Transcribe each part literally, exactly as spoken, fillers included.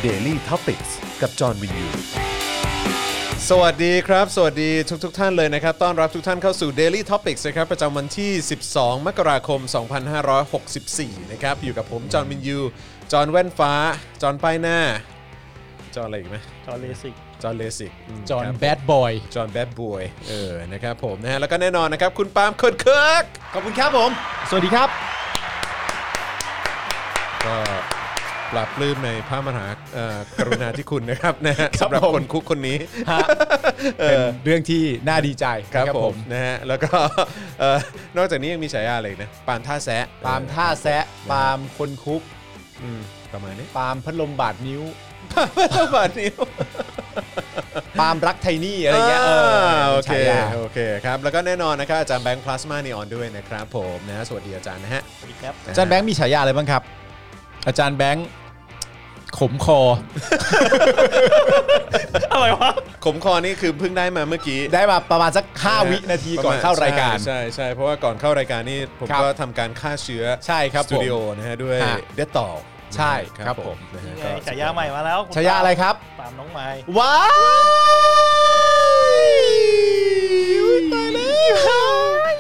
Daily Topics กับจอห์นวินยูสวัสดีครับสวัสดีทุกทุกท่านเลยนะครับต้อนรับทุกท่านเข้าสู่ Daily Topics นะครับประจำวันที่สิบสองมกราคมสองพันห้าร้อยหกสิบสี่นะครับอยู่กับผมจอห์นวินยูจอห์นแว่นฟ้าจอห์นป้ายหน้าจอห์นอะไรอีกไหมจอห์นเลสิกจอห์นเลสิกจอห์นแบดบอยจอห์นแบดบอยเออนะครับผมนะฮะแล้วก็แน่นอนนะครับคุณปาล์มคนเคิร์กขอบคุณครับผมสวัสดีครับก็ปรับปลื้มในพระมหากรุณาธิคุณนะครับนะฮะสำหรับคนคุกคนนี้เป็นเรื่องที่น่าดีใจครับผมนะฮะแล้วก็นอกจากนี้ยังมีฉายาอะไรนะปาล์มท่าแซะปาล์มท่าแซะปาล์มคนคุกประมาณนี้ปาล์มพัดลมบาดนิ้วพัดลมบาดนิ้วปาล์มรักไทนี่อะไรเงี้ยเออโอเคโอเคครับแล้วก็แน่นอนนะครับอาจารย์แบงค์พลาสมานีออนด้วยนะครับผมนะสวัสดีอาจารย์นะฮะสวัสดีครับอาจารย์แบงค์มีฉายาอะไรบ้างครับอาจารย์แบงค์ขมคออะไรวะขมคอนี่คือเพิ่งได้มาเมื่อกี้ได้มาประมาณสักห้าวินาทีก่อนเข้ารายการใช่ใช่เพราะว่าก่อนเข้ารายการนี่ผมก็ทำการฆ่าเชื้อใช่ครับสตูดิโอนะฮะด้วยเดตต่อใช่ครับผมฉายาใหม่มาแล้วฉายาอะไรครับปาล์มน้องไม้ว้าวตายแล้ว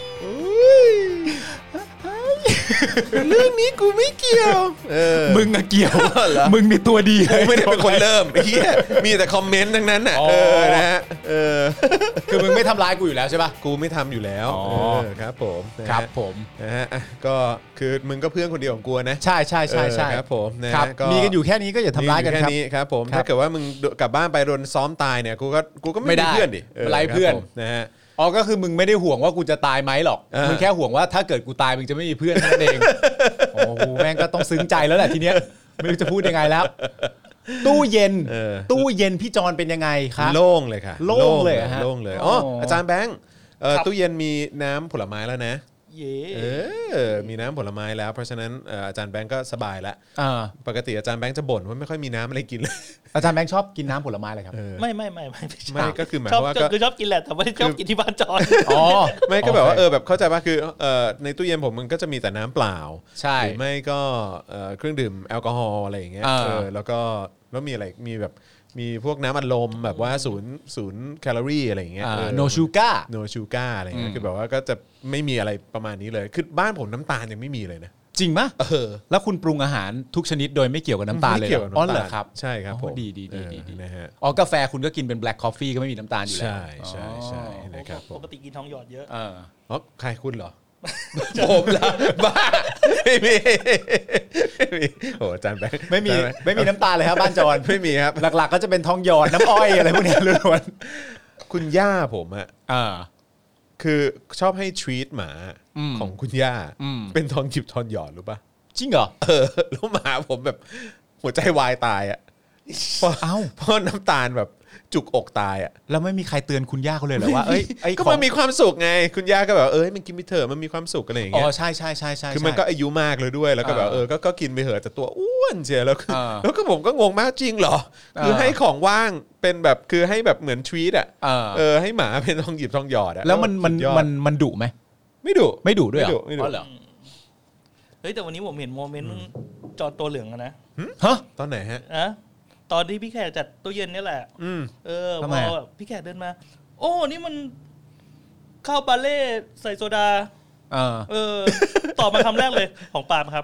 เรื่องนี้กูไม่เกี่ยวมึงอะเกี่ยวมึงมีตัวดีกูไม่ได้เป็นคนเริ่มไอ้เหี้ยมีแต่คอมเมนต์ทั้งนั้นน่ะเออนะฮะเออคือมึงไม่ทำร้ายกูอยู่แล้วใช่ป่ะกูไม่ทำอยู่แล้วครับผมครับผมนะฮะก็คือมึงก็เพื่อนคนเดียวของกูนะใช่ใช่ใช่ใช่ครับผมนะมีกันอยู่แค่นี้ก็อย่าทำร้ายกันครับแค่นี้ครับผมถ้าเกิดว่ามึงกลับบ้านไปโดนซ้อมตายเนี่ยกูก็กูก็ไม่มีเพื่อนดิไล่เพื่อนนะฮะอ๋อก็คือมึงไม่ได้ห่วงว่ากูจะตายไหมหรอกมึงแค่ห่วงว่าถ้าเกิดกูตายมึงจะไม่มีเพื่อนนั่นเองโอ้โหแม่งก็ต้องซึ้งใจแล้วแหละทีเนี้ยไม่รู้จะพูดยังไงแล้วตู้เย็นตู้เย็นพี่จอนเป็นยังไงครับโล่งเลยค่ะโล่งเลยฮะโล่งเลยอ๋ออาจารย์แบงค์ตู้เย็นมีน้ำผลไม้แล้วนะเย่เออมีน้ำผลไม้แล้วเพราะฉะนั้นอาจารย์แบงค์ก็สบายแล้วปกติอาจารย์แบงค์จะบ่นว่าไม่ค่อยมีน้ำอะไรกินเลยอาจารย์แบงค์ชอบกินน้ำผลไม้อะไรครับไม่ไม่ไม่ไม่ไม่ก็คือหมายว่าก็คือชอบกินแหละแต่ไม่ได้ชอบกินที่บ้านจอนอ๋อไม่ก็แบบว่าเออแบบเข้าใจป่ะคือในตู้เย็นผมมันก็จะมีแต่น้ำเปล่าใช่หรือไม่ก็เครื่องดื่มแอลกอฮอล์อะไรอย่างเงี้ยแล้วก็แล้วมีอะไรมีแบบมีพวกน้ำอัดลมแบบว่าศูนย์ศูนย์แคลอรี่อะไรอย่างเงี้ยโนชูก้าโนชูก้าอะไรเงี้ยคือแบบว่าก็จะไม่มีอะไรประมาณนี้เลยคือบ้านผมน้ำตาลยังไม่มีเลยนะจริงปะเออแล้วคุณปรุงอาหารทุกชนิดโดยไม่เกี่ยวกับน้ำตาลเลยอ๋อเหรอครับใช่ครับผมดีดีดีดีนะฮะอ๋อกาแฟคุณก็กินเป็นแบล็คคอฟฟี่ก็ไม่มีน้ำตาลอยู่แล้วใช่ใช่ใช่นะครับปกติกินทองหยอดเยอะอ๋อใครคุณเหรอผมละบ้าไม่มีโอ้อาจารย์แบงค์ไม่มีไม่มีน้ำตาลเลยครับบ้านจอนไม่มีครับหลักๆก็จะเป็นทองหยอดน้ำอ้อยอะไรพวกนี้ล้วนคุณย่าผมอะคือชอบให้ทรีตหมาของคุณย่าเป็นทองหยิบทองหยอดรู้ป่ะจริงเหรอเออแล้วหมาผมแบบหัวใจวายตายอะเพราะเพราะน้ำตาลแบบจุกอกตายอ่ะแล้วไม่มีใครเตือนคุณย่าเขาเลยเหรอว่าเอ้ยก็มันมีความสุขไงคุณย่าก็แบบเอ้ยมันกินไปเถอะมันมีความสุขอะไรอย่างเงี้ยอ๋อใช่ใช่ใช่ใช่คือมันก็อายุมากเลยด้วยแล้วก็แบบเออก็กินไปเถอะแต่ตัวอ้วนเชียวแล้วแล้วก็ผมก็งงมากจริงเหรอคือให้ของว่างเป็นแบบคือให้แบบเหมือนทรีตอ่ะเออให้หมาเป็นทองหยิบทองหยอดอ่ะแล้วมันมันมันมันดุไหมไม่ดุไม่ดุด้วยเหรอเฮ้ยแต่วันนี้ผมเห็นโมเมนต์จอตัวเหลืองนะฮะตอนไหนฮะอะตอนที่พี่แขกจัดตู้เย็นนี่แหละเออพอพี่แขกเดินมาโอ้นี่มันข้าวบาเล่ใส่โซดาเออตอบมาคำแรกเลยของปาล์มครับ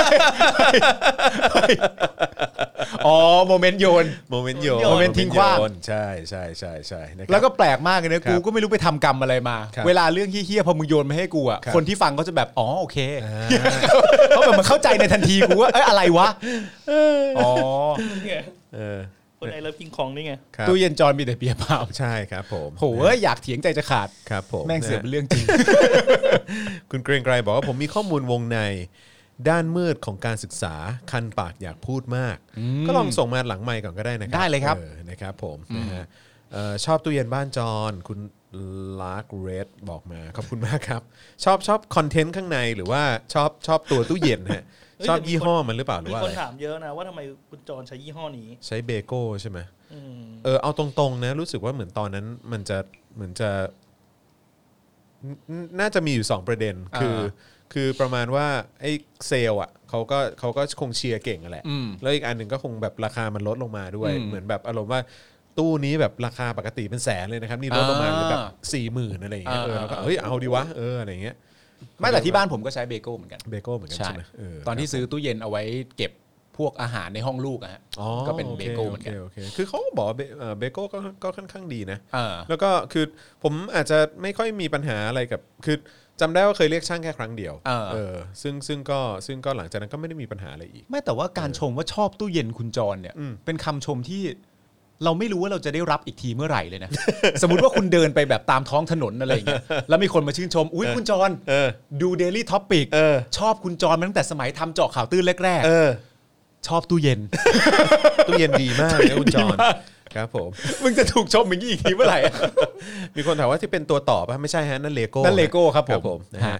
อ๋อโมเมนต์โยนโมเมนต์โยนโมเมนต์ทิ้งขว้างใช่ใช่ใช่ใช่แล้วก็แปลกมากเลยนะกูก็ไม่รู้ไปทำกรรมอะไรมาเวลาเรื่องเหี้ยๆพอมึงโยนมาให้กูอ่ะคนที่ฟังก็จะแบบอ๋อโอเคเขาแบบมันเข้าใจในทันทีกูว่าเอ้ยอะไรวะอ๋อเออคนไอเลิฟกิงของนี่ไงตู้เย็นจอนมีแต่เบียร์เปล่าใช่ครับผมโหอยากเถียงใจจะขาดครับผมแม่งเสือเป็นเรื่องจริงคุณเกรียงไกรบอกว่าผมมีข้อมูลวงในด้านมืดของการศึกษาคันปากอยากพูดมากก็ลองส่งมาหลังไมค์ก่อนก็ได้นะครับได้เลยครับนะครับผมนะฮะชอบตู้เย็นบ้านจอนคุณลาร์กเรดบอกมาขอบคุณมากครับชอบชอบคอนเทนต์ข้างในหรือว่าชอบชอบตัวตู้เย็นฮะชอบยี่ห้อมันหรือเปล่าหรือว่ามีคนถามเยอะนะว่าทำไมคุณจอนใช้ยี่ห้อนี้ใช้เบโก้ใช่ไหมเออเอาตรงๆนะรู้สึกว่าเหมือนตอนนั้นมันจะเหมือนจะน่าจะมีอยู่สองประเด็นคือคือประมาณว่าไอ้เซลล์อ่ะเขาก็เขาก็คงเชียร์เก่งแหละแล้วอีกอันหนึ่งก็คงแบบราคามันลดลงมาด้วยเหมือนแบบอารมณ์ว่าตู้นี้แบบราคาปกติเป็นแสนเลยนะครับนี่ลดลงมาเหลือแบบสี่หมื่นอะไรอย่างเงี้ยเออแล้วก็เฮ้ยเอาดีวะเอออะไรอย่างเงี้ยไม่แต่ที่บ้านผมก็ใช้เบโก้เหมือนกันเบโก้เหมือนกันใช่ไหมตอนที่ซื้อตู้เย็นเอาไว้เก็บพวกอาหารในห้องลูกอะฮะก็เป็นเบโก้เหมือนกันคือเขาบอกว่าเบโก้ก็ค่อนข้างดีนะแล้วก็คือผมอาจจะไม่ค่อยมีปัญหาอะไรกับคือจำได้ว่าเคยเรียกช่างแค่ครั้งเดียวเออซึ่งซึ่งก็ซึ่งก็หลังจากนั้นก็ไม่ได้มีปัญหาอะไรอีกไม่แต่ว่าการชมว่าชอบตู้เย็นคุณจรเนี่ยเป็นคำชมที่เราไม่รู้ว่าเราจะได้รับอีกทีเมื่อไหร่เลยนะ สมมติว่าคุณเดินไปแบบตามท้องถนนอะไรอย่างเงี้ยแล้วมีคนมาชื่นชมอุ้ยคุณจรดู Daily Topic ชอบคุณจรมาตั้งแต่สมัยทำเจาะข่าวตื้นแรกๆชอบตู้เย็นตู้เย็นดีมากเลยคุณจรครับผมมึงจะถูกชมอย่างนี้อีกทีเมื่อไหร่มีคนถามว่าที่เป็นตัวต่อป่ะไม่ใช่ฮะนั่นเลโก้นั่นเลโก้ครับผมนะฮะ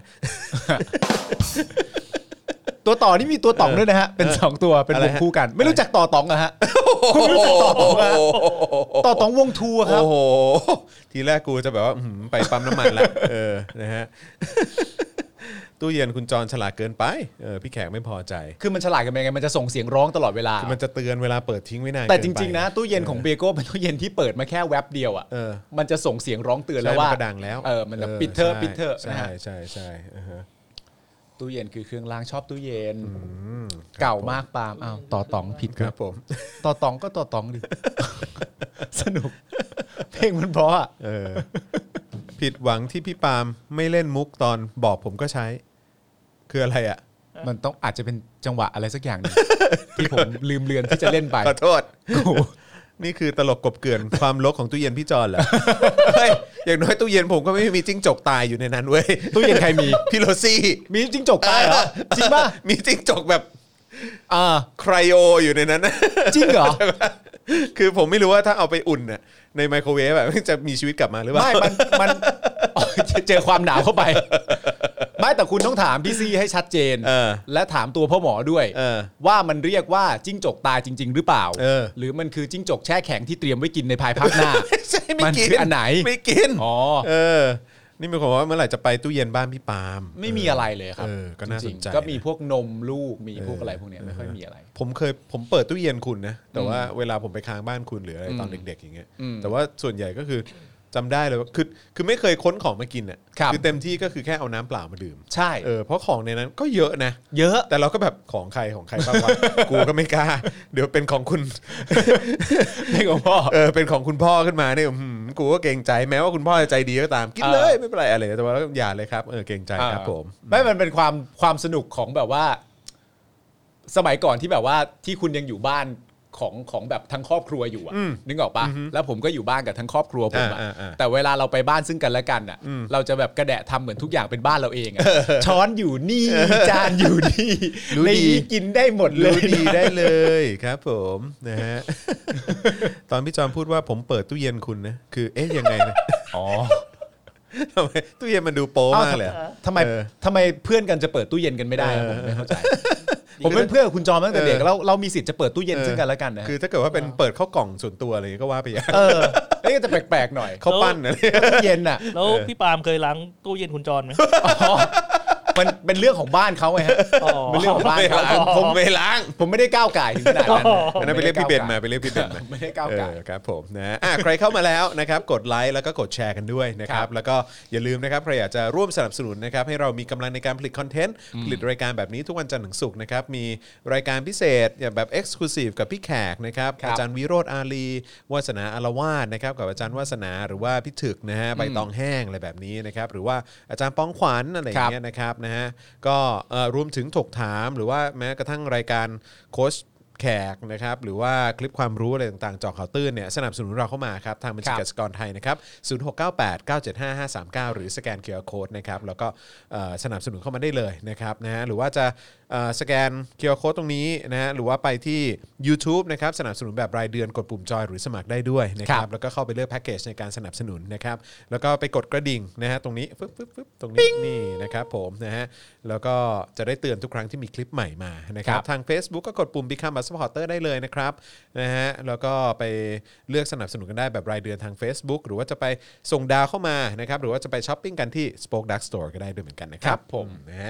ตัวต่อนี่มีตัวต่องด้วยนะฮะเป็นสองตัวเป็นวงคู่กันไม่รู้จักต่อต่องอะฮะคุณไม่รู้จักต่อต่องอะต่อต่องวงทัวร์ครับโอ้โหทีแรกกูจะแบบว่าไปปั๊มน้ำมันแล้วเออนะฮะตู้เย็นคุณจรฉลาดเกินไปเออพี่แขกไม่พอใจคือมันฉลาดกันยังไงมันจะส่งเสียงร้องตลอดเวลาคือมันจะเตือนเวลาเปิดทิ้งไว้นานแต่จริงๆนะตู้เย็นของเบโก้เป็นตู้เย็นที่เปิดมาแค่แว็บเดียวอ่ะมันจะส่งเสียงร้องเตือนแล้วว่ามันดังแล้วเออมันจะปิดเธอปิดเธอใช่ใช่ใช่ตู้เย็นคือเครื่องล้างชอบตู้เย็นเก่ามากปาล์มอ้าวต่อต๋องผิดครับผมต่อต๋องก็ต่อต๋องดิสนุกเพลงมันเพราะอ่ะผิดหวังที่พี่ปาล์มไม่เล่นมุกตอนบอกผมก็ใช้คืออะไรอ่ะมันต้องอาจจะเป็นจังหวะอะไรสักอย่างนึงที่ผมลืมเลือนที่จะเล่นไปขอโทษนี่คือตลกกบเกลื่อนความลกของตู้เย็นพี่จอนเหรอเฮ้ยอย่างน้อยตู้เย็นผมก็ไม่มีจิ้งจกตายอยู่ในนั้นเว้ยตู้เย็นใครมีพี่โรซี่มีจิ้งจกตายเหรอจริงป่ะมีจิ้งจกแบบอ่าไครโออยู่ในนั้นจริงเหรอคือผมไม่รู้ว่าถ้าเอาไปอุ่นน่ะในไมโครเวฟแบบจะมีชีวิตกลับมาหรือเปล่าไม่มันมันเจอความหนาวเข้าไปไม่แต่คุณต้องถามพี่ซีให้ชัดเจนและถามตัวพ่อหมอด้วยว่ามันเรียกว่าจิ้งจกตายจริงๆหรือเปล่าหรือมันคือจิ้งจกแช่แข็งที่เตรียมไว้กินในภายภาคหน้ามันคืออันไหนไม่กินอ๋อเออนี่มีคนว่าเมื่อไหร่จะไปตู้เย็นบ้านพี่ปาล์มไม่มีอะไรเลยครับก็น่าสนใจก็มีพวกนมลูกมีพวกอะไรพวกนี้ไม่ค่อยมีอะไรผมเคยผมเปิดตู้เย็นคุณนะแต่ว่าเวลาผมไปค้างบ้านคุณหรืออะไรตอนเด็กๆอย่างเงี้ยแต่ว่าส่วนใหญ่ก็คือจำได้เลยว่าคือคือไม่เคยค้นของมากินอ่ะคือเต็มที่ก็คือแค่เอาน้ำเปล่ามาดื่มใช่เออเพราะของในนั้นก็เยอะนะเยอะแต่เราก็แบบของใครของใครบ้างวะกูก็ไม่กล้าเดี๋ยวเป็นของคุณเป็นของพ่อเออเป็นของคุณพ่อขึ้นมาเนี่ยกูก็เกรงใจแม้ว่าคุณพ่อจะใจดีก็ตามกินเลยไม่เป็นไรอะไรแต่ว่าอย่าเลยครับเออเกรงใจครับผมไม่มันเป็นความความสนุกของแบบว่าสมัยก่อนที่แบบว่าที่คุณยังอยู่บ้านของของแบบทั้งครอบครัวอยู่อ่ะนึกออกปะแล้วผมก็อยู่บ้านกับทั้งครอบครัวผมอ่ะแต่เวลาเราไปบ้านซึ่งกันและกันอ่ะเราจะแบบกระแดะทำเหมือนทุกอย่างเป็นบ้านเราเองอ่ะช้อนอยู่นี่จานอยู่นี่รู้ดีกินได้หมดเลยรู้ดีได้เลยครับผมนะฮะตอนพี่จอมพูดว่าผมเปิดตู้เย็นคุณนะคือเอ๊ะยังไงนะอ๋อทำไมตู้เย็นมันดูโป๊มากเลยทำไมทำไมเพื่อนกันจะเปิดตู้เย็นกันไม่ได้ผมไม่เข้าใจผมเป็นเพื่อนคุณจอมตั้งแต่เด็กแล้วเรามีสิทธิ์จะเปิดตู้เย็นซึ่งกันแล้วกันนะคือถ้าเกิดว่าเป็นเปิดข้าวกล่องส่วนตัวอะไรก็ว่าไปอย่างเออนี่ก็จะแปลกๆหน่อยข้าวปั้นอะไรตู้เย็นอ่ะแล้วพี่ปาล์มเคยล้างตู้เย็นคุณจอมไหมมันเป็นเรื่องของบ้านเขาไงฮะเป็นเรื่องของบ้านเขาผมไม่ล้างผมไม่ได้ก้าวไก่ถึงขนาดนั้นอันนั้นไปเรียกพี่เบนมาไปเรียกพี่เบนมาไม่ได้ก้าวไก่ครับผมนะอ่ะใครเข้ามาแล้วนะครับกดไลค์แล้วก็กดแชร์กันด้วยนะครับแล้วก็อย่าลืมนะครับใครอยากจะร่วมสนับสนุนนะครับให้เรามีกำลังในการผลิตคอนเทนต์ผลิตรายการแบบนี้ทุกวันจันทร์ถึงศุกร์นะครับมีรายการพิเศษอย่างแบบ Exclusive กับพี่แขกนะครับอาจารย์วิโรจน์อาลีวาสนาอารวาสนะครับกับอาจารย์วาสนาหรือว่าพี่ถึกนะฮะใบตองแห้งอะไรแบบนี้นะครับหรือว่าอาจารย์ป้องขวัญอะไรอย่างเงี้ยนะครับนะฮะก็รวมถึงถกถามหรือว่าแม้กระทั่งรายการโค้ชแขกนะครับหรือว่าคลิปความรู้อะไรต่างๆเจาะข่าวตื้นเนี่ยสนับสนุนเราเข้ามาครับทางบัญชีกสิกรไทยนะครับศูนย์หกเก้าแปด เก้าเจ็ดห้า ห้าสามเก้าหรือสแกน คิว อาร์ Code นะครับแล้วก็สนับสนุนเข้ามาได้เลยนะครับนะฮะหรือว่าจะสแกน คิว อาร์ Code ตรงนี้นะฮะหรือว่าไปที่ YouTube นะครับสนับสนุนแบบรายเดือนกดปุ่มจอยหรือสมัครได้ด้วยนะครับแล้วก็เข้าไปเลือกแพ็คเกจในการสนับสนุนนะครับแล้วก็ไปกดกระดิ่งนะฮะตรงนี้ฟึ๊บฟึ๊บฟึ๊บตรงนี้นี่นะครับผมนะฮะแล้วก็จะได้เตือนทุกครั้งที่มีคลิปใหม่มานะครับทาง Facebook ก็กดปุ่ม Become a Supporter ได้เลยนะครับนะฮะแล้วก็ไปเลือกสนับสนุนกันได้แบบรายเดือนทาง Facebook หรือว่าจะไปส่งดาวเข้ามานะครับหรือว่าจะไปช้อปปิ้งกันที่ Spoke Dark Store ก็ได้ด้วยเหมือนกันนะครับผมนะฮะ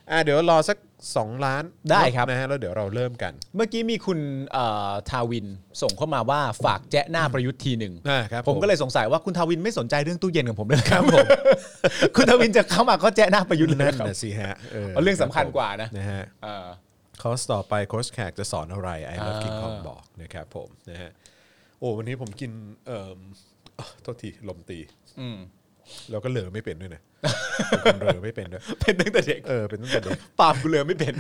อ่ะเดี๋ยวรอสักสองล้านได้ครับนะฮะแล้วเดี๋ยวเราเริ่มกันเมื่อกี้มีคุณทาวินส่งเข้ามาว่าฝากแจ้หน้าประยุทธ์ทีหนึ่งผมก็เลยสงสัยว่าคุณทาวินไม่สนใจเรื่องตู้เย็นของผมเลยครับผมคุณทาวินจะเข้ามาก็แจ้หน้าประยุทธ์เลยนั่นครับนะสิฮะเออเรื่องสำคัญกว่านะนะฮะคอร์สต่อไปโค้ชแขกจะสอนอะไรไอ้เลิฟกินของบอกนะครับผมนะฮะโอ้วันนี้ผมกินเอ่อโทษทีลมตีแล้วก็เหลือไม่เป็นด้วยนะเหลือไม่เป็นด้วยเป็นตั้งแต่เด็กเออเป็นตั้งแต่เด็กปากกูเหลือไม่เป็น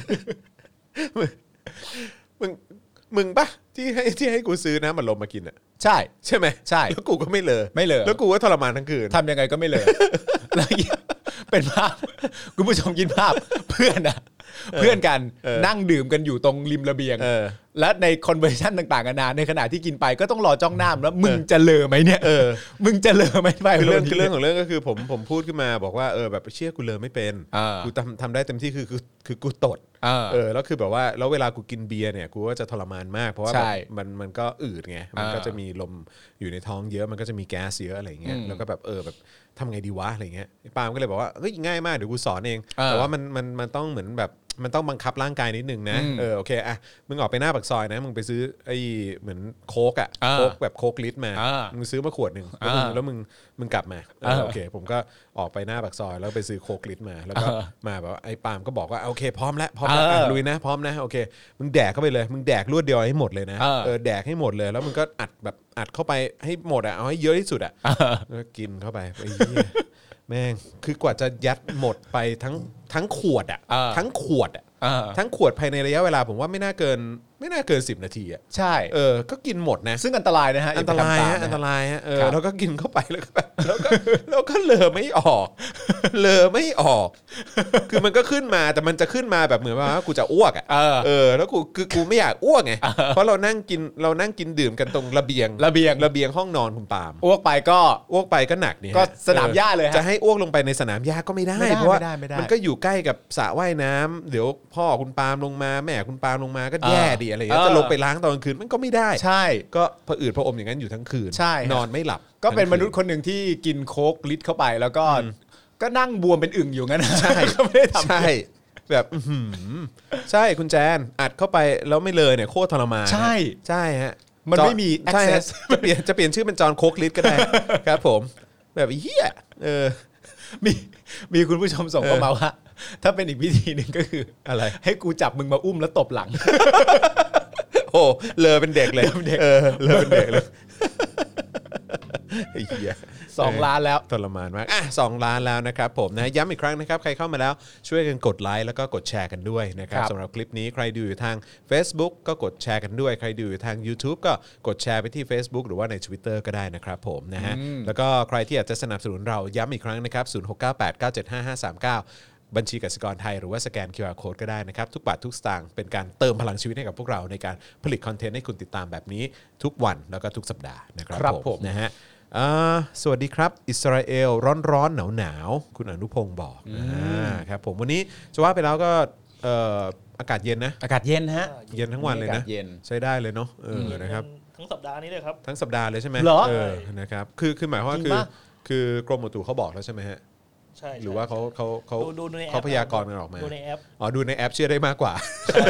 มึงมึงปะที่ให้ที่ให้กูซื้อน้ำมันลมมากินอ่ะใช่ใช่ไหมใช่แล้วกูก็ไม่เลอไม่เลอแล้วกูก็ทรมานทั้งคืนทำยังไงก็ไม่เลอแล้วเป็นภาพคุณผู้ชมคิดภาพเพื่อนอะเพื่อนกันนั่งดื่มกันอยู่ตรงริมระเบียงและในคอนเวอร์ชันต่างๆกันานาในขณะที่กินไปก็ต้องรอจ้องหน้าแล้วมึงจะเลอไหมเนี่ยเออมึงจะเลอไหมไปเรื่องคือเรื่องของเรื่องก็คือผมผมพูดขึ้นมาบอกว่าเออแบบเชื่อกูเลอไม่เป็นกูทำทำได้เต็มที่คือคือคือกูตดเออแล้วคือแบบว่าแล้วเวลากูกินเบียร์เนี่ยกูก็จะทรมานมากเพราะว่ามันมันก็อืดไงมันก็จะมีลมอยู่ในท้องเยอะมันก็จะมีแก๊สเยอะอะไรเงี้ยแล้วก็แบบเออแบบทำไงดีวะอะไรเงี้ยปาล์มก็เลยบอกว่าเฮ้ยง่ายมากเดี๋ยวกูสอนเองแต่ว่ามันมันมันต้องเหมือนแบบมันต้องบังคับร่างกายนิดนึงนะเออโอเคอ่ะมึงออกไปหน้าปากซอยนะมึงไปซื้อไอ้เหมือนโค้กอ่ะโค้กแบบโค้กลิตรมามึงซื้อมาขวดหนึ่งแล้วมึงแล้วมึงมึงกลับมาโอเคผมก็ออกไปหน้าปากซอยแล้วไปซื้อโค้กลิตรมาแล้วก็มาแบบไอ้ปาล์มก็บอกว่าโอเคพร้อมแล้วพร้อมแล้วลุยนะพร้อมนะโอเคมึงแดกเข้าไปเลยมึงแดกรวดเดียวให้หมดเลยนะเออแดกให้หมดเลยแล้วมึงก็อัดแบบอัดเข้าไปให้หมดอ่ะเอาให้เยอะที่สุดอ่ะแล้วกินเข้าไปไอ้เหี้ยแม่งคือกว่าจะยัดหมดไปทั้งทั้งขวดอ่ะทั้งขวดอ่ะทั้งขวดภายในระยะเวลาผมว่าไม่น่าเกินไม่น่าเกินสิบนาทีอ่ะใช่เออก็กินหมดนะซึ่งอันตรายนะฮะอันตรายฮะอันตรายฮะเออแล้วก็กินเข้าไปแล้วก็แบบแล้วก็แล้วก็เลอไม่ออกเลอไม่ออกคือมันก็ขึ้นมาแต่มันจะขึ้นมาแบบเหมือนว่ากูจะอ้วกอ่ะเออแล้วกูคือกูไม่อยากอ้วกไงเพราะเรานั่งกินเรานั่งกินดื่มกันตรงระเบียงระเบียงระเบียงห้องนอนคุณปาล์มอ้วกไปก็อ้วกไปก็หนักนี่ก็สนามหญ้าเลยจะให้อ้วกลงไปในสนามหญ้าก็ไม่ได้เพราะว่ามันก็อยู่ใกล้กับสระว่ายน้ำเดี๋ยวพ่อคุณปาล์มลงมาแม่คุณปาล์มลงมาก็แย่ดิอะไรอย่างเงี้ยจะลงไปล้างตอนกลางคืนมันก็ไม่ได้ใช่ก็ผะอืดผะอมอย่างนั้นอยู่ทั้งคืนนอนไม่หลับก็เป็นมนุษย์คนหนึ่งที่กินโค้กลิตรเข้าไปแล้วก็ก็นั่งบวมเป็นอึ่งอยู่งั้นใช่ก็ไม่ได้ทำใช่แบบใช่คุณแจนอัดเข้าไปแล้วไม่เลยเนี่ยโคตรทรมานใช่ใช่ฮะมันไม่มี access จะเปลี่ยนจะเปลี่ยนชื่อเป็นจอห์นโค้กลิตรก็ได้ครับผมแบบเหี้ยเออมีมีคุณผู้ชมส่งเข้ามาว่าถ้าเป็นอีกวิธีหนึ่งก็คืออะไรให้กูจับมึงมาอุ้มแล้วตบหลังโอ้เลอเป็นเด็กเลยเออเลอเป็นเด็กเลยไอ้เหี้ยสองล้านแล้วทรมานมากอ่ะสองล้านแล้วนะครับผมนะย้ำอีกครั้งนะครับใครเข้ามาแล้วช่วยกันกดไลค์แล้วก็กดแชร์กันด้วยนะครับสำหรับคลิปนี้ใครดูอยู่ทาง Facebook ก็กดแชร์กันด้วยใครดูอยู่ทาง YouTube ก็กดแชร์ไปที่ Facebook หรือว่าใน Twitter ก็ได้นะครับผมนะฮะแล้วก็ใครที่อยากจะสนับสนุนเราย้ำอีกครั้งนะครับศูนย์ หก เก้า แปด เก้า เจ็ด ห้า ห้า สาม เก้าบัญชีกสิกรไทยหรือว่าสแกน คิว อาร์ Code ก็ได้นะครับทุกบาททุกสตางค์เป็นการเติมพลังชีวิตให้กับพวกเราในการผลิตคอนเทนต์ให้คุณติดตามแบบนี้ทุกวันแล้วก็ทุกสัปดาห์นะครับผมนะฮะสวัสดีครับอิสราเอลร้อนๆหนาวๆคุณอนุพงศ์บอกครับผมวันนี้จะว่าไปแล้วก็อากาศเย็นนะอากาศเย็นฮะเย็นทั้งวันเลยนะใช้ได้เลยเนาะเออนะครับทั้งสัปดาห์นี้เลยครับทั้งสัปดาห์เลยใช่ไหมเออนะครับคือคือหมายความว่าคือคือกรมอุตุเขาบอกแล้วใช่ไหมฮะใช่หรือว่าเขาเขาเขาเขาพยากรณ์กันออกมาดูในแอปอ๋อดูในแอปเชื่อได้มากกว่า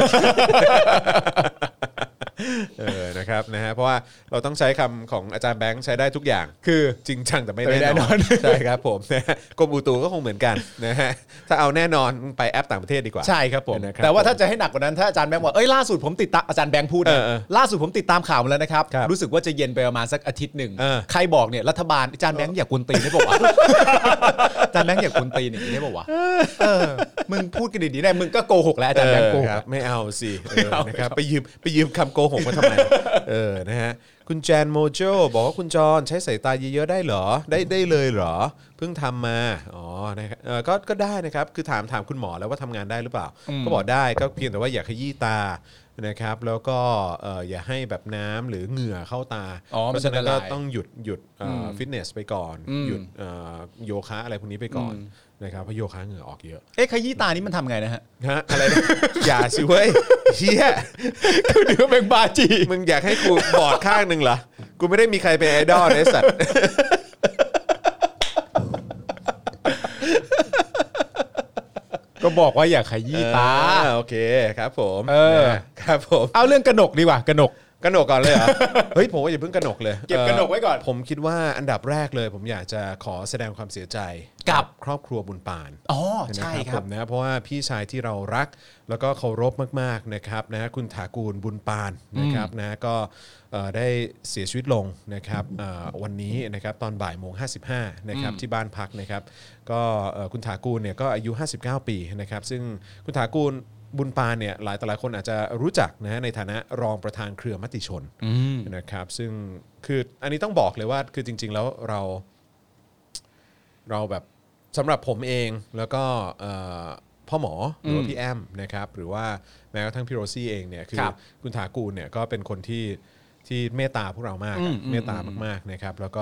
เออนะครับนะฮะเพราะว่าเราต้องใช้คำของอาจารย์แบงค์ใช้ได้ทุกอย่างคือจริงจังแต่ไม่แน่นอนใช่ครับผมนะกรมอุตุก็คงเหมือนกันนะฮะถ้าเอาแน่นอนไปแอปต่างประเทศดีกว่าใช่ครับผมแต่ว่าถ้าจะให้หนักกว่านั้นถ้าอาจารย์แบงค์บอกเอ้ยล่าสุดผมติดตามอาจารย์แบงค์พูดนะล่าสุดผมติดตามข่าวมาแล้วนะครับรู้สึกว่าจะเย็นไปประมาณสักอาทิตย์หนึ่งใครบอกเนี่ยรัฐบาลอาจารย์แบงค์อยากกวนตีนได้ป่าววะอาจารย์แบงค์อยากกวนตีนอย่างนี้ได้ป่าววะมึงพูดกันดีๆได้มึงก็โกหกแล้วอาจารย์แบงค์โกหกไม่เอาสินะครับไปยืมไปยืมคำโกหกมาทำไมเออนะฮะคุณแจนโมโจบอกว่าคุณจรใช้สายตาเยอะๆได้เหรอได้ได้เลยเหรอเพิ่งทำมาอ๋อนะครับเออก็ก็ได้นะครับคือถามถามคุณหมอแล้วว่าทำงานได้หรือเปล่าก็บอกได้ก็เพียงแต่ว่าอย่าขยี้ตานะครับแล้วก็อย่าให้แบบน้ำหรือเหงื่อเข้าตาเพราะฉะนั้นก็ต้องหยุดหยุดฟิตเนสไปก่อนหยุดโยคะอะไรพวกนี้ไปก่อนนะครับเพราะโยคะเหงื่อออกเยอะเอ๊ะขยี้ตานี่มันทำไงนะฮะฮะอะไรอย่าสิเว้ยเฮียกูเดือดเป็นบาจีมึงอยากให้กูบอดข้างหนึ่งเหรอกูไม่ได้มีใครเป็นไอดอลไอ้สัตว์ก็ก็บอกว่าอย่าขยี้ตาโอเคครับผมเออครับผมเอาเรื่องกนกดีกว่ากนกกนกก่อนเลยเหรอเฮ้ยผมว่าอย่าเพิ่งกนกเลยเก็บกนกไว้ก่อนผมคิดว่าอันดับแรกเลยผมอยากจะขอแสดงความเสียใจกับครอบครัวบุญปานอ๋อใช่ครับนะเพราะว่าพี่ชายที่เรารักแล้วก็เคารพมากๆนะครับนะคุณถากูลบุญปานนะครับนะก็ได้เสียชีวิตลงนะครับวันนี้นะครับตอนบ่ายโมงห้าสิบห้านะครับที่บ้านพักนะครับก็คุณถากูลเนี่ยก็อายุห้าสิบเก้าปีนะครับซึ่งคุณถากูลบุญปานเนี่ยหลายต่อหลายคนอาจจะรู้จักนะในฐานะรองประธานเครือมติชนนะครับซึ่งคืออันนี้ต้องบอกเลยว่าคือจริงๆแล้วเราเราแบบสำหรับผมเองแล้วก็พ่อหมอหรือว่าพี่แอมนะครับหรือว่าแม้กระทั่งพี่โรซี่เองเนี่ยคือคุณถากูลเนี่ยก็เป็นคนที่ที่เมตตาพวกเรามากเมตตามากๆนะครับแล้วก็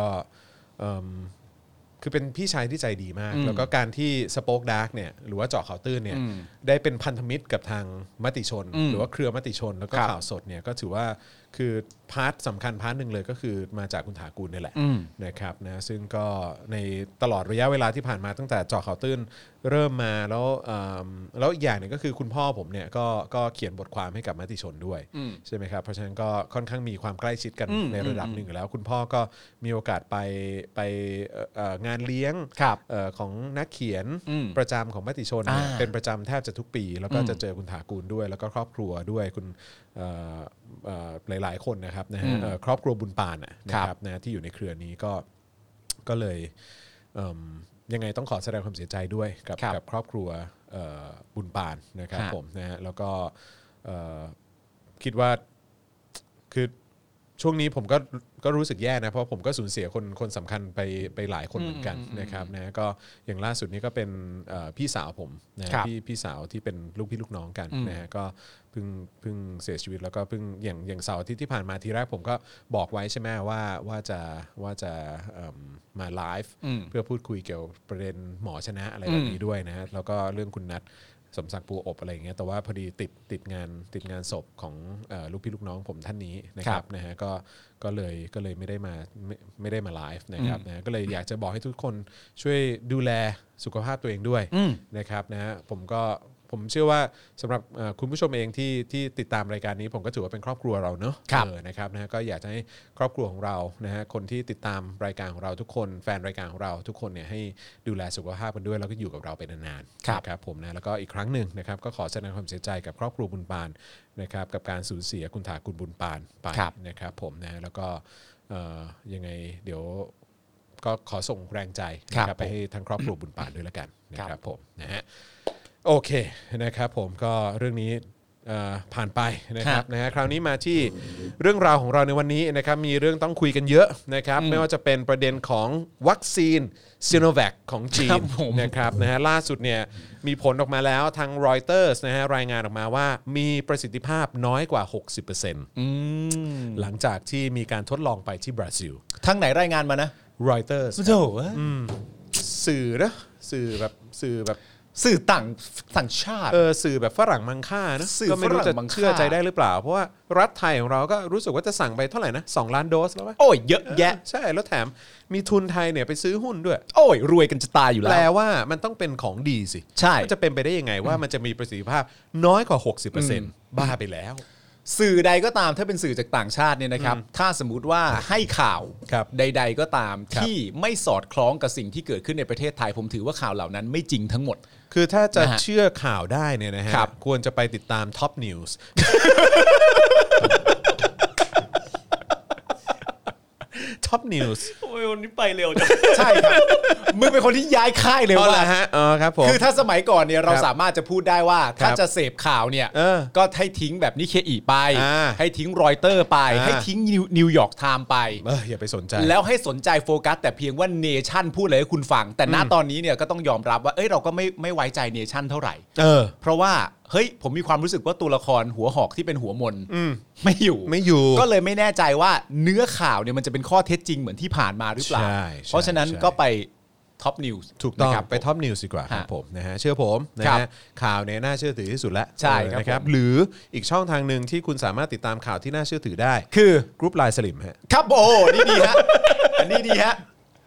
คือเป็นพี่ชายที่ใจดีมากแล้วก็การที่สโป๊กดาร์กเนี่ยหรือว่าเจาะข่าวตื้นเนี่ยได้เป็นพันธมิตรกับทางมติชนหรือว่าเครือมติชนแล้วก็ข่าวสดเนี่ยก็ถือว่าคือพาร์ทสำคัญพาร์ทหนึ่งเลยก็คือมาจากคุณถากูลนี่แหละนะครับนะซึ่งก็ในตลอดระยะเวลาที่ผ่านมาตั้งแต่เจาะข่าวตื้นเริ่มมาแล้วแล้วอีกอย่างหนึ่งก็คือคุณพ่อผมเนี่ยก็ก็เขียนบทความให้กับมติชนด้วยใช่ไหมครับเพราะฉะนั้นก็ค่อนข้างมีความใกล้ชิดกันในระดับหนึ่งอยู่แล้วคุณพ่อก็มีโอกาสไปไปงานเลี้ยงของนักเขียนประจำของมติชนเป็นประจำแทบจะทุกปีแล้วก็จะเจอคุณถากูลด้วยแล้วก็ครอบครัวด้วยคุณหลายๆคนนะครับนะฮะครอบครัวบุญปานนะครับนะที่อยู่ในเครือนี้ก็ก็เลยยังไงต้องขอแสดงความเสียใจด้วยกับกับครอบครัวบุญปานนะครับผมนะฮะแล้วก็คิดว่าคือช่วงนี้ผมก็ก็รู้สึกแย่นะเพราะผมก็สูญเสียคนคนสำคัญไปไปหลายคนเหมือนกันนะครับนะก็อย่างล่าสุดนี้ก็เป็นพี่สาวผมนะพี่พี่สาวที่เป็นลูกพี่ลูกน้องกันนะฮะก็เพิ่งเพิ่งเสียชีวิตแล้วก็เพิ่งอย่างอย่างเสาร์อาทิตย์ที่ผ่านมาทีแรกผมก็บอกไว้ใช่ไหมว่าว่าจะว่าจะมาไลฟ์เพื่อพูดคุยเกี่ยวกับประเด็นหมอชนะอะไรแบบนี้ด้วยนะฮะแล้วก็เรื่องคุณนัทสมศักดิ์ปูอบอะไรอย่างเงี้ยแต่ว่าพอดีติดติดงานติดงานศพของลูกพี่ลูกน้องผมท่านนี้นะครับนะฮะก็ก็เลยก็เลยไม่ได้มาไม่ไม่ได้มาไลฟ์นะครับนะก็เลยอยากจะบอกให้ทุกคนช่วยดูแลสุขภาพตัวเองด้วยนะครับนะฮะผมก็ผมเชื่อว่าสำหรับคุณผู้ชมเองที่ที่ติดตามรายการนี้ผมก็ถือว่าเป็นครอบครัวเราเนอะนะครับนะก็อยากจะให้ครอบครัวของเรานะฮะคนที่ติดตามรายการของเราทุกคนแฟนรายการของเราทุกคนเนี่ยให้ดูแลสุขภาพกันด้วยแล้วก็อยู่กับเราไปนานๆครับผมนะแล้วก็อีกครั้งหนึ่งนะครับก็ขอแสดงความเสียใจกับครอบครัวบุญปานนะครับกับการสูญเสียคุณถากุลบุญปานไปนะครับผมนะแล้วก็ยังไงเดี๋ยวก็ขอส่งแรงใจนะครับไปให้ทั้งครอบครัวบุญปานด้วยละกันนะครับผมนะฮะโอเคนะครับผมก็เรื่องนี้ผ่านไปนะครับนะฮะคราวนี้มาที่เรื่องราวของเราในวันนี้นะครับมีเรื่องต้องคุยกันเยอะนะครับไม่ว่าจะเป็นประเด็นของวัคซีนซิโนแวคของจีนนะครับนะฮะล่าสุดเนี่ยมีผลออกมาแล้วทาง Reuters นะฮะรายงานออกมาว่ามีประสิทธิภาพน้อยกว่า หกสิบเปอร์เซ็นต์ อืมหลังจากที่มีการทดลองไปที่บราซิลทางไหนรายงานมานะ Reuters โอ้โหสื่อนะสื่อแบบสื่อแบบสื่อต่างต่างชาติเออสื่อแบบฝรั่งมังค่านะก็ไม่รู้จะเชื่อใจได้หรือเปล่าเพราะว่ารัฐไทยของเราก็รู้สึกว่าจะสั่งไปเท่าไหร่นะสองล้านโดสแล้วป่ะโอ้ยเยอะแยะใช่แล้วแถมมีทุนไทยเนี่ยไปซื้อหุ้นด้วยโอ้ยรวยกันจะตายอยู่แล้วแปลว่ามันต้องเป็นของดีสิใช่จะเป็นไปได้ยังไงว่ามันจะมีประสิทธิภาพน้อยกว่า หกสิบเปอร์เซ็นต์ บ้าไปแล้วสื่อใดก็ตามถ้าเป็นสื่อจากต่างชาติเนี่ยนะครับถ้าสมมุติว่าให้ข่าวใดๆก็ตามที่ไม่สอดคล้องกับสิ่งที่เกิดขึ้นในประเทศไทยผมถือว่าข่าวเหล่านั้นไม่จริงทั้งหมดคือถ้าจะเชื่อข่าวได้เนี่ยนะฮะควรจะไปติดตาม Top News Top News โอ้ยวันนี้ไปเร็วจังใช่ครับมึงเป็นคนที่ย้ายค่ายเร็วมากฮะอ๋อครับผมคือถ้าสมัยก่อนเนี่ยเราสามารถจะพูดได้ว่าถ้าจะเสพข่าวเนี่ยก็ให้ทิ้งแบบนิเคอีไปให้ทิ้งรอยเตอร์ไปให้ทิ้งนิวยอร์กไทม์ไปเอออย่าไปสนใจแล้วให้สนใจโฟกัสแต่เพียงว่าเนชั่นพูดอะไรให้คุณฟังแต่ณตอนนี้เนี่ยก็ต้องยอมรับว่าเอ้ยเราก็ไม่ไม่ไว้ใจเนชั่นเท่าไหร่เออเพราะว่าเฮ้ยผมมีความรู้สึกว่าตัวละครหัวหอกที่เป็นหัวมนไม่อยู่ไม่อยู่ก็เลยไม่แน่ใจว่าเนื้อข่าวเนี่ยมันจะเป็นข้อเท็จจริงเหมือนที่ผ่านมาหรือเปล่าเพราะฉะนั้นก็ไปท็อปนิวส์ถูกต้องไปท็อปนิวส์ดีกว่าครับผมนะฮะเชื่อผมนะฮะข่าวเนี่ยน่าเชื่อถือที่สุดแล้วใช่นะครับหรืออีกช่องทางหนึ่งที่คุณสามารถติดตามข่าวที่น่าเชื่อถือได้คือกรุ๊ปไลน์สลิมฮะครับโอ้นี่ดีฮะอันนี้ดีฮะ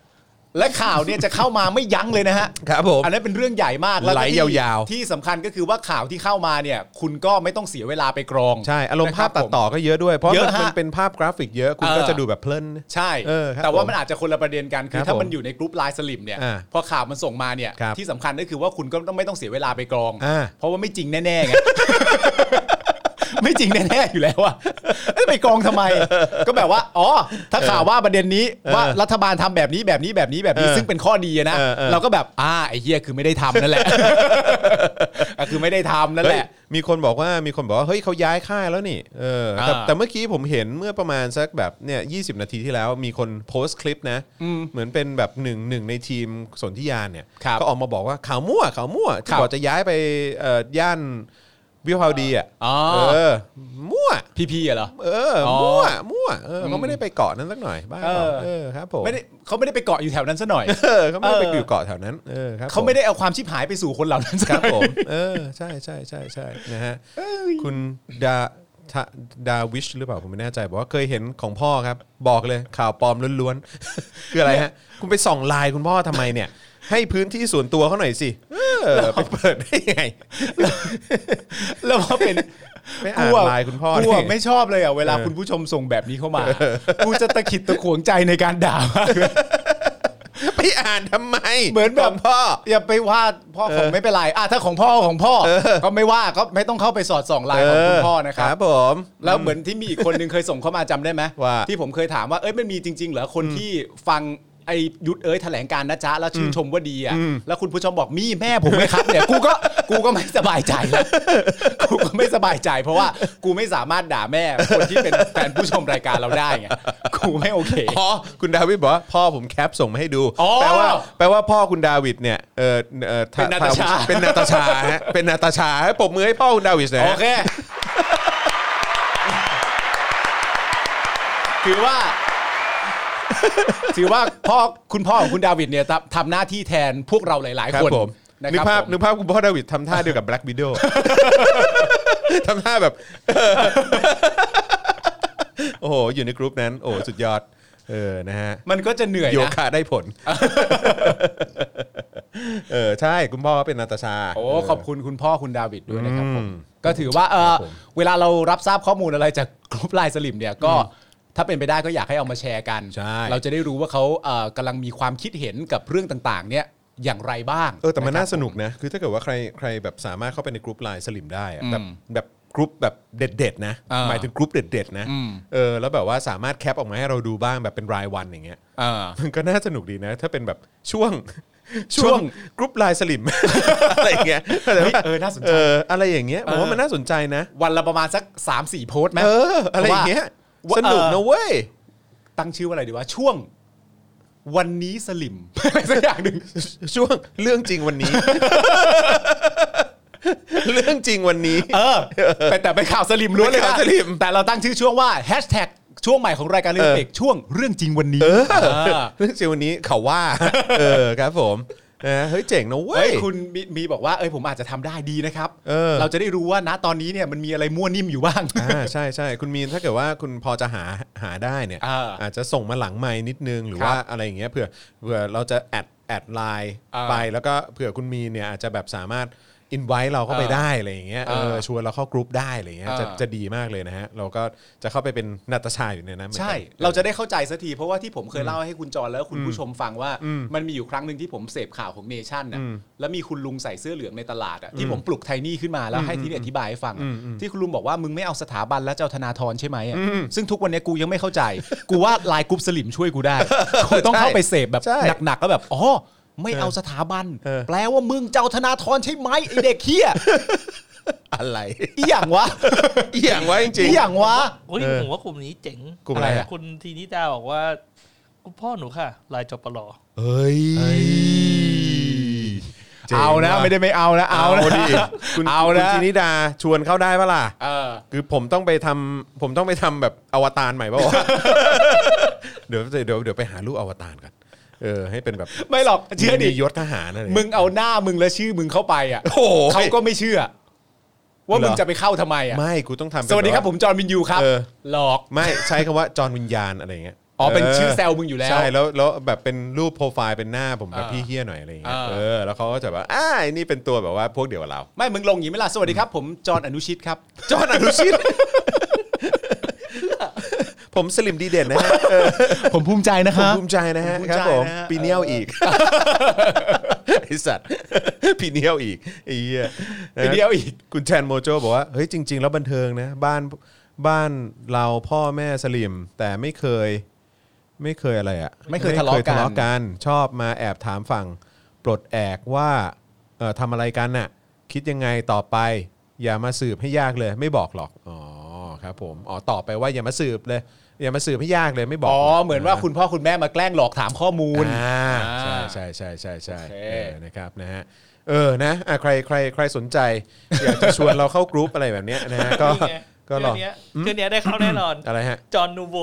และข่าวเนี่ยจะเข้ามาไม่ยั้งเลยนะฮะครับผมอันนั้นเป็นเรื่องใหญ่มากแล้วไหลยาวๆที่สำคัญก็คือว่าข่าวที่เข้ามาเนี่ยคุณก็ไม่ต้องเสียเวลาไปกรองใช่อารมณ์ภาพตัดต่อก็เยอะด้วยเพราะมันเป็นภาพกราฟิกเยอะคุณก็จะดูแบบเพลินใช่แต่ว่ามันอาจจะคนละประเด็นกันคือถ้ามันอยู่ในกรุ๊ปไลน์สลิมเนี่ยพอข่าวมันส่งมาเนี่ยที่สำคัญก็คือว่าคุณก็ต้องไม่ต้องเสียเวลาไปกรองเพราะว่าไม่จริงแน่ๆไงไม่จริงแน่ๆอยู่แล้วอะไปกองทำไมก็แบบว่าอ๋อถ้าข่าวว่าประเด็นนี้ว่ารัฐบาลทำแบบนี้แบบนี้แบบนี้แบบนี้ซึ่งเป็นข้อดีนะเราก็แบบอ่าไอ้เหี้ยคือไม่ได้ทำนั่นแหละคือไม่ได้ทำนั่นแหละมีคนบอกว่ามีคนบอกว่าเฮ้ยเขาย้ายค่ายแล้วนี่เออแต่แต่เมื่อกี้ผมเห็นเมื่อประมาณสักแบบเนี่ยยี่สิบนาทีที่แล้วมีคนโพสต์คลิปนะเหมือนเป็นแบบหนึ่งหนึ่งในทีมสนธิยานเนี่ยก็ออกมาบอกว่าข่าวมั่วข่าวมั่วที่บอกจะย้ายไปย่านวิภาวดีอ่ะเออมั่วพีพีอ่ะเหรอเออมั่วมั่วเออเขาไม่ได้ไปเกาะนั้นสักหน่อยบ้าเออครับผมไม่ได้เขาไม่ได้ไปเกาะอยู่แถวนั้นซะหน่อยเออเขาไม่ได้ไปอยู่เกาะแถวนั้นเออครับเขาไม่ได้เอาความชิบหายไปสู่คนเหล่านั้นครับผมเออใช่ใช่ใช่ใช่นะฮะคุณดาดาวิชหรือเปล่าผมไม่แน่ใจบอกว่าเคยเห็นของพ่อครับบอกเลยข่าวปลอมล้วนๆคืออะไรฮะคุณไปส่องไลน์คุณพ่อทำไมเนี่ยให้พื้นที่ส่วนตัวเขาหน่อยสิไปเปิดได้ไงแล้วว่าเป็นไม่อ่านไลน์คุณพ่อกูไม่ชอบเลยอ่ะเวลาคุณผู้ชมส่งแบบนี้เข้ามากูจะตะขิดตะขวงใจในการด่ามากเลยไปอ่านทำไมเหมือนแบบพ่ออย่าไปว่าพ่อของไม่เป็นไรอ่ะถ้าของพ่อของพ่อก็ไม่ว่าก็ไม่ต้องเข้าไปสอดส่องไลน์ของคุณพ่อนะครับครับผมแล้วเหมือนที่มีอีกคนนึงเคยส่งเข้ามาจำได้ไหมที่ผมเคยถามว่าเอ้ยมันมีจริงๆเหรอคนที่ฟังไอ้ยุทธเอ้ยแถลงการนะจ๊ะแล้วชื่นชมว่าดีอ่ะแล้วคุณผู้ชมบอกมีแม่ผมไหมครับเนี่ยกูก็กูก็ไม่สบายใจแล้วกูก็ไม่สบายใจเพราะว่ากูไม่สามารถด่าแม่คนที่เป็นแฟนผู้ชมรายการเราได้ไงกูไม่โอเคอ๋อคุณดาวิดบอกว่าพ่อผมแคปส่งมาให้ดูแปลว่าแปลว่าพ่อคุณดาวิดเนี่ยเออเออเป็นนาตาชาเป็นนาตาชาฮะเป็นนาตาชาให้ปรบมือให้พ่อคุณดาวิดหน่อยโอเคคือว่าถือว่าพ่อคุณพ่อของคุณดาวิดเนี่ยทำหน้าที่แทนพวกเราหลายๆคนนึกภาพนึกภาพคุณพ่อดาวิดทำท่าเดียวกับ Black Widow ทำท่าแบบโอ้โหอยู่ในกรุ๊ปนั้นโอ้สุดยอดเออนะฮะมันก็จะเหนื่อยนะโยคะได้ผลเออใช่คุณพ่อเป็นนาตาชาโอ้ขอบคุณคุณพ่อคุณดาวิดด้วยนะครับผมก็ถือว่าเออเวลาเรารับทราบข้อมูลอะไรจากกรุ๊ปไลน์สลิมเนี่ยก็ถ้าเป็นไปได้ก็อยากให้เอามาแชร์กันเราจะได้รู้ว่าเขาเอ่อกำลังมีความคิดเห็นกับเรื่องต่างๆเนี่ยอย่างไรบ้างเออแต่มันน่าสนุกนะคือถ้าเกิดว่าใครใครแบบสามารถเข้าไปในกรุ๊ปไลน์สลิมได้แบบแบบกรุ๊ปแบบเด็ดๆนะหมายถึงกรุ๊ปเด็ดๆนะเออแล้วแบบว่าสามารถแคปออกมาให้เราดูบ้างแบบเป็นรายวันอย่างเงี้ยมันก็น่าสนุกดีนะถ้าเป็นแบบช่วงช่วงกรุ๊ปไลน์สลิมอะไรอย่างเงี้ยเออน่าสนใจเอออะไรอย่างเงี้ยผมว่ามันน่าสนใจนะวันละประมาณสัก สามสี่ โพสต์มั้ยเอออะไรอย่างเงี้ยสนุกนะเว้ยตั้งชื่อว่าอะไรดีวะช่วงวันนี้สลิมอะไรสักอย่างหนึ่งช่วงเรื่องจริงวันนี้เรื่องจริงวันนี้เออแต่เป็นข่าวสลิมล้วนเลยนะแต่เราตั้งชื่อช่วงว่าแฮชแท็กช่วงใหม่ของรายการเรื่องเอกช่วงเรื่องจริงวันนี้เรื่องจริงวันนี้เขาว่าเออครับผมเฮ้ยเจ๋งนะเว้ยคุณมีมีบอกว่าเอ้ยผมอาจจะทำได้ดีนะครับเออเราจะได้รู้ว่าณตอนนี้เนี่ยมันมีอะไรมั่วนิ่มอยู่บ้างอ่าใช่ใช่คุณมีนถ้าเกิดว่าคุณพอจะหาหาได้เนี่ยอาจจะส่งมาหลังไมค์นิดนึงหรือว่าอะไรอย่างเงี้ยเผื่อเผื่อเราจะแอดแอดไลน์ไปแล้วก็เผื่อคุณมีเนี่ยอาจจะแบบสามารถอินไวท์เราเข้าไปได้อะไรอย่างเงี้ยเออชวนเราเข้ากรุ๊ปได้อะไรอย่างเงี้ยจะจะดีมากเลยนะฮะเราก็จะเข้าไปเป็นนาตาชาอยู่ในนั้นใช่เราจะได้เข้าใจสักทีเพราะว่าที่ผมเคยเล่าให้คุณจรแล้วคุณผู้ชมฟังว่ามันมีอยู่ครั้งหนึ่งที่ผมเสพข่าวของเนชั่นน่ะแล้วมีคุณลุงใส่เสื้อเหลืองในตลาดอ่ะที่ผมปลุกไทนี่ขึ้นมาแล้วให้ที่อธิบายให้ฟังที่คุณลุงบอกว่ามึงไม่เอาสถาบันแล้วเจ้าธนาธรใช่ไหมอ่ะซึ่งทุกวันนี้กูยังไม่เข้าใจกูว่าไลน์กรุ๊ปสลิมช่วยกูได้กูต้องเข้าไปเสพแบบหนักๆแล้วแบบอ๋อไม่เอาสถาบันแปลว่ามึงเจ้าธนาธรใช่ไหมไอเด็กเหี้ยอะไรอีหยังวะอีหยังวะจริงๆอีหยังวะโอ้ยผมว่ากลุ่มนี้เจ๋งกลุ่มอะไรคุณทีนิดาบอกว่าคุณพ่อหนูค่ะลายจปลเอ้ยเอานะไม่ได้ไม่เอานะเอานะดิคุณเอานะคุณทีนิดาชวนเข้าได้ปะล่ะคือผมต้องไปทำผมต้องไปทำแบบอวตารใหม่ป่ะวะเดี๋ยวเดี๋ยวเดี๋ยวไปหารูปอวตารกันเออให้เป็นแบบไม่หรอกเชื่อดิยศทหารอะไรมึงเอาหน้ามึงและชื่อมึงเข้าไปอ่ะเขาก็ไม่เชื่อว่ามึงจะไปเข้าทำไมอ่ะไม่กูต้องทำสวัสดีครับผมจอห์นวินยูครับหลอกไม่ใช้คำว่าจอห์นวิญญาณอะไรเงี้ยอ๋อเป็นชื่อแซวมึงอยู่แล้วใช่แล้วแล้วแบบเป็นรูปโปรไฟล์เป็นหน้าผมแบบพี่เฮี้ยหน่อยอะไรอย่างเงี้ยเออแล้วเขาก็จะแบบอ้านี่เป็นตัวแบบว่าพวกเดียวกับเราไม่มึงลงอย่างนี้ไหมล่ะสวัสดีครับผมจอห์นอนุชิตครับจอห์นอนุชิตผมสลิมดีเด่นนะฮะผมภูมิใจนะครับผมภูมิใจนะฮะครับผมปีเนียวอีกไอสัตว์ปีเนียวอีกไอ้เหี้ยปีเนียวอีกคุณแชนโมโจบอกว่าเฮ้ยจริงๆแล้วบันเทิงนะบ้านบ้านเราพ่อแม่สลิมแต่ไม่เคยไม่เคยอะไรอ่ะไม่เคยทะเลาะกันชอบมาแอบถามฝั่งปลดแอกว่าเอ่อทำอะไรกันน่ะคิดยังไงต่อไปอย่ามาสืบให้ยากเลยไม่บอกหรอกอ๋อครับผมอ๋อตอบไปว่าอย่ามาสืบเลยอย่ามาสืบให้ยากเลยไม่บอกอ๋อเหมือนว่าคุณพ่อคุณแม่มาแกล้งหลอกถามข้อมูลอ่าใช่ใช่ใช่ใช่ใช่นะครับนะฮะเออนะอ่ะใครใครใครสนใจอยากจะชวนเราเข้ากรุ๊ปอะไรแบบเนี้ยนะฮะก็ก็ลองเชื่อเนี้ยได้เข้าแน่นอนอะไรฮะจอห์นนูโว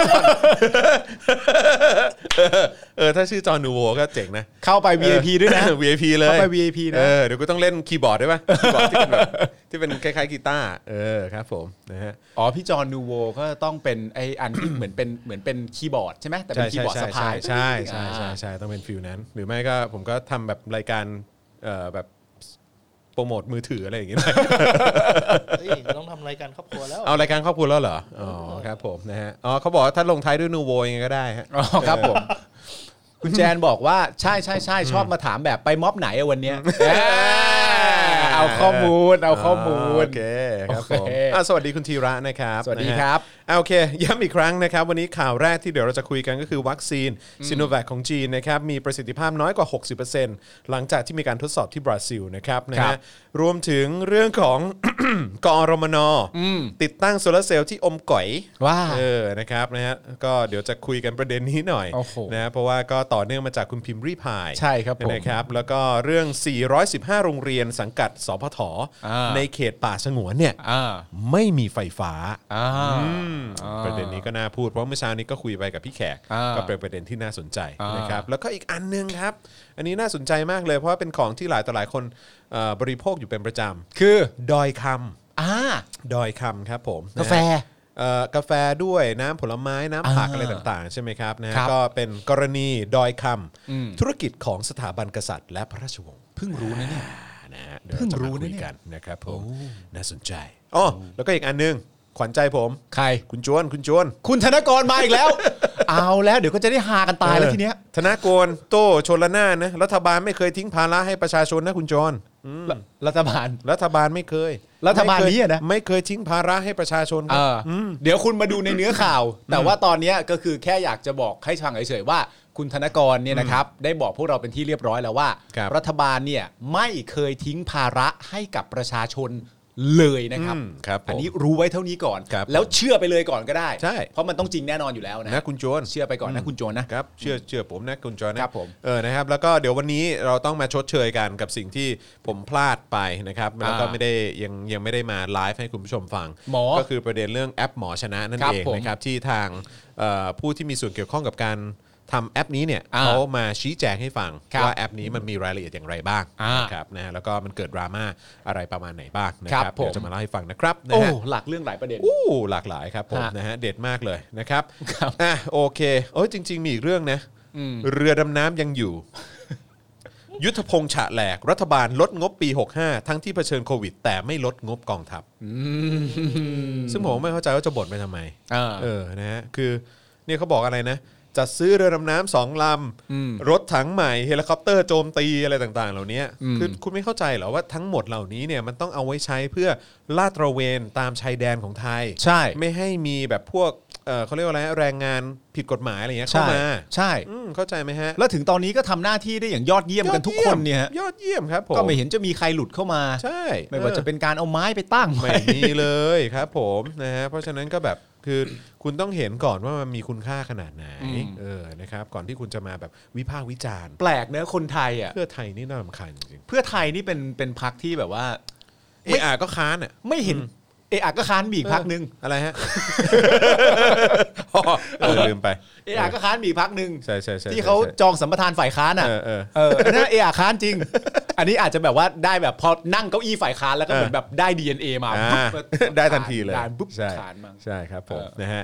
เออถ้าชื่อจอห์นนูโวก็เจ๋งนะเข้าไป วี ไอ พี ด้วยนะวี ไอ พี เลยเข้าไป วี ไอ พี นะเออเดี๋ยวกูต้องเล่นคีย์บอร์ดด้วยป่ะคีย์บอร์ดที่เป็นแบบที่เป็นคล้ายๆกีตาร์เออครับผมนะฮะอ๋อพี่จอห์นนูโวก็ต้องเป็นไออันที่เหมือนเป็นเหมือนเป็นคีย์บอร์ดใช่ไหมแต่เป็นคีย์บอร์ดสะพายใช่ใช่ใช่ใช่ต้องเป็นฟิลนั้นหรือไม่ก็ผมก็ทำแบบรายการเอ่อแบบโปรโมทมือถืออะไรอย่างเงี้ยเฮ้ยต้องทำรายการครอบครัวแล้วเอารายการครอบครัวแล้วเหรออ๋อครับผมนะฮะอ๋อเขาบอกว่าถ้าลงท้ายด้วยนูโวยังไงก็ได้ฮะอ๋อครับผมคุณแจนบอกว่าใช่ใช่ใช่ชอบมาถามแบบไปม็อบไหนอะวันเนี้ยเอาข้อมูลเอาข้อมูลโอเคครับผมสวัสดีคุณธีระนะครับสวัสดีครับโอเคย้ำอีกครั้งนะครับวันนี้ข่าวแรกที่เดี๋ยวเราจะคุยกันก็คือวัคซีนซิโนแวคของจีนนะครับมีประสิทธิภาพน้อยกว่า หกสิบเปอร์เซ็นต์ หลังจากที่มีการทดสอบที่บราซิลนะครับนะฮะรวมถึงเรื่องของ กอรมน.ติดตั้งโซลาร์เซลล์ที่อมก๋อยว่าเออนะครับนะฮะก็เดี๋ยวจะคุยกันประเด็นนี้หน่อยนะเพราะว่าก็ต่อเนื่องมาจากคุณพิมพ์รีพายใช่ครับผมนะครับแล้วก็เรื่องสี่ร้อยสิบห้าโรงเรียนสังกัดสพทในเขตป่าสงวนเนี่ยไม่มีไฟฟ้าประเด็นนี้ก็น่าพูดเพราะเมื่อเช้านี้ก็คุยไปกับพี่แขกก็เป็นประเด็นที่น่าสนใจนะครับแล้วก็อีกอันนึงครับอันนี้น่าสนใจมากเลยเพราะว่าเป็นของที่หลายต่อหลายคนบริโภคอยู่เป็นประจำคือดอยคำอ่าดอยคำครับผมกาแฟกาแฟด้วยน้ำผลไม้น้ำผักอะไรต่างๆใช่ไหมครับนะก็เป็นกรณีดอยคำธุรกิจของสถาบันกษัตริย์และพระราชวงศ์เพิ่งรู้นะเนี่ยเพิ่งรู้นะเนี่ยนะครับผมน่าสนใจอ๋อแล้วก็อีกอันนึงขวัญใจผมใครคุณจวนคุณจวนคุณธนกรมาอีกแล้ว เอาแล้วเดี๋ยวก็จะได้หากันตายแล้วทีเนี้ยธนกรโตชลน่านนะรัฐบาลไม่เคยทิ้งภาระให้ประชาชนนะคุณจวนรัฐบาลรัฐบาลไม่เคยรัฐบาลนี้นะไม่เคยทิ้งภาระให้ประชาชนเดี๋ยวคุณมาดูในเนื้อข่าวแต่ว่าตอนนี้ก็คือแค่อยากจะบอกให้ฟังเฉยๆว่าคุณธนกรเนี่ยนะครับได้บอกพวกเราเป็นที่เรียบร้อยแล้วว่ารัฐบาลเนี่ยไม่เคยทิ้งภาระให้กับประชาชนเลยนะครับอันนี้รู้ไว้เท่านี้ก่อนแล้วเชื่อไปเลยก่อนก็ได้ใช่เพราะมันต้องจริงแน่นอนอยู่แล้วนะนะคุณโจนเชื่อไปก่อนนะคุณโจนนะครับเชื่อเชื่อผมนะคุณโจนนะครับผมเออนะครับแล้วก็เดี๋ยววันนี้เราต้องมาชดเชยกันกับสิ่งที่ผมพลาดไปนะครับแล้วก็ไม่ได้ยังยังไม่ได้มาไลฟ์ให้คุณผู้ชมฟังก็คือประเด็นเรื่องแอปหมอชนะนั่นเองนะครับที่ทางผู้ที่มีส่วนเกี่ยวข้องกับการทำแอปนี้เนี่ยเขามาชี้แจงให้ฟังว่าแอปนี้มันมีรายละเอียดอย่างไรบ้างนะครับนะแล้วก็มันเกิดดราม่าอะไรประมาณไหนบ้างนะครับเดี๋ยวจะมาเล่าให้ฟังนะครับโอ้หลักเรื่องหลายประเด็นโอ้หลากหลายครับผมนะฮะเด็ดมากเลยนะครับอ่ะโอเคโอ้ยจริงๆมีอีกเรื่องนะเรือดำน้ำยังอยู่ยุทธพงษ์ฉะแหลกรัฐบาลลดงบปีหกสิบห้าทั้งที่เผชิญโควิดแต่ไม่ลดงบกองทัพซึ่งผมไม่เข้าใจว่าจะบ่นไปทำไมเออนะฮะคือเนี่ยเขาบอกอะไรนะจัดซื้อเรือดำน้ำสองลำรถถังใหม่เฮลิคอปเตอร์โจมตีอะไรต่างๆเหล่านี้คือคุณไม่เข้าใจเหรอว่าทั้งหมดเหล่านี้เนี่ยมันต้องเอาไว้ใช้เพื่อลาดตระเวนตามชายแดนของไทยใช่ไม่ให้มีแบบพวกเออเขาเรียกว่าอะไรแรงงานผิดกฎหมายอะไรเงี้ยเข้ามาใช่เข้าใจไหมฮะแล้วถึงตอนนี้ก็ทำหน้าที่ได้อย่างยอดเยี่ยมกันทุกคนเนี่ยยอดเยี่ยมครับผมก็ไม่เห็นจะมีใครหลุดเข้ามาใช่ไม่ว่าจะเป็นการเอาไม้ไปตั้งไม่มีเลยครับผมนะฮะเพราะฉะนั้นก็แบบคือคุณต้องเห็นก่อนว่ามันมีคุณค่าขนาดไหนเออนะครับก่อนที่คุณจะมาแบบวิพากษ์วิจารณ์แปลกเนอะคนไทยอ่ะเพื่อไทยนี่น่ารำคาญจริงเพื่อไทยนี่เป็นเป็นพรรคที่แบบว่าเออก็ค้านอ่ะไม่เห็นเออก็ค้านมีอีกพรรคนึงอะไรฮะเออลืมไปเออก็ค้านมีอีกพรรคนึงใช่ใช่ใช่ที่เขาจองสัมปทานฝ่ายค้านอ่ะเออเออเออนั่นเออค้านจริงอันนี้อาจจะแบบว่าได้แบบพอนั่งเก้าอี้ฝ่ายค้านแล้วก็เหมือนแบบได้ ดี เอ็น เอ มาได้ทันทีเลยได้ปุ๊บใช่ค้านมั้งใช่ครับผมนะฮะ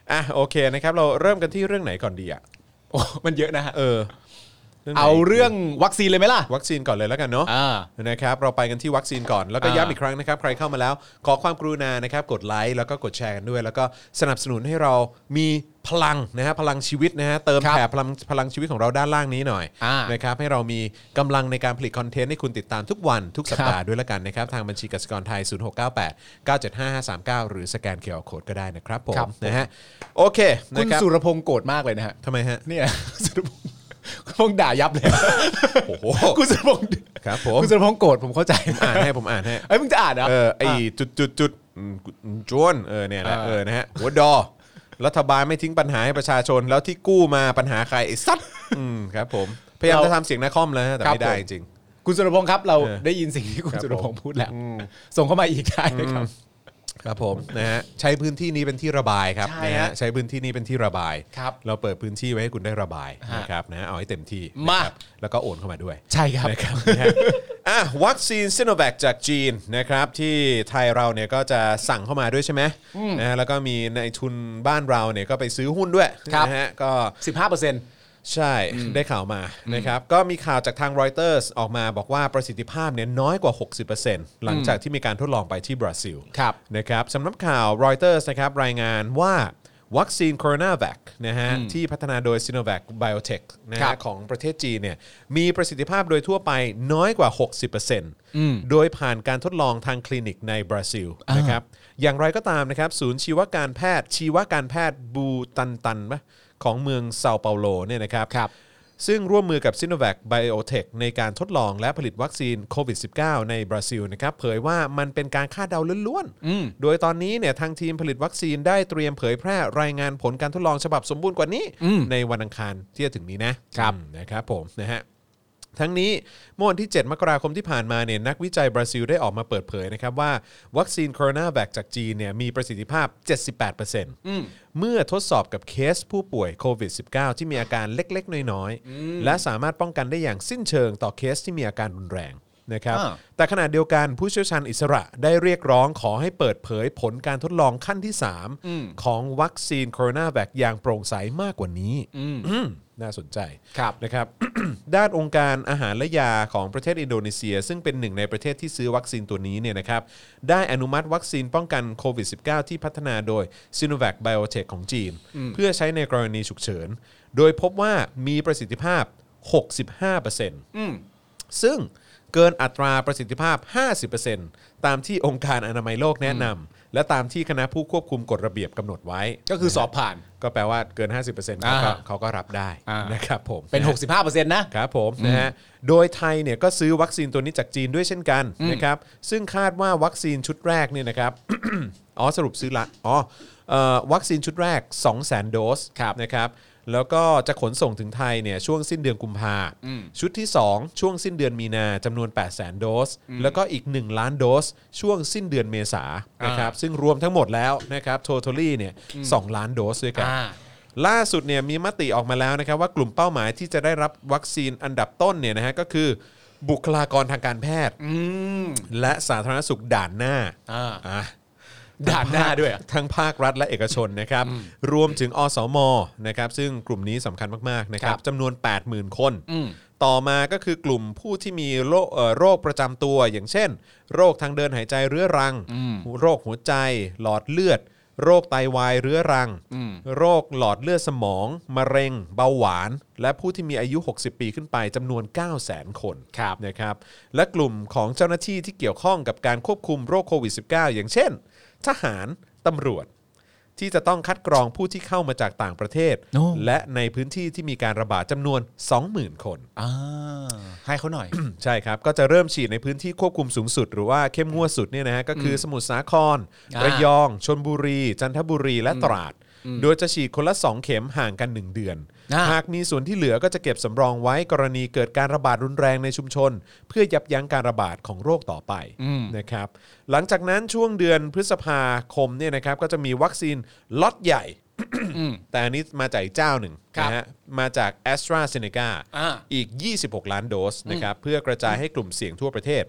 อ่ะโอเคนะครับเราเริ่มกันที่เรื่องไหนก่อนดีอ่ะโอ้มันเยอะนะฮะเออเอาเรื่องวัคซีนเลยไหมล่ะวัคซีนก่อนเลยแล้วกันเนาะนะครับเราไปกันที่วัคซีนก่อนแล้วก็ย้ำอีกครั้งนะครับใครเข้ามาแล้วขอความกรุณานะครับกดไลค์แล้วก็กดแชร์กันด้วยแล้วก็สนับสนุนให้เรามีพลังนะฮะพลังชีวิตนะฮะเติมแผ่พลังพลังชีวิตของเราด้านล่างนี้หน่อยนะครับให้เรามีกำลังในการผลิตคอนเทนต์ให้คุณติดตามทุกวันทุกสัปดาห์ด้วยละกันนะครับทางบัญชีกสิกรไทยศูนย์ หก เก้า แปด เก้า เจ็ด ห้า ห้า สาม เก้าหรือสแกน คิว อาร์ Code ก็ได้นะครับผมนะฮะโอเคคุณสุรพงษ์โกรธมากเลยนะฮะทำไมฮะเนี่ยสุรพงษ์พงด่ายับเลยโอ้โหคุณสุรพงษ์ครับผมคุณสุรพงษ์โกรธผมเข้าใจอ่านให้ผมอ่านให้ไอ้มึงจะอ่านเหรอเออไอ้จุดจุดจุดจวนเออเนี่ยแหละเออนะฮะหัวดอรัฐบาลไม่ทิ้งปัญหาให้ประชาชนแล้วที่กู้มาปัญหาใครไอ้ซัดอืมครับผมพยายามจะทำเสียงนักคอมแล้วแต่ไม่ได้จริงคุณสุรพงษ์ครับเราได้ยินสิ่งที่คุณสุรพงษ์พูดแล้วส่งเข้ามาอีกได้นะครับครับผมนะฮะใช้พื้นที่นี้เป็นที่ระบายครับนะฮะใช้พื้นที่นี้เป็นที่ระบายเราเปิดพื้นที่ไว้ให้คุณได้ระบายนะครับนะเอาให้เต็มที่มาแล้วก็โอนเข้ามาด้วยใช่ครับนะครับอ่ะวัคซีนซิโนแวคจากจีนนะครับที่ไทยเราเนี่ยก็จะสั่งเข้ามาด้วยใช่ไหมนะฮะแล้วก็มีในทุนบ้านเราเนี่ยก็ไปซื้อหุ้นด้วยนะฮะก็สิบห้าเปอร์เซ็นต์ใช่ได้ข่าวมานะครับก็มีข่าวจากทาง Reuters ออกมาบอกว่าประสิทธิภาพเนี่ยน้อยกว่า หกสิบเปอร์เซ็นต์ หลังจากที่มีการทดลองไปที่บราซิลนะครับสำนักข่าว Reuters นะครับรายงานว่าวัคซีนโคโรนาแวคนะฮะที่พัฒนาโดย Sinovac Biotech นะฮะของประเทศจีนเนี่ยมีประสิทธิภาพโดยทั่วไปน้อยกว่า หกสิบเปอร์เซ็นต์ โดยผ่านการทดลองทางคลินิกในบราซิลนะครับอย่างไรก็ตามนะครับศูนย์ชีวการแพทย์ชีวการแพทย์บูตันตันปะของเมืองเซาเปาโลเนี่ยนะครับซึ่งร่วมมือกับ Sinovac Biotech ในการทดลองและผลิตวัคซีนโควิด สิบเก้า ในบราซิลนะครับเผยว่ามันเป็นการคาดเดาล้วนๆโดยตอนนี้เนี่ยทางทีมผลิตวัคซีนได้เตรียมเผยแพร่รายงานผลการทดลองฉบับสมบูรณ์กว่านี้ในวันอังคารที่จะถึงนี้นะครับนะครับผมนะฮะทั้งนี้เมื่อวันที่เจ็ดมกราคมที่ผ่านมาเนี่ยนักวิจัยบราซิลได้ออกมาเปิดเผยนะครับว่าวัคซีนโคโรนาแวคจากจีนเนี่ยมีประสิทธิภาพ เจ็ดสิบแปดเปอร์เซ็นต์ เมื่อทดสอบกับเคสผู้ป่วยโควิด สิบเก้า ที่มีอาการเล็กๆน้อยๆและสามารถป้องกันได้อย่างสิ้นเชิงต่อเคสที่มีอาการรุนแรงนะครับแต่ขณะเดียวกันผู้เชี่ยวชาญอิสระได้เรียกร้องขอให้เปิดเผยผลการทดลองขั้นที่สามของวัคซีนโคโรนาแวคอย่างโปร่งใสมากกว่านี้น่าสนใจนะครับ ด้านองค์การอาหารและยาของประเทศอินโดนีเซียซึ่งเป็นหนึ่งในประเทศที่ซื้อวัคซีนตัวนี้เนี่ยนะครับได้อนุมัติวัคซีนป้องกันโควิด สิบเก้า ที่พัฒนาโดย Sinovac Biotech ของจีนเพื่อใช้ในกรณีฉุกเฉินโดยพบว่ามีประสิทธิภาพ หกสิบห้าเปอร์เซ็นต์ ซึ่งเกินอัตราประสิทธิภาพ ห้าสิบเปอร์เซ็นต์ ตามที่องค์การอนามัยโลกแนะนำและตามที่คณะผู้ควบคุมกฎระเบียบกำหนดไว้ก็คือสอบผ่านก็แปลว่าเกิน ห้าสิบเปอร์เซ็นต์ เขาก็เขาก็รับได้นะครับผมเป็น หกสิบห้าเปอร์เซ็นต์นะครับผมนะฮะโดยไทยเนี่ยก็ซื้อวัคซีนตัวนี้จากจีนด้วยเช่นกันนะครับซึ่งคาดว่าวัคซีนชุดแรกเนี่ยนะครับ อ๋อสรุปซื้อละอ๋อวัคซีนชุดแรก สองแสน โดสนะครับแล้วก็จะขนส่งถึงไทยเนี่ยช่วงสิ้นเดือนกุมภาชุดที่สองช่วงสิ้นเดือนมีนาจำนวน แปดแสน โดสแล้วก็อีกหนึ่งล้านโดสช่วงสิ้นเดือนเมษานะครับซึ่งรวมทั้งหมดแล้วนะครับ totally เนี่ยสองล้านโดสด้วยกันล่าสุดเนี่ยมีมติออกมาแล้วนะครับว่ากลุ่มเป้าหมายที่จะได้รับวัคซีนอันดับต้นเนี่ยนะฮะก็คือบุคลากรทางการแพทย์และสาธารณสุขด่านหน้าอ่าด่านหน้าด้วยทั้งภาครัฐและเอกชนนะครับรวมถึงอสมนะครับซึ่งกลุ่มนี้สำคัญมากๆนะครับจำนวน แปดหมื่น คนต่อมาก็คือกลุ่มผู้ที่มีโรคโรคประจำตัวอย่างเช่นโรคทางเดินหายใจเรื้อรังโรคหัวใจหลอดเลือดโรคไตวายเรื้อรังโรคหลอดเลือดสมองมะเร็งเบาหวานและผู้ที่มีอายุหกสิบปีขึ้นไปจำนวน เก้าแสน คนนะครับและกลุ่มของเจ้าหน้าที่ที่เกี่ยวข้องกับการควบคุมโรคโควิด สิบเก้า อย่างเช่นทหารตำรวจที่จะต้องคัดกรองผู้ที่เข้ามาจากต่างประเทศ oh. และในพื้นที่ที่มีการระบาดจำนวน สองหมื่น คนอ่าให้เขาหน่อยใช่ครับก็จะเริ่มฉีดในพื้นที่ควบคุมสูงสุดหรือว่าเข้มงวดสุดเนี่ยนะฮะก็คือสมุทรสาครระยองชลบุรีจันทบุรีและตราดโดยจะฉีดคนละสองเข็มห่างกันหนึ่งเดือนหากมีส่วนที่เหลือก็จะเก็บสำรองไว้กรณีเกิดการระบาดรุนแรงในชุมชนเพื่อยับยั้งการระบาดของโรคต่อไปนะครับหลังจากนั้นช่วงเดือนพฤษภาคมเนี่ยนะครับก็จะมีวัคซีนล็อตใหญ่ แต่อันนี้มาจากเจ้าหนึ่งนะฮะมาจาก AstraZeneca อีกยี่สิบหกล้านโดสนะครับเพื่อกระจายให้กลุ่มเสี่ยงทั่วประเทศ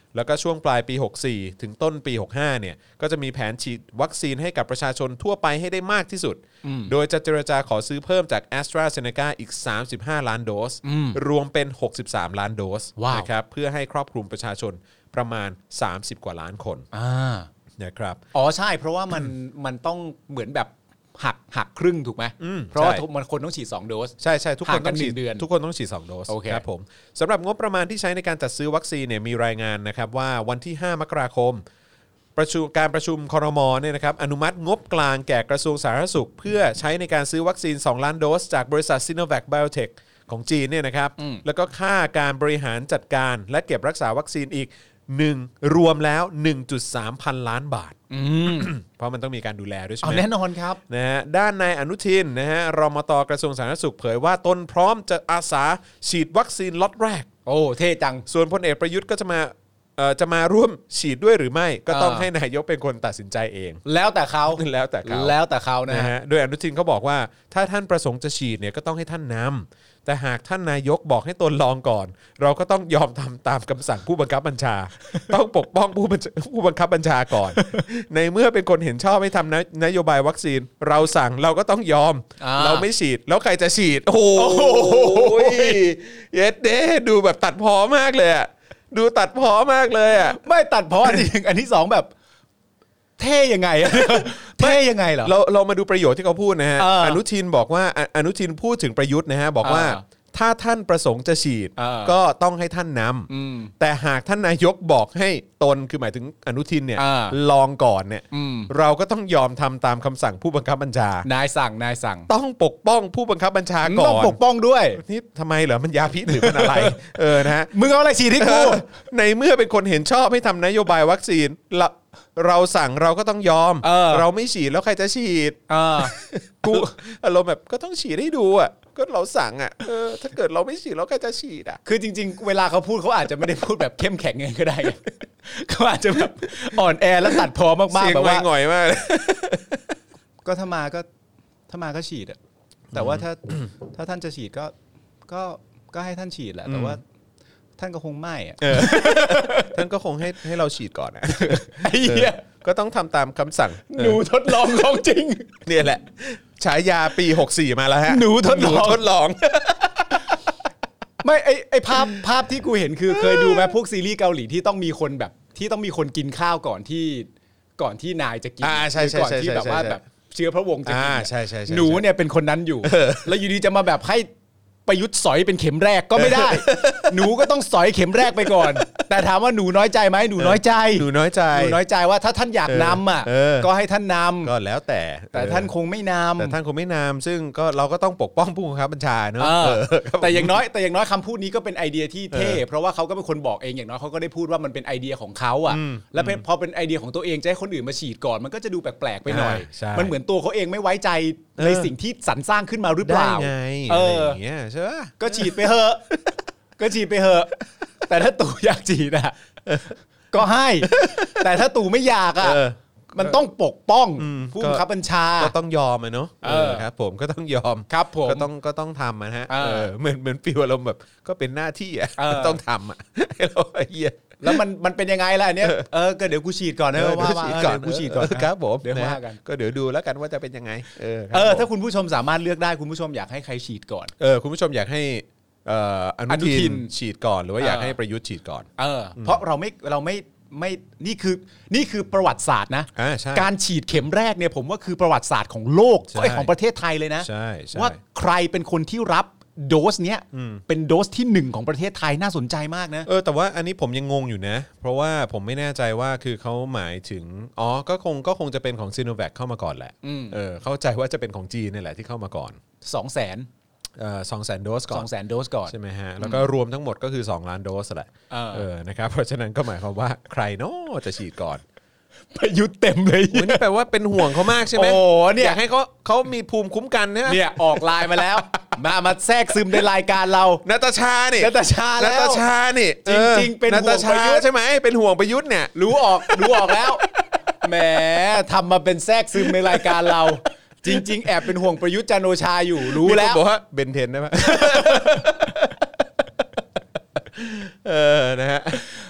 แล้วก็ช่วงปลายปีหกสี่ถึงต้นปีหกห้าเนี่ยก็จะมีแผนฉีดวัคซีนให้กับประชาชนทั่วไปให้ได้มากที่สุดโดยจะเจรจาขอซื้อเพิ่มจาก AstraZeneca อีกสามสิบห้าล้านโดสรวมเป็นหกสิบสามล้านโดสนะครับเพื่อให้ครอบคลุมประชาชนประมาณสามสิบกว่าล้านคนนะครับอ๋อใช่เพราะว่ามันมันต้องเหมือนแบบหักหักครึ่งถูกไหมเพราะว่ามันคนต้องฉีดสองโดสใช่ใช่ทุกคนต้องฉีดทุกคนต้องฉีดสองโดสครับผมสำหรับงบประมาณที่ใช้ในการจัดซื้อวัคซีนเนี่ยมีรายงานนะครับว่าวันที่ห้ามกราคมประชุมการประชุมครม.เนี่ยนะครับอนุมัติงบกลางแก่กระทรวงสาธารณสุขเพื่อใช้ในการซื้อวัคซีนสองล้านโดสจากบริษัท Sinovac Biotech ของจีนเนี่ยนะครับแล้วก็ค่าการบริหารจัดการและเก็บรักษาวัคซีนอีกหนึ่งรวมแล้ว หนึ่งจุดสาม พันล้านบาทเพราะมันต้องมีการดูแลด้วยใช่ไหมแน่นอนครับนะฮะด้านนายอนุทินนะฮะรมต.กระทรวงสาธารณสุขเผยว่าตนพร้อมจะอาสาฉีดวัคซีนล็อตแรกโอ้เท่จังส่วนพลเอกประยุทธ์ก็จะมาเอ่อจะมาร่วมฉีดด้วยหรือไม่ก็ต้องให้นายกเป็นคนตัดสินใจเองแล้วแต่เขาแล้วแต่เขาแล้วแต่เขานะฮะโดยอนุทินเขาบอกว่าถ้าท่านประสงค์จะฉีดเนี่ยก็ต้องให้ท่านนำแต่หากท่านนายกบอกให้ตนลองก่อนเราก็ต้องยอมทำตามคำสั่งผู้บังคับบัญชาต้องปกป้องผู้ผู้บังคับบัญชาก่อนในเมื่อเป็นคนเห็นชอบให้ทำนโยบายวัคซีนเราสั่งเราก็ต้องยอมเราไม่ฉีดแล้วใครจะฉีดโอ้ยเย็ดเด้ดูแบบตัดพ้อมากเลยอ่ะดูตัดพ้อมากเลยอ่ะไม่ตัดพ้อจริงอันที่สองแบบเท่ยังไงเท่ยังไงเหรอเราเรามาดูประโยชน์ที่เขาพูดนะฮะอนุทินบอกว่าอนุทินพูดถึงประยุทธ์นะฮะบอกว่าถ้าท่านประสงค์จะฉีดก็ต้องให้ท่านนำแต่หากท่านนายกบอกให้ตนคือหมายถึงอนุทินเนี่ยลองก่อนเนี่ยเราก็ต้องยอมทำตามคำสั่งผู้บังคับบัญชานายสั่งนายสั่งต้องปกป้องผู้บังคับบัญชาก่อนต้องปกป้องด้วยนี่ทำไมเหรอมันยาพิษหรือมันอะไรเออนะฮะมึงเอาอะไรฉีดให้กูในเมื่อเป็นคนเห็นชอบให้ทำนโยบายวัคซีนเราสั่งเราก็ต้องยอม เออ เราไม่ฉีดแล้วใครจะฉีดกูอารมณ์แบบก็ต้องฉีดให้ดูอ่ะก็เราสั่งอ่ะเออถ้าเกิดเราไม่ฉีดแล้วใครจะฉีดอ่ะคือจริงๆเวลาเขาพูดเขาอาจจะไม่ได้พูดแบบเข้มแข็งไงก็ได้เขาอาจจะแบบอ่อนแอและตัดพ้อมากๆแบบว่าหง่อยมากก็ถ้ามาก็ถ้ามาก็ฉีดอ่ะแต่ว่าถ้าถ้าท่านจะฉีดก็ก็ก็ให้ท่านฉีดแหละแต่ว่าท่านก็คงไม่อ่ะท่านก็คงให้ให้เราฉีดก่อนอ่ะไอ้เหี้ยก็ต้องทำตามคำสั่งหนูทดลองของจริงเนี่ยแหละฉายาปีหกสี่มาแล้วฮะหนูทดลองทดลองไม่ไอไอภาพภาพที่กูเห็นคือเคยดูไหมพวกซีรีส์เกาหลีที่ต้องมีคนแบบที่ต้องมีคนกินข้าวก่อนที่ก่อนที่นายจะกินก่อนที่แบบว่าแบบเชื้อพระวงศ์จะกินหนูเนี่ยเป็นคนนั้นอยู่แล้วอยู่ดีจะมาแบบให้ประยุทธ์สอยเป็นเข็มแรกก็ไม่ได้หนูก็ต้องสอยเข็มแรกไปก่อนแต่ถามว่าหนูน้อยใจไหมหนูน้อยใจหนูน้อยใจหนูน้อยใจว่าถ้าท่านอยากนำอ่ะก็ให้ท่านนำก็แล้วแต่แต่ท่านคงไม่นำแต่ท่านคงไม่นำซึ่งก็เราก็ต้องปกป้องผู้บังคับบัญชาเนอะแต่อย่างน้อยแต่อย่างน้อยคำพูดนี้ก็เป็นไอเดียที่เท่เพราะว่าเขาก็เป็นคนบอกเองอย่างน้อยเขาก็ได้พูดว่ามันเป็นไอเดียของเขาอ่ะแล้วพอเป็นไอเดียของตัวเองจะให้คนอื่นมาฉีดก่อนมันก็จะดูแปลกๆไปหน่อยมันเหมือนตัวเขาเองไม่ไว้ใจในสิ่งที่สรรสร้างขึ้นมาหรือเปล่าเอออย่างเงี้ยใช่ป่ะก็ฉีดไปเหอะก็ฉีดไปเหอะแต่ถ้าตู่อยากฉีดอ่ะก็ให้แต่ถ้าตู่ไม่อยากอ่ะมันต้องปกป้องผู้บังคับบัญชาก็ต้องยอมอ่ะเนาะครับผมก็ต้องยอมครับผมก็ต้องก็ต้องทำนะฮะเหมือนเหมือนฟีลอารมณ์แบบก็เป็นหน้าที่อ่ะต้องทำอ่ะให้เราไอ้เหี้ยแล้วมันมันเป็นยังไงล่ะอันเนี้ยเออก็เดี๋ยวกูฉีดก่อนนะว่าฉีดก่อนกูฉีดก่อนครับผมเดี๋ยวว่ากันก็เดี๋ยวดูแล้วกันว่าจะเป็นยังไงเออเออถ้าคุณผู้ชมสามารถเลือกได้คุณผู้ชมอยากให้ใครฉีดก่อนเออคุณผู้ชมอยากให้อนุทินฉีดก่อนหรือว่าอยากให้ประยุทธ์ฉีดก่อนเออเพราะเราไม่เราไม่ไม่นี่คือนี่คือประวัติศาสตร์นะการฉีดเข็มแรกเนี่ยผมว่าคือประวัติศาสตร์ของโลกของประเทศไทยเลยนะว่าใครเป็นคนที่รับโดสเนี้ยเป็นโดสที่หนึ่งของประเทศไทยน่าสนใจมากนะเออแต่ว่าอันนี้ผมยังงงอยู่นะเพราะว่าผมไม่แน่ใจว่าคือเขาหมายถึงอ๋อก็คงก็คงจะเป็นของซีโนแวคเข้ามาก่อนแหละเออเข้าใจว่าจะเป็นของจีนนี่แหละที่เข้ามาก่อนสองแสนเอ่อ สองแสน โดสก่อนสองแสน โดสก่อนใช่ไหมฮะแล้วก็รวมทั้งหมดก็คือสองล้านโดสแหละเออนะครับเพราะฉะนั้นก็หมายความว่าใครเนาะจะฉีดก่อนประยุทธ์เต็มเลยนี่แปลว่าเป็นห่วงเขามากใช่ไหมโอ้เนี่ยอยากให้เขาเขามีภูมิคุ้มกันเนี่ยเนี่ยออกไลน์มาแล้วมามาแทรกซึมในรายการเรานาตาชานี่นาตาชาแล้วนาตาชานี่จริงๆเป็นห่วงประยุทธ์ใช่ไหมเป็นห่วงประยุทธ์เนี่ยรู้ออกรู้ออกแล้วแหมทำมาเป็นแทรกซึมในรายการเราจริงๆแอบเป็นห่วงประยุทธ์จันทร์โอชาอยู่รู้แล้วบอกว่าเบนเทนได้ไหมเออนะฮะ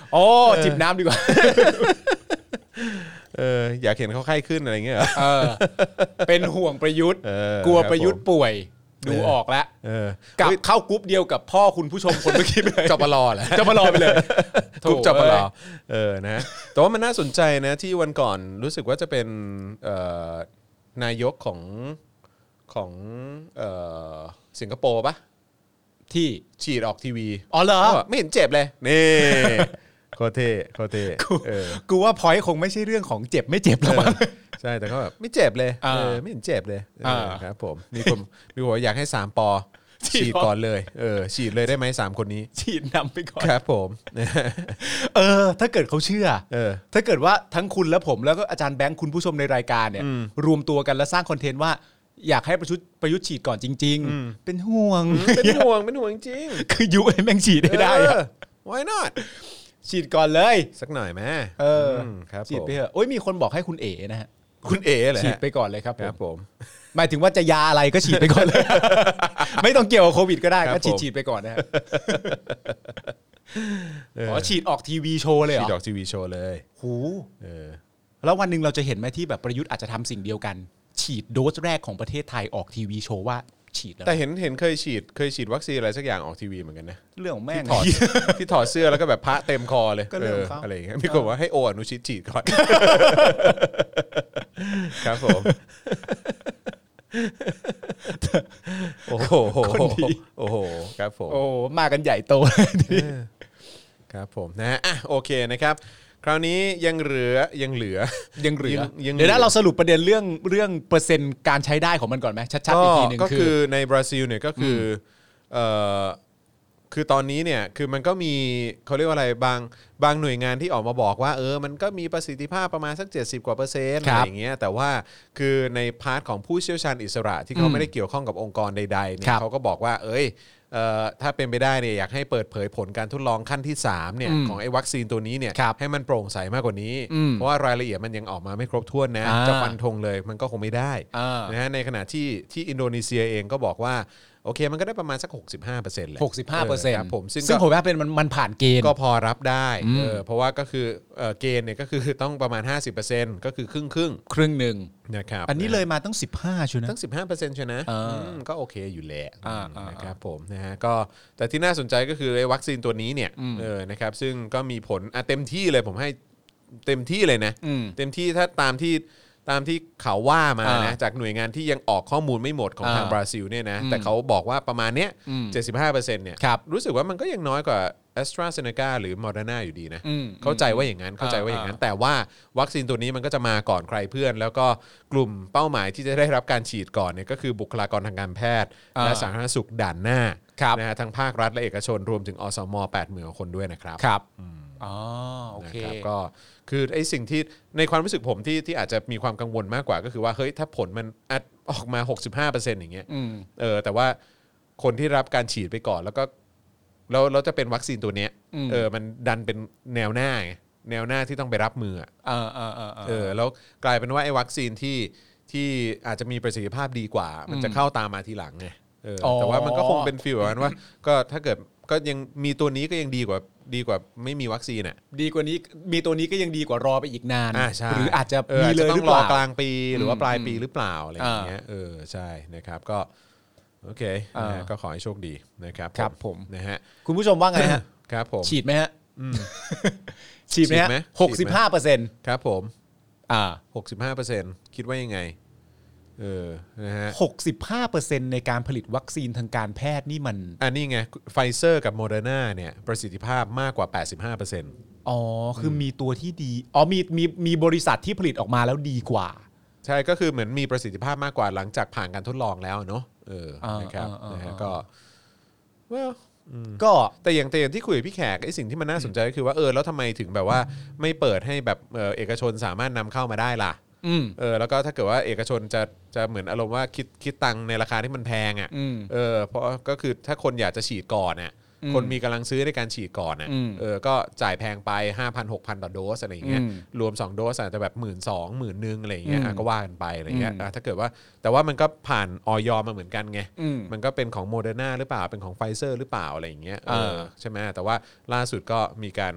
โอ้จิบน้ำดีกว่าเอออยากเห็นเขาไข้ขึ้นอะไรเงี้ยเหรอเออเป็นห่วงประยุทธ์กลัวประยุทธ์ป่วยดูออกแล้วกับเข้ากรุ๊ปเดียวกับพ่อคุณผู้ชมคนเมื่อกี้ไปเลยจปลแหละจปลไปเลยกรุ๊ปจปลเออนะแต่ว่ามันน่าสนใจนะที่วันก่อนรู้สึกว่าจะเป็นนายกของของสิงคโปร์ปะที่ฉีดออกทีวีอ๋อเหรอไม่เห็นเจ็บเลยนี่โคเท่โคเท่กูว่าพอยต์คงไม่ใช่เรื่องของเจ็บไม่เจ็บหรอกมั้งใช่แต่ก็แบบไม่เจ็บเลยไม่เห็นเจ็บเลยครับผมมีคนมีคนอยากให้สามปอฉีดก่อนเลยเออฉีดเลยได้ไหมสามคนนี้ฉีดนำไปก่อนครับผมเออถ้าเกิดเขาเชื่อเออถ้าเกิดว่าทั้งคุณและผมแล้วก็อาจารย์แบงค์คุณผู้ชมในรายการเนี่ยรวมตัวกันแล้วสร้างคอนเทนต์ว่าอยากให้ประยุทธ์ประยุทธ์ฉีดก่อนจริงๆเป็นห่วงเป็นห่วงเป็นห่วงจริงคือยุให้แม่งฉีดได้ได้ why not ฉีดก่อนเลยสักหน่อยแม่เออครับฉีดไปเถอะโอ้ยมีคนบอกให้คุณเอ๋นะฮะคุณเอ๋เหรอฉีดไปก่อนเลยครับครับผมหมายถึงว่าจะยาอะไรก็ฉีดไปก่อนเลยไม่ต้องเกี่ยวกับโควิดก็ได้ก็ฉีดฉีดไปก่อนนะฮะอ๋อฉีดออกทีวีโชว์เลยเหรอฉีดออกทีวีโชว์เลยหูเออแล้ววันนึงเราจะเห็นไหมที่แบบประยุทธ์อาจจะทำสิ่งเดียวกันฉีดโดสแรกของประเทศไทยออกทีวีโชว์ว่าฉีดแล้วแต่เห็นเห็นเคยฉีดเคยฉีดวัคซีนอะไรสักอย่างออกทีวีเหมือนกันนะเรื่องของแม่งถอดที่ถอดเสื้อแล้วก็แบบพระเต็มคอเลยก็เรื่องของอะไรอย่างเงี้ยมีคนว่าให้โออนุชิตฉีดก่อนครับผมโอ้โหโอ้โหครับผมโอ้มากันใหญ่โตครับผมนะอ่ะโอเคนะครับคราวนี้ยังเหลือยังเหลือยังเหลือเดี๋ยวเราสรุปประเด็นเรื่องเรื่องเปอร์เซ็นต์การใช้ได้ของมันก่อนไหมชัดๆอีกทีนึงก็คือในบราซิลเนี่ยก็คือเอ่อคือตอนนี้เนี่ยคือมันก็มีเขาเรียกว่าอะไรบางบางหน่วยงานที่ออกมาบอกว่าเออมันก็มีประสิทธิภาพประมาณสักเจ็ดสิบกว่าเปอร์เซ็นต์อะไรอย่างเงี้ยแต่ว่าคือในพาร์ทของผู้เชี่ยวชาญอิสระที่เขาไม่ได้เกี่ยวข้องกับองค์กรใดๆเนี่ยเขาก็บอกว่าเอ้ยเอ่อถ้าเป็นไปได้เนี่ยอยากให้เปิดเผยผลการทดลองขั้นที่สามเนี่ยของไอ้วัคซีนตัวนี้เนี่ยให้มันโปร่งใสมากกว่านี้เพราะว่ารายละเอียดมันยังออกมาไม่ครบถ้วนนะจะฟันธงเลยมันก็คงไม่ได้นะฮะในขณะที่ที่อินโดนีเซียเองก็บอกว่าโอเคมันก็ได้ประมาณสัก หกสิบห้าเปอร์เซ็นต์ แหละหกสิบห้าเปอร์เซ็นต์ครับผมซึ่งซึ่งผมว่าเป็นมันมันผ่านเกณฑ์ก็พอรับได้เออเพราะว่าก็คือเอ่อเกณฑ์เนี่ยก็คือต้องประมาณ ห้าสิบเปอร์เซ็นต์ ก็คือครึ่งครึ่งครึ่งนึงนะครับอันนี้เลยมาตั้งสิบห้าชั่วนะตั้ง สิบห้าเปอร์เซ็นต์ ชั่วนะก็โอเคอยู่แหละนะครับผมนะฮะก็แต่ที่น่าสนใจก็คือไอ้วัคซีนตัวนี้เนี่ยเออนะครับซึ่งก็มีผลอ่ะเต็มที่เลยผมให้เต็มที่เลยนะเต็มที่ถ้าตามที่ตามที่เขาว่ามานะจากหน่วยงานที่ยังออกข้อมูลไม่หมดของทางบราซิลเนี่ยนะแต่เขาบอกว่าประมาณเนี้ย เจ็ดสิบห้าเปอร์เซ็นต์ เนี่ยรู้สึกว่ามันก็ยังน้อยกว่า AstraZeneca หรือ Moderna อยู่ดีนะเข้าใจว่าอย่างนั้นเข้าใจว่าอย่างนั้นแต่ว่าวัคซีนตัวนี้มันก็จะมาก่อนใครเพื่อนแล้วก็กลุ่มเป้าหมายที่จะได้รับการฉีดก่อนเนี่ยก็คือบุคลากรทางการแพทย์และสาธารณสุขด่านหน้านะฮะทั้งภาครัฐและเอกชนรวมถึงอสม แปดหมื่น คนด้วยนะครับครับอ๋อโอเคก็คือไอ้สิ่งที่ในความรู้สึกผมที่ที่อาจจะมีความกังวลมากกว่าก็คือว่าเฮ้ยถ้าผลมันออกมา หกสิบห้าเปอร์เซ็นต์ อย่างเงี้ยเออแต่ว่าคนที่รับการฉีดไปก่อนแล้วก็แล้วเราจะเป็นวัคซีนตัวเนี้ยเออมันดันเป็นแนวหน้าไงแนวหน้าที่ต้องไปรับมืออ่ะเออเออเออแล้วกลายเป็นว่าไอ้วัคซีนที่ที่อาจจะมีประสิทธิภาพดีกว่ามันจะเข้าตามมาทีหลังไงเออแต่ว่ามันก็คงเป็นฟีลแบบนั้นว่าก็ถ้าเกิดก็ยังมีตัวนี้ก็ยังดีกว่าดีกว่าไม่มีวัคซีนอ่ะดีกว่านี้มีตัวนี้ก็ยังดีกว่ารอไปอีกนานหรืออาจจะมีเลยหรือเปล่ากลางปีหรือว่าปลายปีหรือเปล่าอะไรอย่างเงี้ยเออใช่นะครับก็โอเคก็ขอให้โชคดีนะครับครับผมนะฮะคุณผู้ชมว่าไงฮะครับผมฉีดไหมฮะฉีดไหมหกสิบห้าเปอร์เซ็นต์ครับผมอ่าหกสิบห้าเปอร์เซ็นต์คิดว่ายังไงเออนะฮะหกสิบห้าเปอร์เซ็นต์ ในการผลิตวัคซีนทางการแพทย์นี่มันอันนี้ไงไฟเซอร์กับโมเดอร์นาเนี่ยประสิทธิภาพมากกว่า แปดสิบห้าเปอร์เซ็นต์อ๋อคือมีตัวที่ดีอ๋อมีมีมีบริษัทที่ผลิตออกมาแล้วดีกว่าใช่ก็คือเหมือนมีประสิทธิภาพมากกว่าหลังจากผ่านการทดลองแล้วเนาะเออนะครับนะฮะก็ well ก็แต่อย่างแต่อย่างที่คุยกับพี่แขกไอ้สิ่งที่มันน่าสนใจก็คือว่าเออแล้วทำไมถึงแบบว่าไม่เปิดให้แบบเอกชนสามารถนำเข้ามาได้ล่ะเออแล้วก็ถ้าเกิดว่าเอกชนจะจะเหมือนอารมณ์ว่าคิดคิดตังในราคาที่มันแพงอ่ะเออเพราะก็คือถ้าคนอยากจะฉีดก่อนเนี่ยคนมีกำลังซื้อในการฉีดก่อนน่ะเออก็จ่ายแพงไป ห้าพัน หกพัน ต่อโดสอะไรอย่างเงี้ยรวมสองโดสอาจจะแบบ หนึ่งหมื่นสองพัน หมื่นนึงอะไรอย่างเงี้ยก็ว่ากันไปอะไรเงี้ยถ้าเกิดว่าแต่ว่ามันก็ผ่านออยมาเหมือนกันไงมันก็เป็นของโมเดอร์นาหรือเปล่าเป็นของไฟเซอร์หรือเปล่าอะไรอย่างเงี้ยเออใช่ไหมแต่ว่าล่าสุดก็มีการ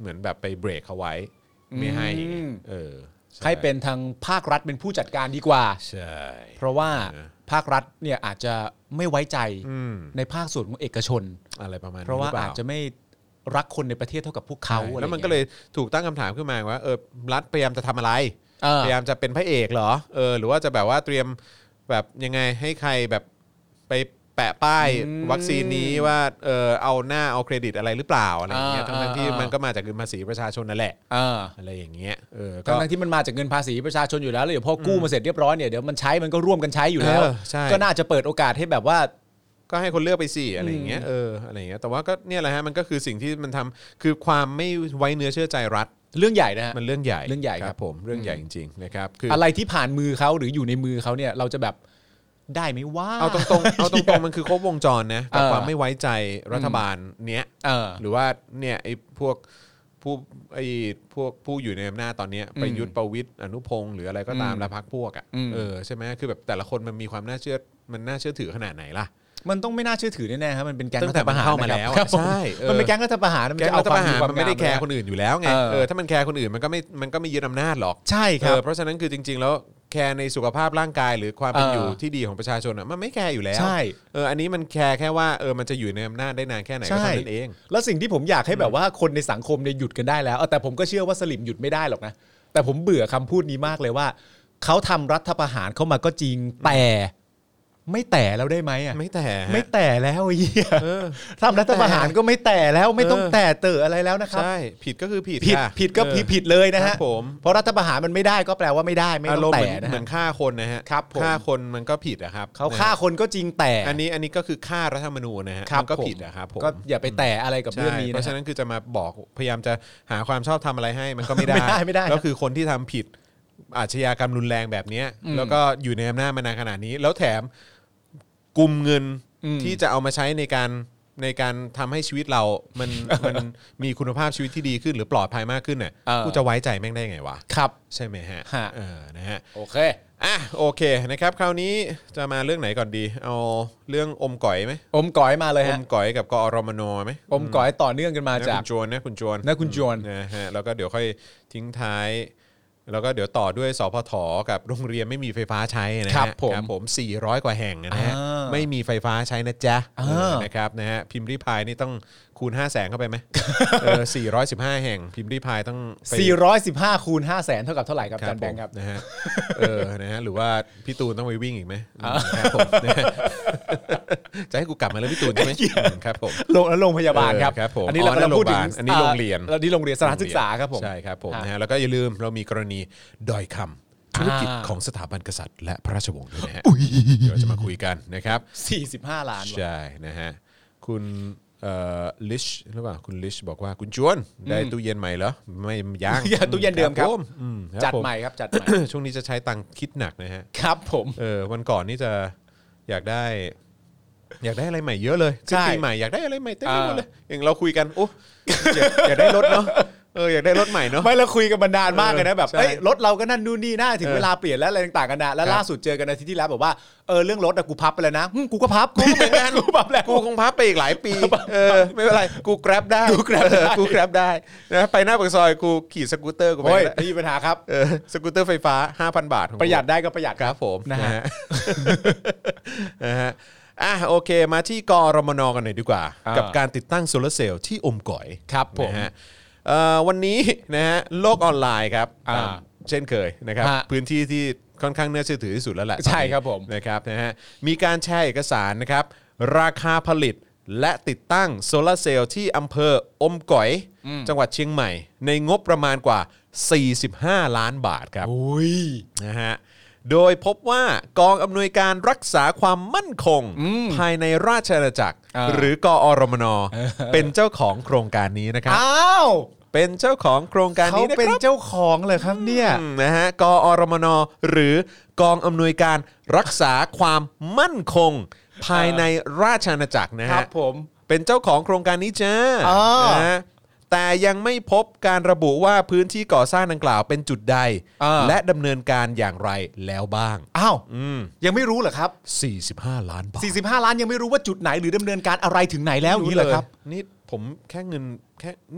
เหมือนแบบไปเบรกเขาไว้ไม่ให้เออให้เป็นทางภาครัฐเป็นผู้จัดการดีกว่าใช่เพราะว่าภาครัฐเนี่ยอาจจะไม่ไว้ใจในภาคส่วนของเอกชนอะไรประมาณนี้เพราะว่าอาจจะไม่รักคนในประเทศเท่ากับพวกเขาแล้วมันก็เลยถูกตั้งคำถามขึ้นมาว่าเออรัฐพยายามจะทำอะไรพยายามจะเป็นพระเอกเหรอเออหรือว่าจะแบบว่าเตรียมแบบยังไงให้ใครแบบไปแปะป้ายวัคซีนนี้ว่าเออเอาหน้าเอาเครดิตอะไรหรือเปล่าอะไรอย่างเงี้ยทั้งที่มันก็มาจากเงินภาษีประชาชนนั่นแหละอะไรอย่างเงี้ยเออทั้งที่มันมาจากเงินภาษีประชาชนอยู่แล้วแล้วเดี๋ยวพอกู้มาเสร็จเรียบร้อยเนี่ยเดี๋ยวมันใช้มันก็ร่วมกันใช้อยู่แล้วก็น่าจะเปิดโอกาสให้แบบว่าก็ให้คนเลือกไปสิอะไรอย่างเงี้ยเอออะไรอย่างเงี้ยแต่ว่าก็เนี่ยแหละฮะมันก็คือสิ่งที่มันทำคือความไม่ไว้เนื้อเชื่อใจรัฐเรื่องใหญ่นะฮะมันเรื่องใหญ่เรื่องใหญ่ครับผมเรื่องใหญ่จริงๆนะครับคืออะไรที่ผ่านมือเขาหรืออยู่ในมือเขาเนี่ยเราจะแบบได้ไหมว่าเอาตรงๆเอาตรงๆมันคือครบวงจรนะกับความไม่ไว้ใจรัฐบาลเนี้ยหรือว่าเนี่ยไอ้พวกผู้ไอ้พวกผู้อยู่ในอำนาจตอนนี้ประยุทธ์ประวิตรอนุพงศ์หรืออะไรก็ตามและพรรคพวกอ่ะเออใช่ไหมคือแบบแต่ละคนมันมีความน่าเชื่อมันน่าเชื่อถือขนาดไหนล่ะมันต้องไม่น่าเชื่อถือแน่ๆครับมันเป็นแก๊งรัฐประหารเข้ามาแล้วใช่มันเป็นแก๊งรัฐประหารมันจะเอาความมันไม่ได้แคร์คนอื่นอยู่แล้วไงเออถ้ามันแคร์คนอื่นมันก็ไม่มันก็ไม่ยึดอำนาจหรอกใช่ครับเพราะฉะนั้นคือจริงๆแล้วแคร์ในสุขภาพร่างกายหรือความเป็นอยู่ที่ดีของประชาชนอ่ะมันไม่แคร์อยู่แล้วใช่เอออันนี้มันแคร์แค่ว่าเออมันจะอยู่ในอำนาจได้นานแค่ไหนก็เท่านั้นเองแล้วสิ่งที่ผมอยากให้แบบว่าคนในสังคมเนี่ยหยุดกันได้แล้วแต่ผมก็เชื่อว่าสลิมหยุดไม่ได้หรอกนะแต่ผมเบื่อคำพูดนี้มากเลยว่าเขาทำรัฐประหารเข้ามาก็จริงแต่ไม่แต่แล้วได้ไหมอ่ะไม่แต่ไม่แต่แล้วไอ้เหี้ยทำรัฐประหารก็ไม่แต่แล้วไม่ต้องแต่เตออะไรแล้วนะครับใช่ผิดก็คือผิดผิดผิดก็ผิดผิดเลยนะฮะเพราะรัฐประหารมันไม่ได้ก็แปลว่าไม่ได้ไม่ต้องแต่นะเหมือนฆ่าคนนะฮะฆ่าคนมันก็ผิดนะครับเขาฆ่าคนก็จริงแต่อันนี้อันนี้ก็คือฆ่ารัฐธรรมนูญนะฮะมันก็ผิดนะครับผมก็อย่าไปแต่อะไรกับเรื่องนี้เพราะฉะนั้นคือจะมาบอกพยายามจะหาความชอบทำอะไรให้มันก็ไม่ได้ไม่ได้ก็คือคนที่ทำผิดอาชญากรรมรุนแรงแบบนี้แล้วก็อยู่ในอำนาจมานานขนาดนี้แล้วแถมกุมเงินที่จะเอามาใช้ในการในการทำให้ชีวิตเรามันมันมีคุณภาพชีวิตที่ดีขึ้นหรือปลอดภัยมากขึ้นเนี่ยกูจะไว้ใจแม่งได้ไงวะครับใช่ไหมฮะเออนะฮะโอเคอ่ะโอเคนะครับคราวนี้จะมาเรื่องไหนก่อนดีเอาเรื่องอมก๋อยไหมอมก๋อยมาเลยฮะอมก๋อยกับกอรมนไหมอมก๋อยต่อเนื่องกันมาจากคุณจวนนะคุณจวนนะคุณจวนนะฮะแล้วก็เดี๋ยวค่อยทิ้งท้ายแล้วก็เดี๋ยวต่อด้วยสพทกับโรงเรียนไม่มีไฟฟ้าใช้นะฮะครับผมสี่ร้อยกว่าแห่งนะฮะไม่มีไฟฟ้าใช้นะจ๊ะนะครับนะฮะพิมพ์ริพายนี่ต้องคูณห้าแสนเข้าไปไหมเออสี่ร้อยสิบห้าแห่งพิมพ์ริพายต้องสี่ร้อยสิบห้าคูณห้าแสนเท่ากับเท่าไหร่ครับอาจารย์แบงค์ครับนะฮะเออนะฮะหรือว่าพี่ตูนต้องไปวิ่งอีกไหมครับผมจะให้กูกลับมาแล้วพี่ตูนใช่ไหมครับผมโรงโรงพยาบาลครับครับผมอันนี้เรากำลังพูดถึงอันนี้โรงเรียนแล้วนี่โรงเรียนสถานศึกษาครับผมใช่ครับผมนะฮะแล้วก็อย่าลืมเรามีกรณีดอยคำธุรกิจของสถาบันกษัตริย์และพระราชวงศ์ด้วยนะฮะเดี๋ยวจะมาคุยกันนะครับสี่สิบห้าล้านใช่นะฮะคุณลิชหรือเปล่าคุณลิชบอกว่าคุณจวนได้ตู้เย็นใหม่เหรอไม่ยังตู้เย็นเดิมครับจัดใหม่ครับจัดใหม่ช่วงนี้จะใช้ตังค์คิดหนักนะฮะครับผมเออวันก่อนนี่จะอยากได้อยากได้อะไรใหม่เยอะเลยปีใหม่อยากได้อะไรใหม่เต็มไปหมดเลยอย่างเราคุยกันโอ้อยากได้รถเนาะเอออยากได้รถใหม่เนาะไม่เราคุยกันมานานมากเลยนะแบบเอ้ยรถเราก็นั่นนู่นนี่น่าถึงเวลาเปลี่ยนแล้วอะไรต่างๆกันนะแล้วล่าสุดเจอกันอาทิตย์ที่แล้วบอกว่าเออเรื่องรถอะกูพับไปแล้วนะกูก็พับกูเหมือนกันกูพับแล้วกูคงพับไปอีกหลายปีเออไม่เป็นไรกูแกร็บได้กูแกร็บได้กูแกร็บได้นะไปหน้าปากซอยกูขี่สกูตเตอร์กูไปไม่มีปัญหาครับเออสกูตเตอร์ไฟฟ้า ห้าพัน บาทประหยัดได้ก็ประหยัดครับผมนะฮะนะฮะอ่ะโอเคมาที่กรมนกันหน่อยดีกว่ากับการติดตั้งโซลาร์เซลล์ที่อมก๋อยครับผมนะฮะวันนี้นะฮะโลกออนไลน์ครับเช่นเคยนะครับพื้นที่ที่ค่อนข้างน่าเชื่อถือที่สุดแล้วแหละใช่ครับผมนะครับนะฮะมีการแชร์เอกสารนะครับราคาผลิตและติดตั้งโซลาร์เซลล์ที่อำเภออมก๋อยจังหวัดเชียงใหม่ในงบประมาณกว่าสี่สิบห้าล้านบาทครับอุ้ยนะฮะโดยพบว่ากองอำนวยการรักษาความมั่นคงภายในราชอาณาจักรหรือกอรมนเป็นเจ้าของโครงการนี้นะครับอ้าวเป็นเจ้าของโครงการนี้นะครับเขาเป็นเจ้าของเลยครับเนี่ยนะฮะกอรมนหรือกองอำนวยการรักษาความมั่นคงภายในราชอาณาจักรนะฮะครับผมเป็นเจ้าของโครงการนี้จ้านะฮะแต่ยังไม่พบการระบุว่าพื้นที่ก่อสร้างดังกล่าวเป็นจุดใดและดำเนินการอย่างไรแล้วบ้างอ้าวยังไม่รู้เหรอครับสี่สิบห้าล้านบาทสี่สิบห้าล้านยังไม่รู้ว่าจุดไหนหรือดำเนินการอะไรถึงไหนแล้วอย่างนี้เหรอครับนี่ผมแค่เงินแค่นี่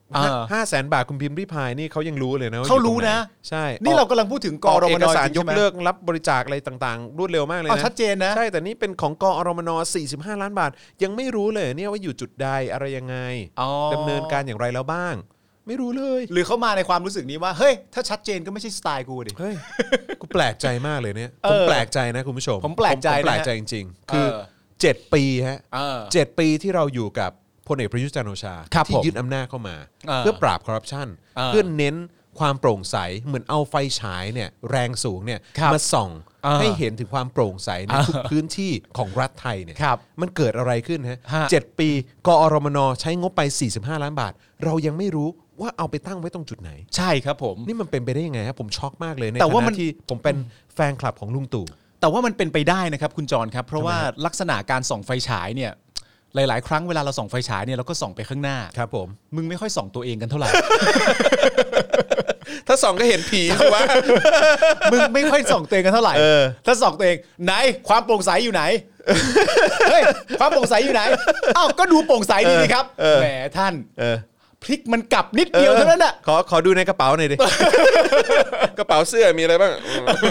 ห้าแสนบาทคุณพิมพ์ริพายนี่เขายังรู้เลยนะเขารู้นะใช่นี่เรากำลังพูดถึงกอรมนเอกสารยกเลิกรับบริจาคอะไรต่างๆรวดเร็วมากเลยนะชัดเจนนะใช่แต่นี่เป็นของกอรมนสี่สิบห้าล้านบาทยังไม่รู้เลยเนี่ยว่าอยู่จุดใดอะไรยังไงดำเนินการอย่างไรแล้วบ้างไม่รู้เลยหรือเขามาในความรู้สึกนี้ว่าเฮ้ยถ้าชัดเจนก็ไม่ใช่สไตล์กูดิเฮ้ยกูแปลกใจมากเลยเนี่ยผมแปลกใจนะคุณผู้ชมผมแปลกใจผมแปลกใจจริงๆคือเจ็ดปีฮะเจ็ดปีที่เราอยู่กับพลเอกประยุทธ์จันทร์โอชาที่ยึดอำนาจเข้ามาเพื่อปราบคอร์รัปชันเพื่อเน้นความโปร่งใสเหมือนเอาไฟฉายเนี่ยแรงสูงเนี่ยมาส่องให้เห็นถึงความโปร่งใสในทุกพื้นที่ของรัฐไทยเนี่ยมันเกิดอะไรขึ้นฮะเจ็ดปีกอรมนใช้งบไปสี่สิบห้าล้านบาทเรายังไม่รู้ว่าเอาไปตั้งไว้ตรงจุดไหนใช่ครับผมนี่มันเป็นไปได้ยังไงครับผมช็อกมากเลยในฐานะที่ผมเป็นแฟนคลับของลุงตู่แต่ว่ามันเป็นไปได้นะครับคุณจรครับเพราะว่าลักษณะการส่องไฟฉายเนี่ยหลายๆครั้งเวลาเราส่องไฟฉายเนี่ยเราก็ส่องไปข้างหน้าครับผมมึงไม่ค่อยส่องตัวเองกันเท่าไหร่ถ้าส่องก็เห็นผีสิวะมึงไม่ค่อยส่องตัวเองกันเท่าไหร่ถ้าส่องตัวเองไหนความโปร่งใสอยู่ไหนเฮ้ยความโปร่งใสอยู่ไหนอ้าวก็ดูโปร่งใสดีครับแหมท่านพลิกมันกลับนิดเดียวเท่านั้นน่ะขอขอดูในกระเป๋าหน่อยดิ กระเป๋าเสื้อมีอะไรบ้าง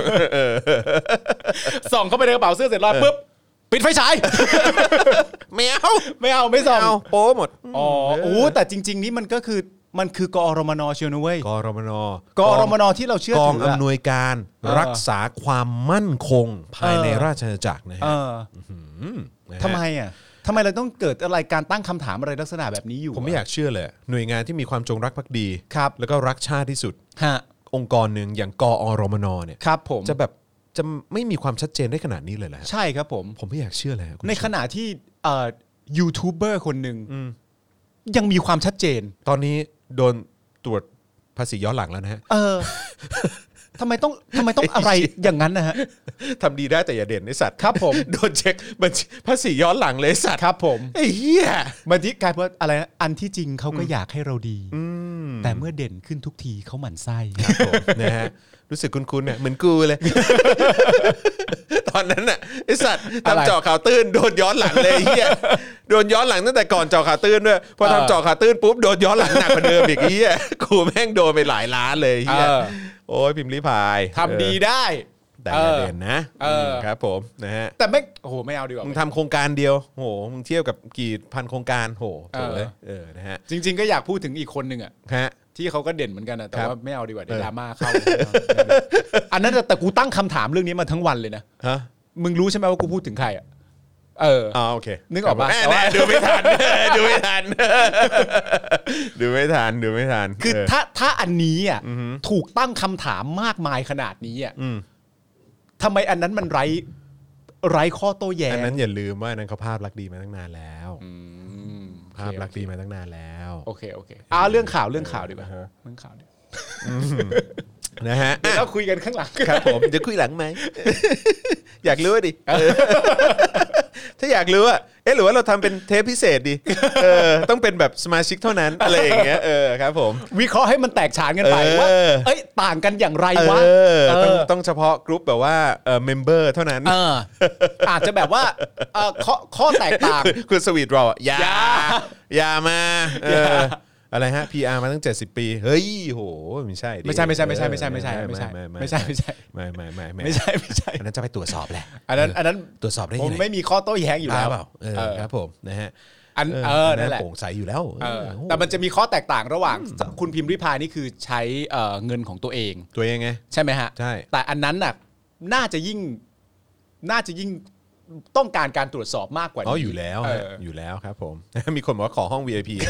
ส่องเข้าไปในกระเป๋าเสื้อเสร็จแล้วปุ๊บปิดไฟฉายไม่เอาไม่เอาไม่ส่องโป๊หมดอ๋อโอ้แต่จริงๆนี่มันก็คือมันคือกอรมนเชียวนะเว้ยกอรมนกอรมนที่เราเชื่อถือกองอำนวยการรักษาความมั่นคงภายในราชอาณาจักรนะฮะทำไมอ่ะทำไมเราต้องเกิดอะไรการตั้งคำถามอะไรลักษณะแบบนี้อยู่ผมไม่อยากเชื่อเลยหน่วยงานที่มีความจงรักภักดีแล้วก็รักชาติที่สุดองค์กรหนึ่งอย่างกอรมนเนี่ยครับผมจะแบบจะไม่มีความชัดเจนได้ขนาดนี้เลยแหละใช่ครับผมผมไม่อยากเชื่อเลยในขณะที่ยูทูบเบอร์คนหนึ่งยังมีความชัดเจนตอนนี้โดนตรวจภาษีย้อนหลังแล้วนะฮะเออทำไมต้องทำไมต้องอะไรอย่างนั้นนะฮะทำดีได้แต่อย่าเด่นไอ้สัตว์ครับผมโดนเช็คบัญชีภาษีย้อนหลังเลยสัตว์ครับผมไอ้เหี้ยมันที่กลายเป็นอะไรนะอันที่จริงเขาก็อยากให้เราดีแต่เมื่อเด่นขึ้นทุกทีเขาหมั่นไส้ครับผมนะฮะรู้สึกคุ้นๆเนี่ยเหมือนกูเลยตอนนั้นน่ะไอ้สัตว์ทำเจาะข่าวตื้นโดนย้อนหลังเลยเหี้ยโดนย้อนหลังตั้งแต่ก่อนเจาะข่าวตื้นด้วยพอทำเจาะข่าวตื้นปุ๊บโดนย้อนหลังหนักกว่าเดิมอีกเหี้ยกูแม่งโดนไปหลายล้านเลยเหี้ยโอ้ยพิมพ์ริพายทำดีได้แต่อย่าเด่นนะครับผมนะฮะแต่ไม่โอ้โหไม่เอาดีกว่ามึงทำโครงการเดียวโหมึงเที่ยวกับกี่พันโครงการโหถูกเลยเออนะฮะจริงๆก็อยากพูดถึงอีกคนหนึ่งอ่ะที่เขาก็เด่นเหมือนกันนะแต่ว่าไม่เอาดีกว่าเดี๋ยวดราม่าเข้าอันนั้นแต่กูตั้งคำถามเรื่องนี้มาทั้งวันเลยนะฮะมึงรู้ใช่ไหมว่ากูพูดถึงใครอ่ะเอออ๋อโอเคนึกออกป่ะแน่ดูไม่ทันดูไม่ทันดูไม่ทันดูไม่ทันคือถ้าถ้าอันนี้อ่ะถูกตั้งคำถามมากมายขนาดนี้อ่ะทำไมอันนั้นมันไร้ไร้ข้อโต้แย้งอันนั้นอย่าลืมว่านั้นเขาภาพลักษณ์ดีมาตั้งนานแล้วภาพลักษณ์ดีมาตั้งนานแล้วโอเคโอเคอ่าเรื่องข่าวเรื่องข่าวดีกว่าเรื่องข่าวดีนะฮะเดี๋ยวเราคุยกันข้างหลังครับผมจะคุยหลังไหมอยากรู้ดิถ้าอยากรู้อ่ะเอ๊ะหรือว่าเราทำเป็นเทปพิเศษดีเออต้องเป็นแบบสมาชิกเท่านั้นอะไรอย่างเงี้ยเออครับผมวิเคราะห์ให้มันแตกฉานกันไปว่าเอ้ยต่างกันอย่างไรวะต้องต้องเฉพาะกรุ๊ปแบบว่าเออเมมเบอร์เท่านั้นอาจจะแบบว่าข้อข้อแตกต่างคุณสวีทรออย่าอย่ามาอะไรฮะ พี อาร์ มาตั้งเจ็ดสิบปีเฮ้ยโหไม่ใช่ไม่ใช่ไม่ใช่ไม่ใช่ไม่ใช่ไม่ใช่ไม่ใช่ไม่ใช่ไม่ใช่ไม่ไม่ไม่ไม่ใช่ไม่ใช่อันนั้นจะไปตรวจสอบแหละอันนั้นอันนั้นตรวจสอบได้ยังไงผมไม่มีข้อโต้แย้งอยู่แล้วครับผมนะฮะอันเออนั่นแหละโปร่งใสอยู่แล้วแต่มันจะมีข้อแตกต่างระหว่างคุณพิมพ์ริพายนี่คือใช้เงินของตัวเองตัวเองไงใช่ไหมฮะใช่แต่อันนั้นน่ะน่าจะยิ่งน่าจะยิ่งต้องการการตรวจสอบมากกว่านี้อ๋ออยู่แล้วอยู่แล้วครับผมมีคนบอกว่าขอห้อง วี ไอ พี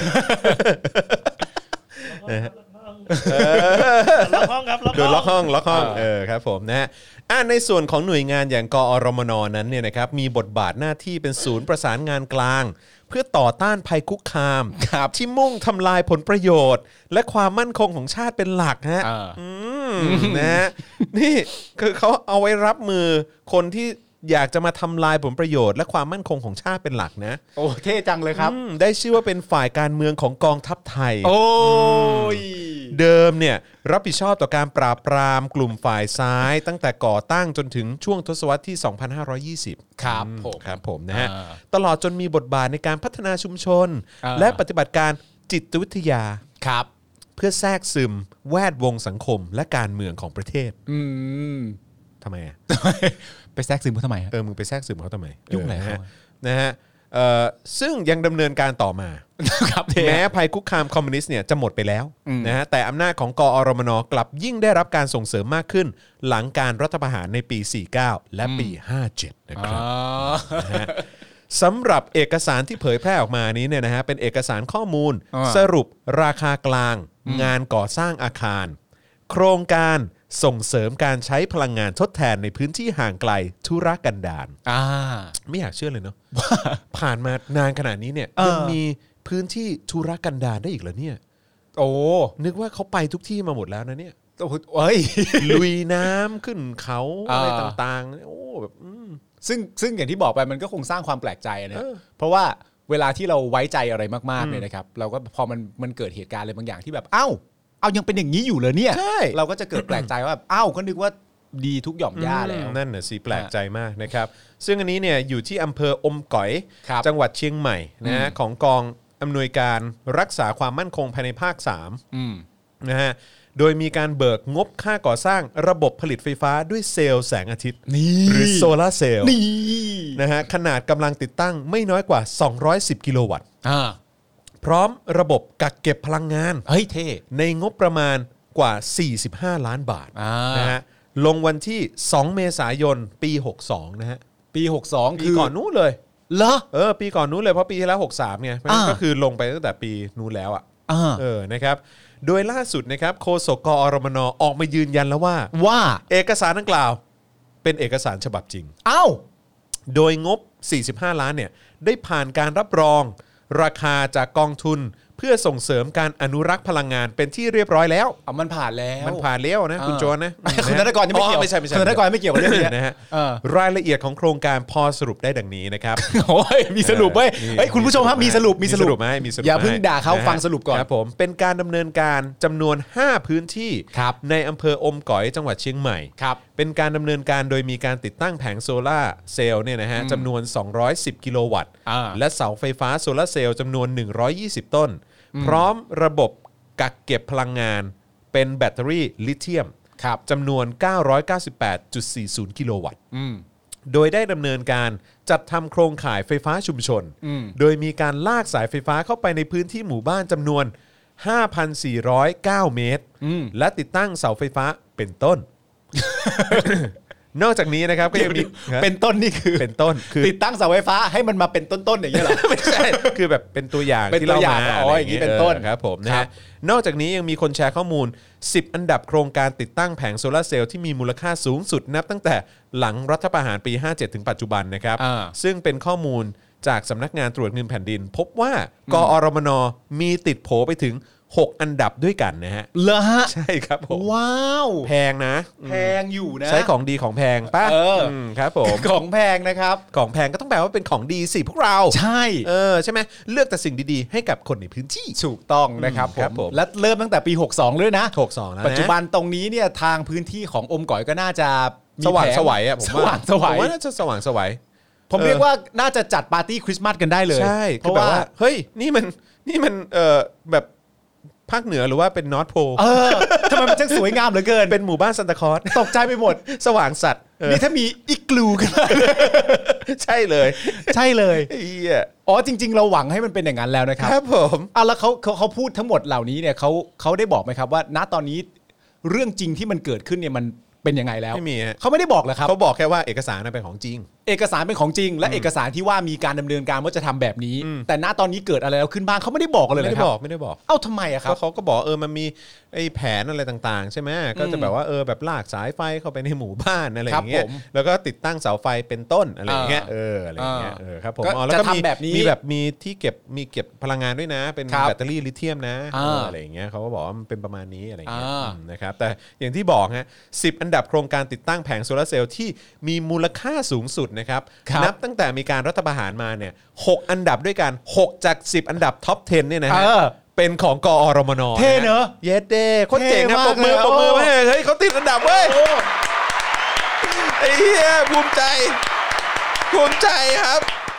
ล็อกห้องครับโดนล็อกห้องล็อกห้องเออครับผมนะฮะอ่าในส่วนของหน่วยงานอย่างกอรมนนั้นเนี่ยนะครับมีบทบาทหน้าที่เป็นศูนย์ประสานงานกลางเพื่อต่อต้านภัยคุกคามที่มุ่งทำลายผลประโยชน์และความมั่นคงของชาติเป็นหลักฮะนะฮะนี่คือเขาเอาไว้รับมือคนที่อยากจะมาทำลายผลประโยชน์และความมั่นคงของชาติเป็นหลักนะโอ้เท่จังเลยครับได้ชื่อว่าเป็นฝ่ายการเมืองของกองทัพไทยโอ้ยเดิมเนี่ยรับผิดชอบต่อการปราบปรามกลุ่มฝ่ายซ้ายตั้งแต่ก่อตั้งจนถึงช่วงทศวรรษที่สองพันห้าร้อยยี่สิบครับผมครับผมนะฮะตลอดจนมีบทบาทในการพัฒนาชุมชนและปฏิบัติการจิตวิทยาครับเพื่อแทรกซึมแวดวงสังคมและการเมืองของประเทศอืมทำไมอ่ะไปแทรกซึมเขาทำไมเออมึงไปแทรกซึมเขาทำไมยุ่งอะไรฮะนะฮะซึ่งยังดำเนินการต่อมาแม้ภัยคุกคามคอมมิวนิสต์เนี่ยจะหมดไปแล้วนะฮะแต่อำนาจของกอรมนกลับยิ่งได้รับการส่งเสริมมากขึ้นหลังการรัฐประหารในปีสี่สิบเก้าและปีห้าสิบเจ็ดนะครับนะฮะสำหรับเอกสารที่เผยแพร่ออกมานี้เนี่ยนะฮะเป็นเอกสารข้อมูลสรุปราคากลางงานก่อสร้างอาคารโครงการส่งเสริมการใช้พลังงานทดแทนในพื้นที่ห่างไกลทุรกันดารอ่าไม่อยากเชื่อเลยเนาะผ่านมานานขนาดนี้เนี่ยยังมีพื้นที่ทุรกันดารได้อีกเหรอเนี่ยโอ้นึกว่าเขาไปทุกที่มาหมดแล้วนะเนี่ยโอ้ยลุยน้ำขึ้นเขาอะไรต่างๆโอ้แบบซึ่งซึ่งอย่างที่บอกไปมันก็คงสร้างความแปลกใจนะเพราะว่าเวลาที่เราไว้ใจอะไรมากๆเนี่ยนะครับเราก็พอมันมันเกิดเหตุการณ์อะไรบางอย่างที่แบบเอ้าเอายังเป็นอย่างนี้อยู่เลยเนี่ยเราก็จะเกิดแปลกใจว่าเอ้าก็นึกว่าดีทุกหย่อมย่าแล้วนั่นน่ะสิแปลกใจมากนะครับซึ่งอันนี้เนี่ยอยู่ที่อำเภออมก๋อยจังหวัดเชียงใหม่นะฮะของกองอำนวยการรักษาความมั่นคงภายในภาคสามนะฮะโดยมีการเบิกงบค่าก่อสร้างระบบผลิตไฟฟ้าด้วยเซลล์แสงอาทิตย์หรือโซลาร์เซลล์นะฮะขนาดกำลังติดตั้งไม่น้อยกว่าสองร้อยสิบกิโลวัตต์พร้อมระบบกักเก็บพลังงานเฮ้ยเท่ในงบประมาณกว่าสี่สิบห้าล้านบาทนะฮะลงวันที่สองเมษายนปีหกสิบสองนะฮะปีหกสิบสองคือก่อนนู้นเลยเหรอเออปีก่อนนู้นเลยเพราะปีที่แล้วหกสิบสามไงก็คือลงไปตั้งแต่ปีนู้นแล้วอ่ะเออนะครับโดยล่าสุดนะครับโฆษกกอรมนออกมายืนยันแล้วว่าว่าเอกสารดังกล่าวเป็นเอกสารฉบับจริงอ้าวโดยงบสี่สิบห้าล้านเนี่ยได้ผ่านการรับรองราคาจากกองทุนเพื่อส่งเสริมการอนุรักษ์พลังงานเป็นที่เรียบร้อยแล้วอ๋อมันผ่านแล้วมันผ่านแล้วนะคุณโจนนะคุณธนกรยังไม่เกี่ยวไม่ใช่ไม่ใช่คุณธนกรไม่เกี่ยวกับเรื่องนี้นะฮะรายละเอียดของโครงการพอสรุปได้ดังนี้นะครับโอ้ยมีสรุปเว้ยเฮ้ยคุณผู้ชมครับมีสรุปมีสรุปไหมมีสรุปอย่าเพิ่งด่าเขาฟังสรุปก่อนครับผมเป็นการดำเนินการจำนวนห้าพื้นที่ในอำเภออมก๋อยจังหวัดเชียงใหม่เป็นการดำเนินการโดยมีการติดตั้งแผงโซล่าเซลล์เนี่ยนะฮะจำนวนสองร้อยสิบกิโลวัตต์และเสาไฟฟ้าโซล่าเซลล์จำนวนหนึ่งร้อยยี่สิบต้นพร้อมระบบกักเก็บพลังงานเป็นแบตเตอรี่ลิเธียมจำนวน เก้าร้อยเก้าสิบแปดจุดสี่ศูนย์ กิโลวัตต์โดยได้ดำเนินการจัดทำโครงข่ายไฟฟ้าชุมชนโดยมีการลากสายไฟฟ้าเข้าไปในพื้นที่หมู่บ้านจำนวน ห้าพันสี่ร้อยเก้า เมตรและติดตั้งเสาไฟฟ้าเป็นต้น นอกจากนี้นะครับก็ยังมีเป็นต้นนี่คือเป็นต้นคือติดตั้งเสาไฟฟ้าให้มันมาเป็นต้นๆอย่างเงี้ยเหรอไม่ใช่คือแบบเป็นตัวอย่างที่เรามาอ๋ออย่างนี้เป็นต้นครับผมนะฮะนอกจากนี้ยังมีคนแชร์ข้อมูลสิบอันดับโครงการติดตั้งแผงโซลาร์เซลล์ที่มีมูลค่าสูงสุดนับตั้งแต่หลังรัฐประหารปีห้าสิบเจ็ดถึงปัจจุบันนะครับซึ่งเป็นข้อมูลจากสำนักงานตรวจเงินแผ่นดินพบว่ากอรมนมีติดโผไปถึงหกอันดับด้วยกันนะฮะเหรอฮะใช่ครับผมว้าวแพงนะแพงอยู่นะใช้ของดีของแพงป่ะเออครับผมของแพงนะครับของแพงก็ต้องแปลว่าเป็นของดีสิพวกเราใช่เออใช่ไหมเลือกแต่สิ่งดีๆให้กับคนในพื้นที่ถูกต้องนะครับผมและเริ่มตั้งแต่ปีหกสิบสองเลยนะหกสิบสองแล้วปัจจุบันตรงนี้เนี่ยทางพื้นที่ของอมก๋อยก็น่าจะสว่างสวยอ่ะผมว่าสว่างผมว่าน่าจะสว่างสวยผมเรียกว่าน่าจะจัดปาร์ตี้คริสต์มาสกันได้เลยใช่เพราะว่าเฮ้ยนี่มันนี่มันเออแบบภาคเหนือหรือว่าเป็นนอร์ทโพลเออทำไมมันช่างสวยงามเหลือเกินเป็นหมู่บ้านซันตาคลอสตกใจไปหมดสว่างสัตว์นี่ถ้ามีอีกลูกันใช่เลยใช่เลยอ๋อจริงๆเราหวังให้มันเป็นอย่างนั้นแล้วนะครับครับผมอ่ะแล้วเขาเขาเขาพูดทั้งหมดเหล่านี้เนี่ยเขาเขาได้บอกไหมครับว่าณตอนนี้เรื่องจริงที่มันเกิดขึ้นเนี่ยมันเป็นยังไงแล้วไม่มีเขาไม่ได้บอกเลยครับเขาบอกแค่ว่าเอกสารนั้นเป็นของจริงเอกสารเป็นของจริงและเอกสารที่ว่ามีการดำเนินการว่าจะทำแบบนี้แต่ณตอนนี้เกิดอะไรแล้วขึ้นบ้างเขาไม่ได้บอกเลยไม่ได้บอกไม่ได้บอกเอ้าทำไมอะครับเขาก็บอกเออมันมีไอ้แผนอะไรต่างๆใช่ไหมก็จะแบบว่าเออแบบลากสายไฟเข้าไปในหมู่บ้านอะไรอย่างเงี้ยแล้วก็ติดตั้งเสาไฟเป็นต้นอะไรอย่างเงี้ยเอออะไรอย่างเงี้ยเออครับผมแล้วก็มีแบบนี้มีแบบมีที่เก็บมีเก็บพลังงานด้วยนะเป็นแบตเตอรี่ลิเธียมนะอะไรอย่างเงี้ยเขาก็บอกว่ามันเป็นประมาณนี้อะไรอย่างเงี้ยนะครับแต่อย่างที่บอกฮะสิบอันดับโครงการติดตั้งแผงโซลาร์เซลล์ที่มีมูลค่าสูงสุดนะครับนับตั้งแต่มีการรัฐประหารมาเนี่ยหกอันดับด้วยกันหกจากสิบอันดับท็อปสิบเนี่ยนะฮะเป็นของกอรมนเท่เนอะเยสเด้โคตรเจ๋งนะปรบมือปรบมือมาเฮ้ยเขาติดอันดับเว้ยไอ้เหี้ยภูมิใจภูมิใจครับ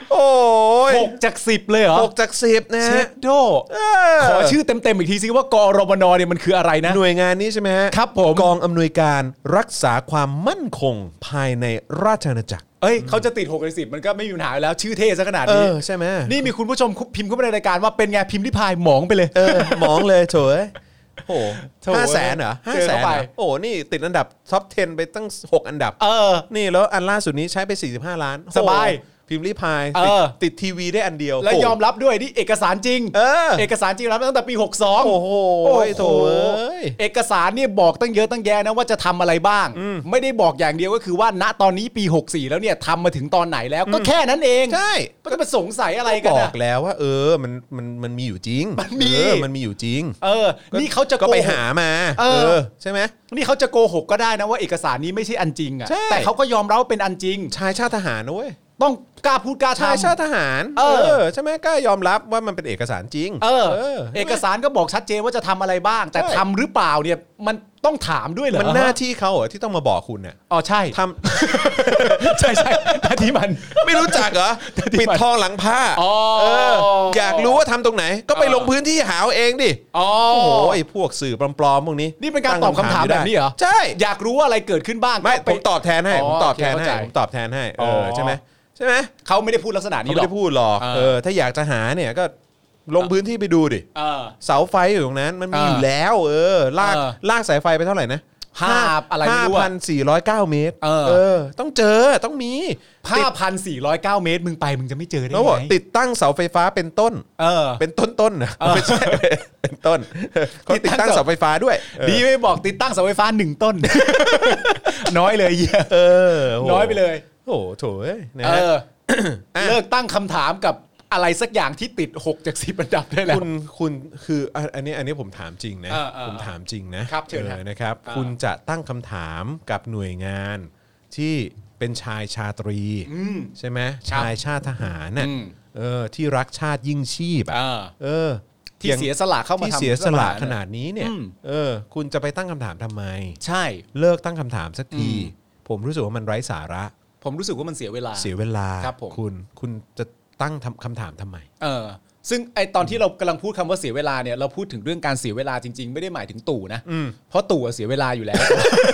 โอ้ยหกจากสิบเลยเหรอหกจากสิบนะเชดโดขอชื่อเต็มๆอีกทีซิว่ากรมนเนี่ยมันคืออะไรนะหน่วยงานนี้ใช่ไหมฮะครับผมกองอำนวยการรักษาความมั่นคงภายในราชอาณาจักรเอ้ยเขาจะติดหกในสิบมันก็ไม่มีปัญหาแล้วชื่อเท่ซะขนาดนี้ใช่ไหมนี่มีคุณผู้ชมพิมพ์เข้ามาในรายการว่าเป็นไงพิมพ์ริพายหมองไปเลยเออหมองเลยโถยโอ้ห้าแสนเหรอห้าแสนโอ้นี่ติดอันดับท็อปสิบไปตั้งหกอันดับเออนี่แล้วอันล่าสุดนี้ใช้ไปสี่สิบห้าล้านสบายพิมพ์ริพายติดทีวีได้อันเดียวและยอมรับด้วยนี่เอกสารจริงเออเอกสารจริงรับตั้งแต่ปีหกสิบสองโอ้โหโถเอกสารนี่บอกตั้งเยอะตั้งแยะนะว่าจะทำอะไรบ้างไม่ได้บอกอย่างเดียวก็คือว่าณตอนนี้ปีหกสิบสี่แล้วเนี่ยทำมาถึงตอนไหนแล้วก็แค่นั้นเองใช่ก็จะมาสงสัยอะไรกันบอกแล้วว่าเออมันมันมันมีอยู่จริงมันมีมันมีอยู่จริงเออนี่เขาจะก็ไปหามาเออใช่ไหมนี่เขาจะโกหกก็ได้นะว่าเอกสารนี้ไม่ใช่อันจริงอ่ะแต่เขาก็ยอมรับว่าเป็นอันจริงชายชาติทหารนะเว้ยต้องกล้าพูดกล้าทำชายชาติทหารเออใช่ไหมกล้ายอมรับว่ามันเป็นเอกสารจริงเออเอกสารก็บอกชัดเจนว่าจะทำอะไรบ้างแต่ทำหรือเปล่าเนี่ยมันต้องถามด้วยเหรอมันหน้าที่เขาเหรอที่ต้องมาบอกคุณเนี่ยอ๋อใช่ทำใช่ใช่หน้าที่มันไม่รู้จักเหรอปิดทองหลังผ้าเอออยากรู้ว่าทำตรงไหนก็ไปลงพื้นที่หาเองดิโอ้โหไอ้พวกสื่อปลอมๆพวกนี้นี่เป็นการตอบคำถามแบบนี้เหรอใช่อยากรู้ว่าอะไรเกิดขึ้นบ้างไม่ผมตอบแทนให้ผมตอบแทนให้ผมตอบแทนให้เออใช่ไหมใช่ไหมเขาไม่ได้พูดลักษณะนี้หรอกไม่ได้พูดหรอกเออถ้าอยากจะหาเนี่ยก็ลงพื้นที่ไปดูดิเสาไฟอยู่ตรงนั้นมันมีอยู่แล้วเออลากลากสายไฟไปเท่าไหร่นะห้าอะไรไม่รู้ห้าพันสี่ร้อยเก้า เมตรเออต้องเจอต้องมีห้าพันสี่ร้อยเก้า เมตรมึงไปมึงจะไม่เจอได้ไงติดตั้งเสาไฟฟ้าเป็นต้นเออเป็นต้นๆนะไม่ใช่เป็นต้นเขาติดตั้งเสาไฟฟ้าด้วยดีไม่บอกติดตั้งเสาไฟฟ้าหนึ่งต้นน้อยเลยเออน้อยไปเลยโอ้โหโถเอ้ยเออเลิกตั้งคำถามกับอะไรสักอย่างที่ติดหกจากสิบอันดับได้แล้วคุณคุณคืออันนี้อันนี้ผมถามจริงนะผมถามจริงนะครับเชิญนะครับคุณจะตั้งคำถามกับหน่วยงานที่เป็นชายชาตรีใช่ไหมชายชาติทหารน่ะเออที่รักชาติยิ่งชีพอ่ะเออที่เสียสละเข้ามาทำที่เสียสละขนาดนี้เนี่ยเออคุณจะไปตั้งคำถามทำไมใช่เลิกตั้งคำถามสักทีผมรู้สึกว่ามันไร้สาระผมรู้สึกว่ามันเสียเวลาเสียเวลาคุณคุณจะตั้งคำถามทำไมเออซึ่งไอตอนที่เรากำลังพูดคำว่าเสียเวลาเนี่ยเราพูดถึงเรื่องการเสียเวลาจริงๆไม่ได้หมายถึงตู่นะเพราะตู่เสียเวลาอยู่แล้ว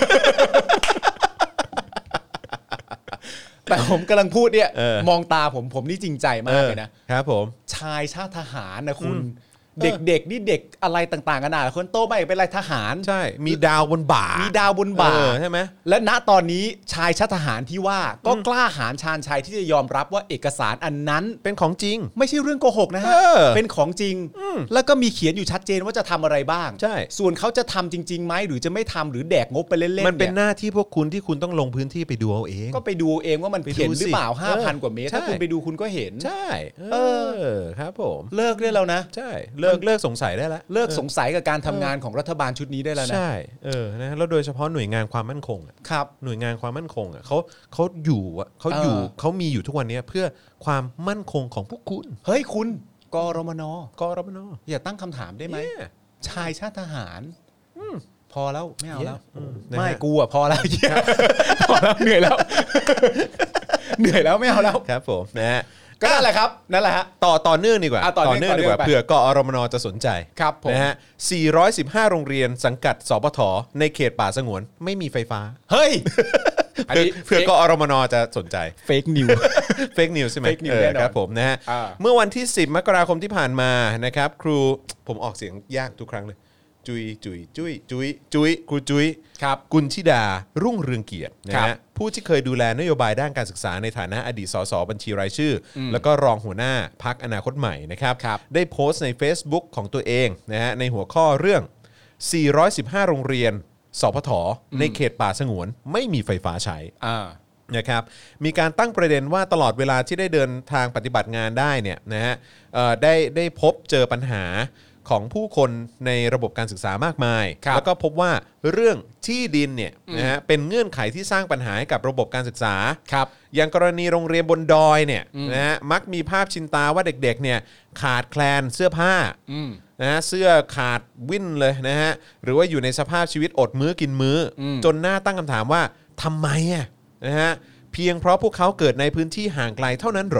แต่ผมกำลังพูดเนี่ยมองตาผมผมนี่จริงใจมากเลยนะครับผมชายชาติทหารนะคุณเด็กๆนี่เด็กอะไรต่างๆกันนะคนโตไปเป็นอะไรทหารใช่มีดาวบนบ่ามีดาวบนบ่าใช่ไหมและณตอนนี้ชายชาติทหารที่ว่าก็กล้าหาญชาญชัยที่จะยอมรับว่าเอกสารอันนั้นเป็นของจริงไม่ใช่เรื่องโกหกนะฮะเป็นของจริงแล้วก็มีเขียนอยู่ชัดเจนว่าจะทำอะไรบ้างใช่ส่วนเขาจะทำจริงๆไหมหรือจะไม่ทำหรือแดกงบไปเล่นๆมันเป็นหน้าที่พวกคุณที่คุณต้องลงพื้นที่ไปดูเอาเองก็ไปดูเองว่ามันเขียนหรือเปล่า ห้าพัน กว่าเมตรถ้าคุณไปดูคุณก็เห็นใช่เออครับผมเลิกได้แล้วนะใช่เลิกเลิกสงสัยได้แล้วเลิกสงสัยกับการทำงานของรัฐบาลชุดนี้ได้แล้วนะใช่เออนะแล้วโดยเฉพาะหน่วยงานความมั่นคงครับหน่วยงานความมั่นคงอ่ะเขาเขาอยู่อ่ะเขาอยู่เขามีอยู่ทุกวันนี้เพื่อความมั่นคงของพวกคุณเฮ้ยคุณกรมนกรมนอย่าตั้งคำถามได้ไหมชายชาติทหารพอแล้วไม่เอาแล้วไม่กูอ่ะพอแล้วพอแล้วเหนื่อยแล้วเหนื่อยแล้วไม่เอาแล้วครับผมนะฮะก็นั่นแหละครับนั่นแหละฮะต่อต่อเนื่องดีกว่าต่อเนื่องดีกว่าเผื่อกอรมนจะสนใจครับผมนะฮะสี่ร้อยสิบห้าโรงเรียนสังกัดสปทในเขตป่าสงวนไม่มีไฟฟ้าเฮ้ยอันนี้เผื่อกอรมนจะสนใจเฟกนิวเฟกนิวใช่ไหมครับผมนะฮะเมื่อวันที่สิบมกราคมที่ผ่านมานะครับครูผมออกเสียงยากทุกครั้งเลยจุยจุยจุยจุยจุยครูจุยครับกุลธิดารุ่งเรืองเกียรตินะฮะผู้ที่เคยดูแลนโยบายด้านการศึกษาในฐานะอดีตสสบัญชีรายชื่อแล้วก็รองหัวหน้าพรรคอนาคตใหม่นะครับได้โพสต์ใน Facebook ของตัวเองนะฮะในหัวข้อเรื่องสี่ร้อยสิบห้าโรงเรียนสปทในเขตป่าสงวนไม่มีไฟฟ้าใช้นะครับมีการตั้งประเด็นว่าตลอดเวลาที่ได้เดินทางปฏิบัติงานได้เนี่ยนะฮะได้ได้พบเจอปัญหาของผู้คนในระบบการศึกษามากมายแล้วก็พบว่าเรื่องที่ดินเนี่ยนะฮะเป็นเงื่อนไขที่สร้างปัญหาให้กับระบบการศึกษาครับอย่างกรณีโรงเรียนบนดอยเนี่ยนะฮะมักมีภาพชินตาว่าเด็กๆเนี่ยขาดแคลนเสื้อผ้านะฮะเสื้อขาดวิ่นเลยนะฮะหรือว่าอยู่ในสภาพชีวิตอดมื้อกินมื้อจนน่าตั้งคำถามว่าทำไมอ่ะนะฮะเพียงเพราะพวกเขาเกิดในพื้นที่ห่างไกลเท่านั้นเหรอ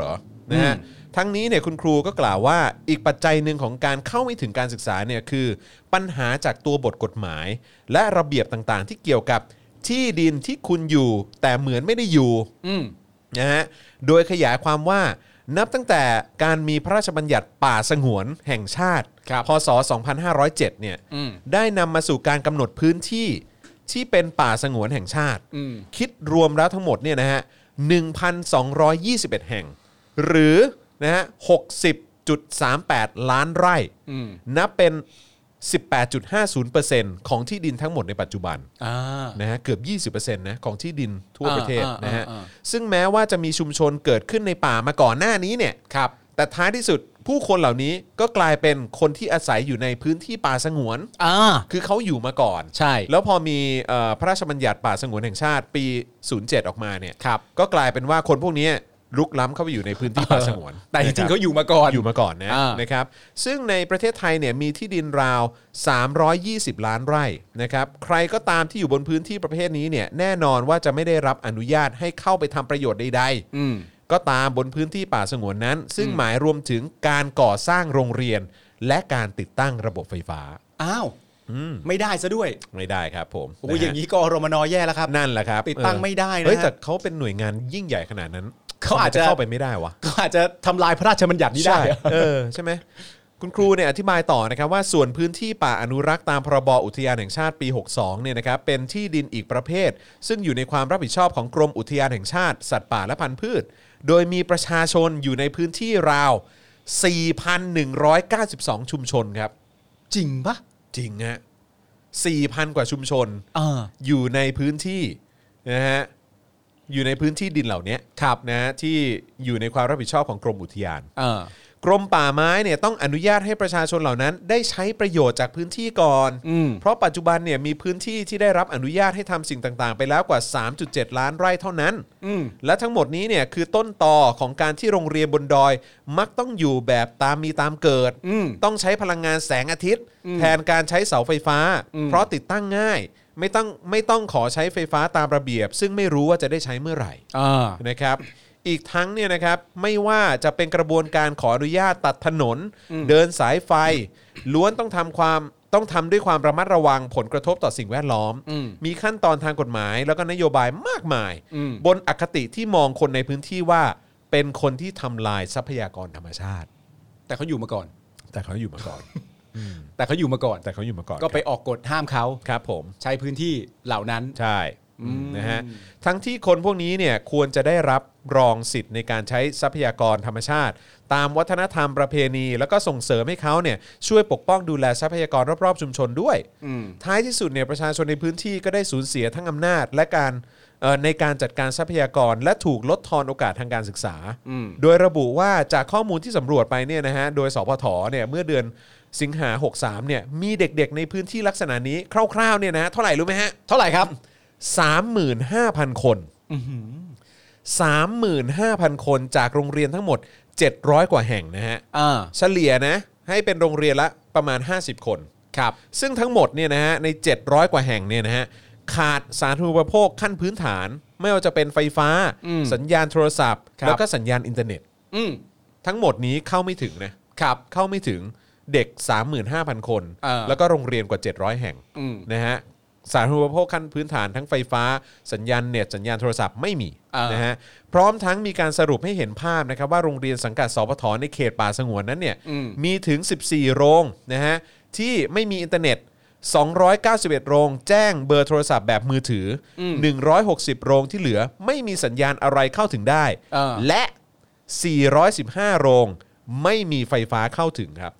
นะฮะทั้งนี้เนี่ยคุณครูก็กล่าวว่าอีกปัจจัยหนึ่งของการเข้าไม่ถึงการศึกษาเนี่ยคือปัญหาจากตัวบทกฎหมาย และระเบียบต่างๆที่เกี่ยวกับที่ดินที่คุณอยู่แต่เหมือนไม่ได้อยู่นะฮะโดยขยายความว่านับตั้งแต่การมีพระราชบัญญัติป่าสงวนแห่งชาติพ.ศ. สองพันห้าร้อยเจ็ดเนี่ยได้นำมาสู่การกำหนดพื้นที่ที่เป็นป่าสงวนแห่งชาติคิดรวมแล้วทั้งหมดเนี่ยนะฮะ หนึ่งพันสองร้อยยี่สิบเอ็ด แห่งหรือนะฮะ หกสิบจุดสามแปด ล้านไร่นับเป็น สิบแปดจุดห้าศูนย์เปอร์เซ็นต์ ของที่ดินทั้งหมดในปัจจุบันนะฮะเกือบ ยี่สิบเปอร์เซ็นต์ นะของที่ดินทั่วประเทศนะฮะซึ่งแม้ว่าจะมีชุมชนเกิดขึ้นในป่ามาก่อนหน้านี้เนี่ยแต่ท้ายที่สุดผู้คนเหล่านี้ก็กลายเป็นคนที่อาศัยอยู่ในพื้นที่ป่าสงวนคือเขาอยู่มาก่อนใช่แล้วพอมีพระราชบัญญัติป่าสงวนแห่งชาติปีศูนย์เจ็ดออกมาเนี่ยก็กลายเป็นว่าคนพวกนี้ลุกล้ำเข้าไปอยู่ในพื้นที่ป่าสงวนแต่จริงๆเขาอยู่มาก่อนอยู่มาก่อนนะนะครับซึ่งในประเทศไทยเนี่ยมีที่ดินราวสามร้อยยี่สิบล้านไร่นะครับใครก็ตามที่อยู่บนพื้นที่ประเภทนี้เนี่ยแน่นอนว่าจะไม่ได้รับอนุญาตให้เข้าไปทำประโยชน์ใดๆก็ตามบนพื้นที่ป่าสงวนนั้นซึ่งหมายรวมถึงการก่อสร้างโรงเรียนและการติดตั้งระบบไฟฟ้าอ้าวไม่ได้ซะด้วยไม่ได้ครับผมโอ้ยอย่างนี้กรมน.แย่แล้วครับนั่นแหละครับติดตั้งไม่ได้นะเฮ้ยแต่เขาเป็นหน่วยงานยิ่งใหญ่ขนาดนั้นเขาอาจจะเข้าไปไม่ได้วะเขาอาจจะทำลายพระราชบัญญัตินี้ได้เออใช่ไหมคุณครูเนี่ยอธิบายต่อนะครับว่าส่วนพื้นที่ป่าอนุรักษ์ตามพรบอุทยานแห่งชาติปีหกสิบสองเนี่ยนะครับเป็นที่ดินอีกประเภทซึ่งอยู่ในความรับผิดชอบของกรมอุทยานแห่งชาติสัตว์ป่าและพันธุ์พืชโดยมีประชาชนอยู่ในพื้นที่ราว สี่พันหนึ่งร้อยเก้าสิบสอง ชุมชนครับจริงปะจริงฮะ สี่พัน กว่าชุมชน อ, อยู่ในพื้นที่นะฮะอยู่ในพื้นที่ดินเหล่านี้นะที่อยู่ในความรับผิดชอบของกรมอุทยานกรมป่าไม้เนี่ยต้องอนุญาตให้ประชาชนเหล่านั้นได้ใช้ประโยชน์จากพื้นที่ก่อนเพราะปัจจุบันเนี่ยมีพื้นที่ที่ได้รับอนุญาตให้ทำสิ่งต่างๆไปแล้วกว่า สามจุดเจ็ด ล้านไร่เท่านั้นและทั้งหมดนี้เนี่ยคือต้นตอของการที่โรงเรียนบนดอยมักต้องอยู่แบบตามมีตามเกิดต้องใช้พลังงานแสงอาทิตย์แทนการใช้เสาไฟฟ้าเพราะติดตั้งง่ายไม่ต้องไม่ต้องขอใช้ไฟฟ้าตามระเบียบซึ่งไม่รู้ว่าจะได้ใช้เมื่อไหร่นะครับอีกทั้งเนี่ยนะครับไม่ว่าจะเป็นกระบวนการขออนุญาตตัดถนนเดินสายไฟล้วนต้องทำความต้องทำด้วยความระมัดระวังผลกระทบต่อสิ่งแวดล้อมมีขั้นตอนทางกฎหมายแล้วก็นโยบายมากมายบนอคติที่มองคนในพื้นที่ว่าเป็นคนที่ทำลายทรัพยากรธรรมชาติแต่เขาอยู่มาก่อนแต่เขาอยู่มาก่อนแต่เขาอยู่มาก่อนแต่เขาอยู่มาก่อนก็ไปออกกฎห้ามเขาครับผมใช้พื้นที่เหล่านั้นใช่นะฮะทั้งที่คนพวกนี้เนี่ยควรจะได้รับรองสิทธิ์ในการใช้ทรัพยากรธรรมชาติตามวัฒนธรรมประเพณีแล้วก็ส่งเสริมให้เขาเนี่ยช่วยปกป้องดูแลทรัพยากรรอบๆชุมชนด้วยท้ายที่สุดเนี่ยประชาชนในพื้นที่ก็ได้สูญเสียทั้งอำนาจและการในการจัดการทรัพยากรและถูกลดทอนโอกาสทางการศึกษาโดยระบุว่าจากข้อมูลที่สำรวจไปเนี่ยนะฮะโดยสพทเนี่ยเมื่อเดือนสิงหาหกสิบสามเนี่ยมีเด็กๆในพื้นที่ลักษณะนี้คร่าวๆเนี่ยนะเท่าไหร่รู้ไหมฮะเท่าไหร่ครับสามหมื่นห้าพัน คนสามหมื่นห้าพัน คนจากโรงเรียนทั้งหมดเจ็ดร้อยกว่าแห่งนะฮะเฉลี่ยนะให้เป็นโรงเรียนละประมาณห้าสิบคนครับซึ่งทั้งหมดเนี่ยนะฮะในเจ็ดร้อยกว่าแห่งเนี่ยนะฮะขาดสาธารณูปโภคขั้นพื้นฐานไม่ว่าจะเป็นไฟฟ้าสัญญาณโทรศัพท์แล้วก็สัญญาณอินเทอร์เน็ตทั้งหมดนี้เข้าไม่ถึงนะครับเข้าไม่ถึงเด็ก สามหมื่นห้าพัน คนแล้วก็โรงเรียนกว่าเจ็ดร้อยแห่งนะฮะสาธารณูปโภคขั้นพื้นฐานทั้งไฟฟ้าสัญญาณเน็ตสัญญาณโทรศัพท์ไม่มีนะฮะพร้อมทั้งมีการสรุปให้เห็นภาพนะครับว่าโรงเรียนสังกัดสปทในเขตป่าสงวนนั้นเนี่ยมีถึงสิบสี่โรงนะฮะที่ไม่มีอินเทอร์เน็ตสองร้อยเก้าสิบเอ็ดโรงแจ้งเบอร์โทรศัพท์แบบมือถือหนึ่งร้อยหกสิบโรงที่เหลือไม่มีสัญญาณอะไรเข้าถึงได้และสี่ร้อยสิบห้าโรงไม่มีไฟฟ้าเข้าถึงครับ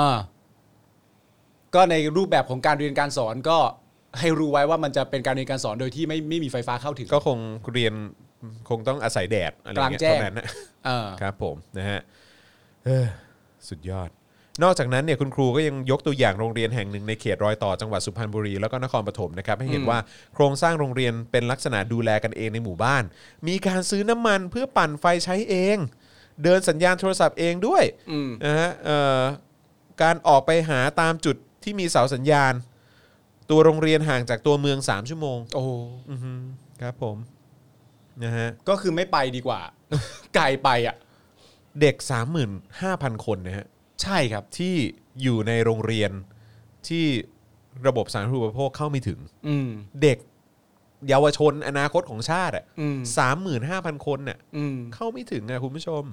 ก็ในรูปแบบของการเรียนการสอนก็ให้รู้ไว้ว่ามันจะเป็นการเรียนการสอนโดยที่ไม่ไม่มีไฟฟ้าเข้าถึงก็คงเรียนคงต้องอาศัยแดดอะไรอย่างเงี้ยเท่านั้นนะครับผมนะฮะสุดยอดนอกจากนั้นเนี่ยคุณครูก็ยังยกตัวอย่างโรงเรียนแห่งหนึ่งในเขตรอยต่อจังหวัดสุพรรณบุรีแล้วก็นครปฐมนะครับให้เห็นว่าโครงสร้างโรงเรียนเป็นลักษณะดูแลกันเองในหมู่บ้านมีการซื้อน้ำมันเพื่อปั่นไฟใช้เองเดินสัญญาณโทรศัพท์เองด้วยนะฮะการออกไปหาตามจุดที่มีเสาสัญญาณตัวโรงเรียนห่างจากตัวเมืองสามชั่วโมงโอ้ครับผมนะฮะก็คือไม่ไปดีกว่า ไกลไปอ่ะเด็ก สามหมื่นห้าพัน คนนะฮะใช่ครับที่อยู่ในโรงเรียนที่ระบบสาธารณูปโภคเข้าไม่ถึงเด็กเยาวชนอนาคตของชาติอ่ะ สามหมื่นห้าพัน คนน่ะเข้าไม่ถึงอ่ะคุณผู้ชม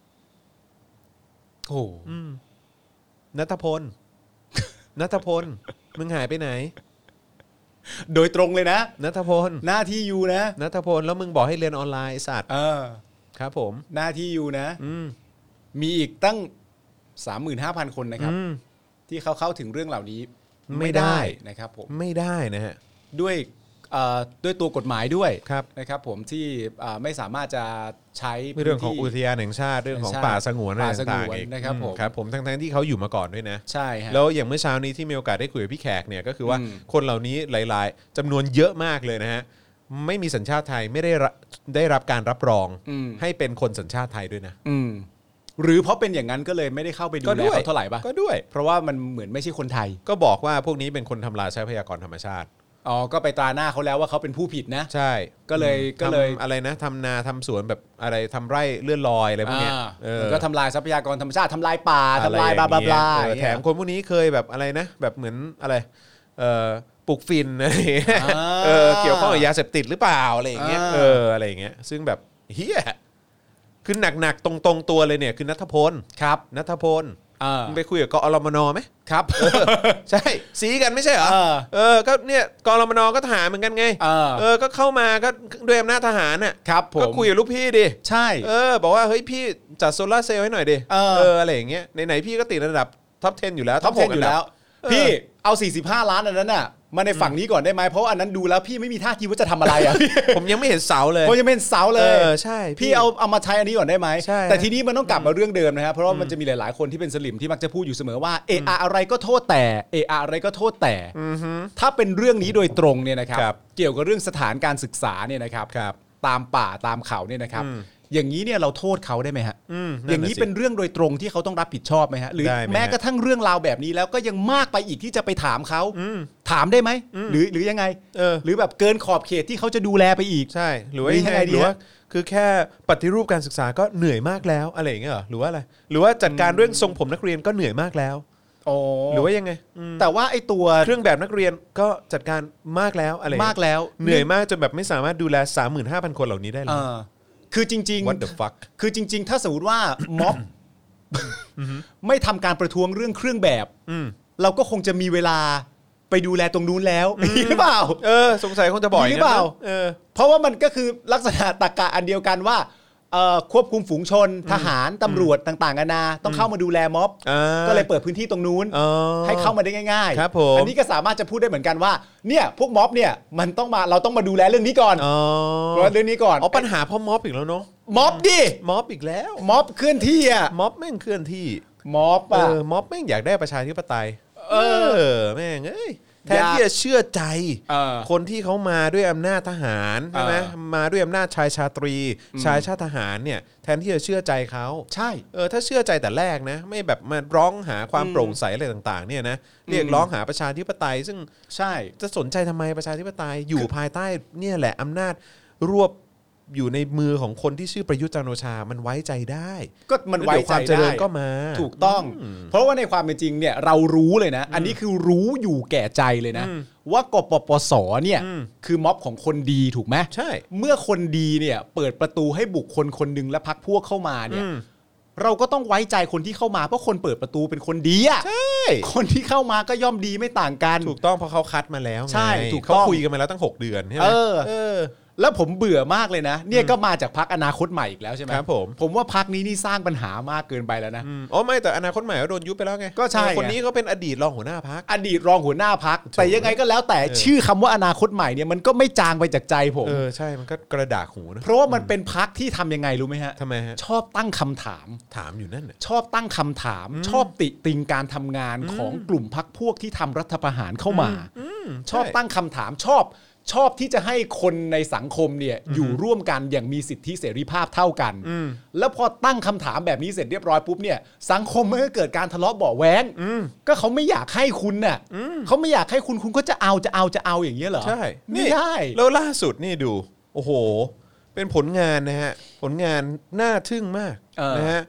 โอ้ณัฐพลณัฐพลมึงหายไปไหนโดยตรงเลยนะณัฐพลหน้าที่อยู่นะณัฐพลแล้วมึงบอกให้เรียนออนไลน์สัตว์เออครับผมหน้าที่อยู่นะมีอีกตั้ง สามหมื่นห้าพัน คนนะครับที่เขาเข้าถึงเรื่องเหล่านี้ไม่ได้นะครับผมไม่ได้นะฮะด้วยด้วยตัวกฎหมายด้วยนะครับผมที่ไม่สามารถจะใช้เรื่องของอุทยานแห่งชาติเรื่องของป่าสงวนต่างๆนะครับผมครับผมทั้งๆที่เขาอยู่มาก่อนด้วยนะใช่แล้วอย่างเมื่อเช้านี้ที่มีโอกาสได้คุยกับพี่แขกเนี่ยก็คือว่าคนเหล่านี้หลายๆจำนวนเยอะมากเลยนะฮะไม่มีสัญชาติไทยไม่ได้ได้รับการรับรองให้เป็นคนสัญชาติไทยด้วยนะหรือเพราะเป็นอย่างนั้นก็เลยไม่ได้เข้าไปดูแลเขาเท่าไหร่ป่ะก็ด้วยเพราะว่ามันเหมือนไม่ใช่คนไทยก็บอกว่าพวกนี้เป็นคนทำลายทรัพยากรธรรมชาติอ๋อก็ไปตราหน้าเขาแล้วว่าเขาเป็นผู้ผิดนะใช่ก็เลยก็เลยอะไรนะทำนาทำสวนแบบอะไรทำไร่เลื่อนลอยอะไรพวกนี้ก็ทำลายทรัพยากรธรรมชาติทำลายป่าทำลายบลาบลาบลาแถมคนพวกนี้เคยแบบอะไรนะแบบเหมือนอะไรเอ่อปลูกฟินอะไรเออเกี่ยวข้องกับยาเสพติดหรือเปล่าอะไรอย่างเงี้ยเอออะไรอย่างเงี้ยซึ่งแบบเฮียคือหนักๆตรงๆตัวเลยเนี่ยคือณัฐพลครับณัฐพลมึงไปคุยกับกอรมนไหมครับใช่สีกันไม่ใช่เหรอเออก็เนี่ยกอรมนก็ทหารเหมือนกันไงเออก็เข้ามาก็ด้วยอำนาจทหารน่ะครับผมก็คุยกับลูกพี่ดิใช่เออบอกว่าเฮ้ยพี่จัดโซล่าเซลล์ให้หน่อยดิเอออะไรอย่างเงี้ยไหนๆพี่ก็ติดระดับท็อปสิบอยู่แล้วท็อปสิบอยู่แล้วพี่เอาสี่สิบห้าล้านอันนั้นน่ะมาในฝั่งนี้ก่อนได้ไหมเพราะอันนั้นดูแล้วพี่ไม่มีท่าทีว่าจะทำอะไรอ่ะผมยังไม่เห็นเสาเลยผมยังไม่เห็นเสาเลยเออใช่พี่เอาเอามาใช้อันนี้ก่อนได้ไหมแต่ทีนี้มันต้องกลับมาเรื่องเดิมนะครับเพราะว่ามันจะมีหลายๆคนที่เป็นสลิมที่มักจะพูดอยู่เสมอว่าเอออะไรก็โทษแต่เอออะไรก็โทษแต่ถ้าเป็นเรื่องนี้โดยตรงเนี่ยนะครับเกี่ยวกับเรื่องสถานการศึกษาเนี่ยนะครับตามป่าตามเขาเนี่ยนะครับอย่างนี้เนี่ยเราโทษเขาได้ไหมฮะอย่างนี้เป็นเรื่องโดยตรงที่เขาต้องรับผิดชอบไหมฮะหรือแม้กระทั่งเรื่องราวแบบนี้แล้วก็ยังมากไปอีกที่จะไปถามเขาถามได้ไหมหรือหรือยังไงหรือแบบเกินขอบเขตที่เขาจะดูแลไปอีกใช่หรือว่ายังไงหรือว่าคือแค่ปฏิรูปการศึกษาก็เหนื่อยมากแล้วอะไรอย่างเงี้ยหรอหรือว่าอะไรหรือว่าจัดการเรื่องทรงผมนักเรียนก็เหนื่อยมากแล้วหรือว่ายังไงแต่ว่าไอ้ตัวเครื่องแบบนักเรียนก็จัดการมากแล้วอะไรมากแล้วเหนื่อยมากจนแบบไม่สามารถดูแล สามหมื่นห้าพัน คนเหล่านี้ได้เลยคือจริงๆ What the fuck คือจริงๆถ้าสมมติว่าม็อบไม่ทำการประท้วงเรื่องเครื่องแบบเราก็คงจะมีเวลาไปดูแลตรงนู้นแล้วหรือเปล่าเออสงสัยคงจะบ่อยหรือเปล่าเออเพราะว่ามันก็คือลักษณะตรรกะอันเดียวกันว่าควบคุมฝูงชนทหารตำรวจต่างๆนานาต้องเข้ามาดูแลม็อบก็เลยเปิดพื้นที่ตรงนู้นให้เข้ามาได้ง่ายๆอันนี้ก็สามารถจะพูดได้เหมือนกันว่าเนี่ยพวกม็อบเนี่ยมันต้องมาเราต้องมาดูแลเรื่องนี้ก่อนเรื่องนี้ก่อนอ๋อปัญหาเพราะม็อบอีกแล้วเนาะม็อบดิม็อบอีกแล้วม็อบเคลื่อนที่อ่ะม็อบแม่งเคลื่อนที่ม็อบอ่ะม็อบแม่งอยากได้ประชาธิปไตยเออแม่งเอ้ยแทนที่จะเชื่อใจคนที่เขามาด้วยอำนาจทหารใช่ไหมมาด้วยอำนาจชายชาตรีชายชาติทหารเนี่ยแทนที่จะเชื่อใจเขาใช่เออถ้าเชื่อใจแต่แรกนะไม่แบบมาร้องหาความโปร่งใสอะไรต่างๆเนี่ยนะเรียกร้องหาประชาธิปไตยซึ่งใช่จะสนใจทำไมประชาธิปไตยอยู่ภายใต้เนี่ยแหละอำนาจรวบอยู่ในมือของคนที่ชื่อประยุทธ์จันทร์โอชามันไว้ใจได้ก็มันไว้ใจได้ก็มาถูกต้องเพราะว่าในความเป็นจริงเนี่ยเรารู้เลยนะอันนี้คือรู้อยู่แก่ใจเลยนะว่ากปปสเนี่ยคือม็อบของคนดีถูกไหมใช่เมื่อคนดีเนี่ยเปิดประตูให้บุคคลคนหนึ่งและพรรคพวกเข้ามาเนี่ยเราก็ต้องไว้ใจคนที่เข้ามาเพราะคนเปิดประตูเป็นคนดีอ่ะใช่คนที่เข้ามาก็ย่อมดีไม่ต่างกันถูกต้องเพราะเขาคัดมาแล้วใช่ถูกเขาคุยกันมาแล้วตั้งหกเดือนใช่ไหมเออแล้วผมเบื่อมากเลยนะเนี่ยก็มาจากพรรคอนาคตใหม่อีกแล้วใช่ไหมครับผมผมว่าพรรคนี้นี่สร้างปัญหามากเกินไปแล้วนะอ๋อไม่แต่อนาคตใหม่ก็โดนยุบไปแล้วไงก็ใช่คนนี้เขาเป็นอดีตรองหัวหน้าพรรคอดีตรองหัวหน้าพรรคแต่ยังไงก็แล้วแต่ชื่อคำว่าอนาคตใหม่เนี่ยมันก็ไม่จางไปจากใจผมเออใช่มันก็กระดากหูนะเพราะว่ามันเป็นพรรคที่ทำยังไงรู้ไหมฮะทำไมฮะชอบตั้งคำถามถามอยู่นั่นชอบตั้งคำถามชอบติติงการทำงานของกลุ่มพรรคพวกที่ทำรัฐประหารเข้ามาชอบตั้งคำถามชอบชอบที่จะให้คนในสังคมเนี่ยอยู่ร่วมกันอย่างมีสิทธิเสรีภาพเท่ากันแล้วพอตั้งคำถามแบบนี้เสร็จเรียบร้อยปุ๊บเนี่ยสังคมมันก็เกิดการทะเลาะเบาะแว้งก็เขาไม่อยากให้คุณน่ะเขาไม่อยากให้คุณคุณก็จะเอาจะเอาจะเอาอย่างเงี้ยเหรอใช่ไม่ได้แล้วล่าสุดนี่ดูโอ้โหเป็นผลงานนะฮะผลงานน่าทึ่งมากนะฮะ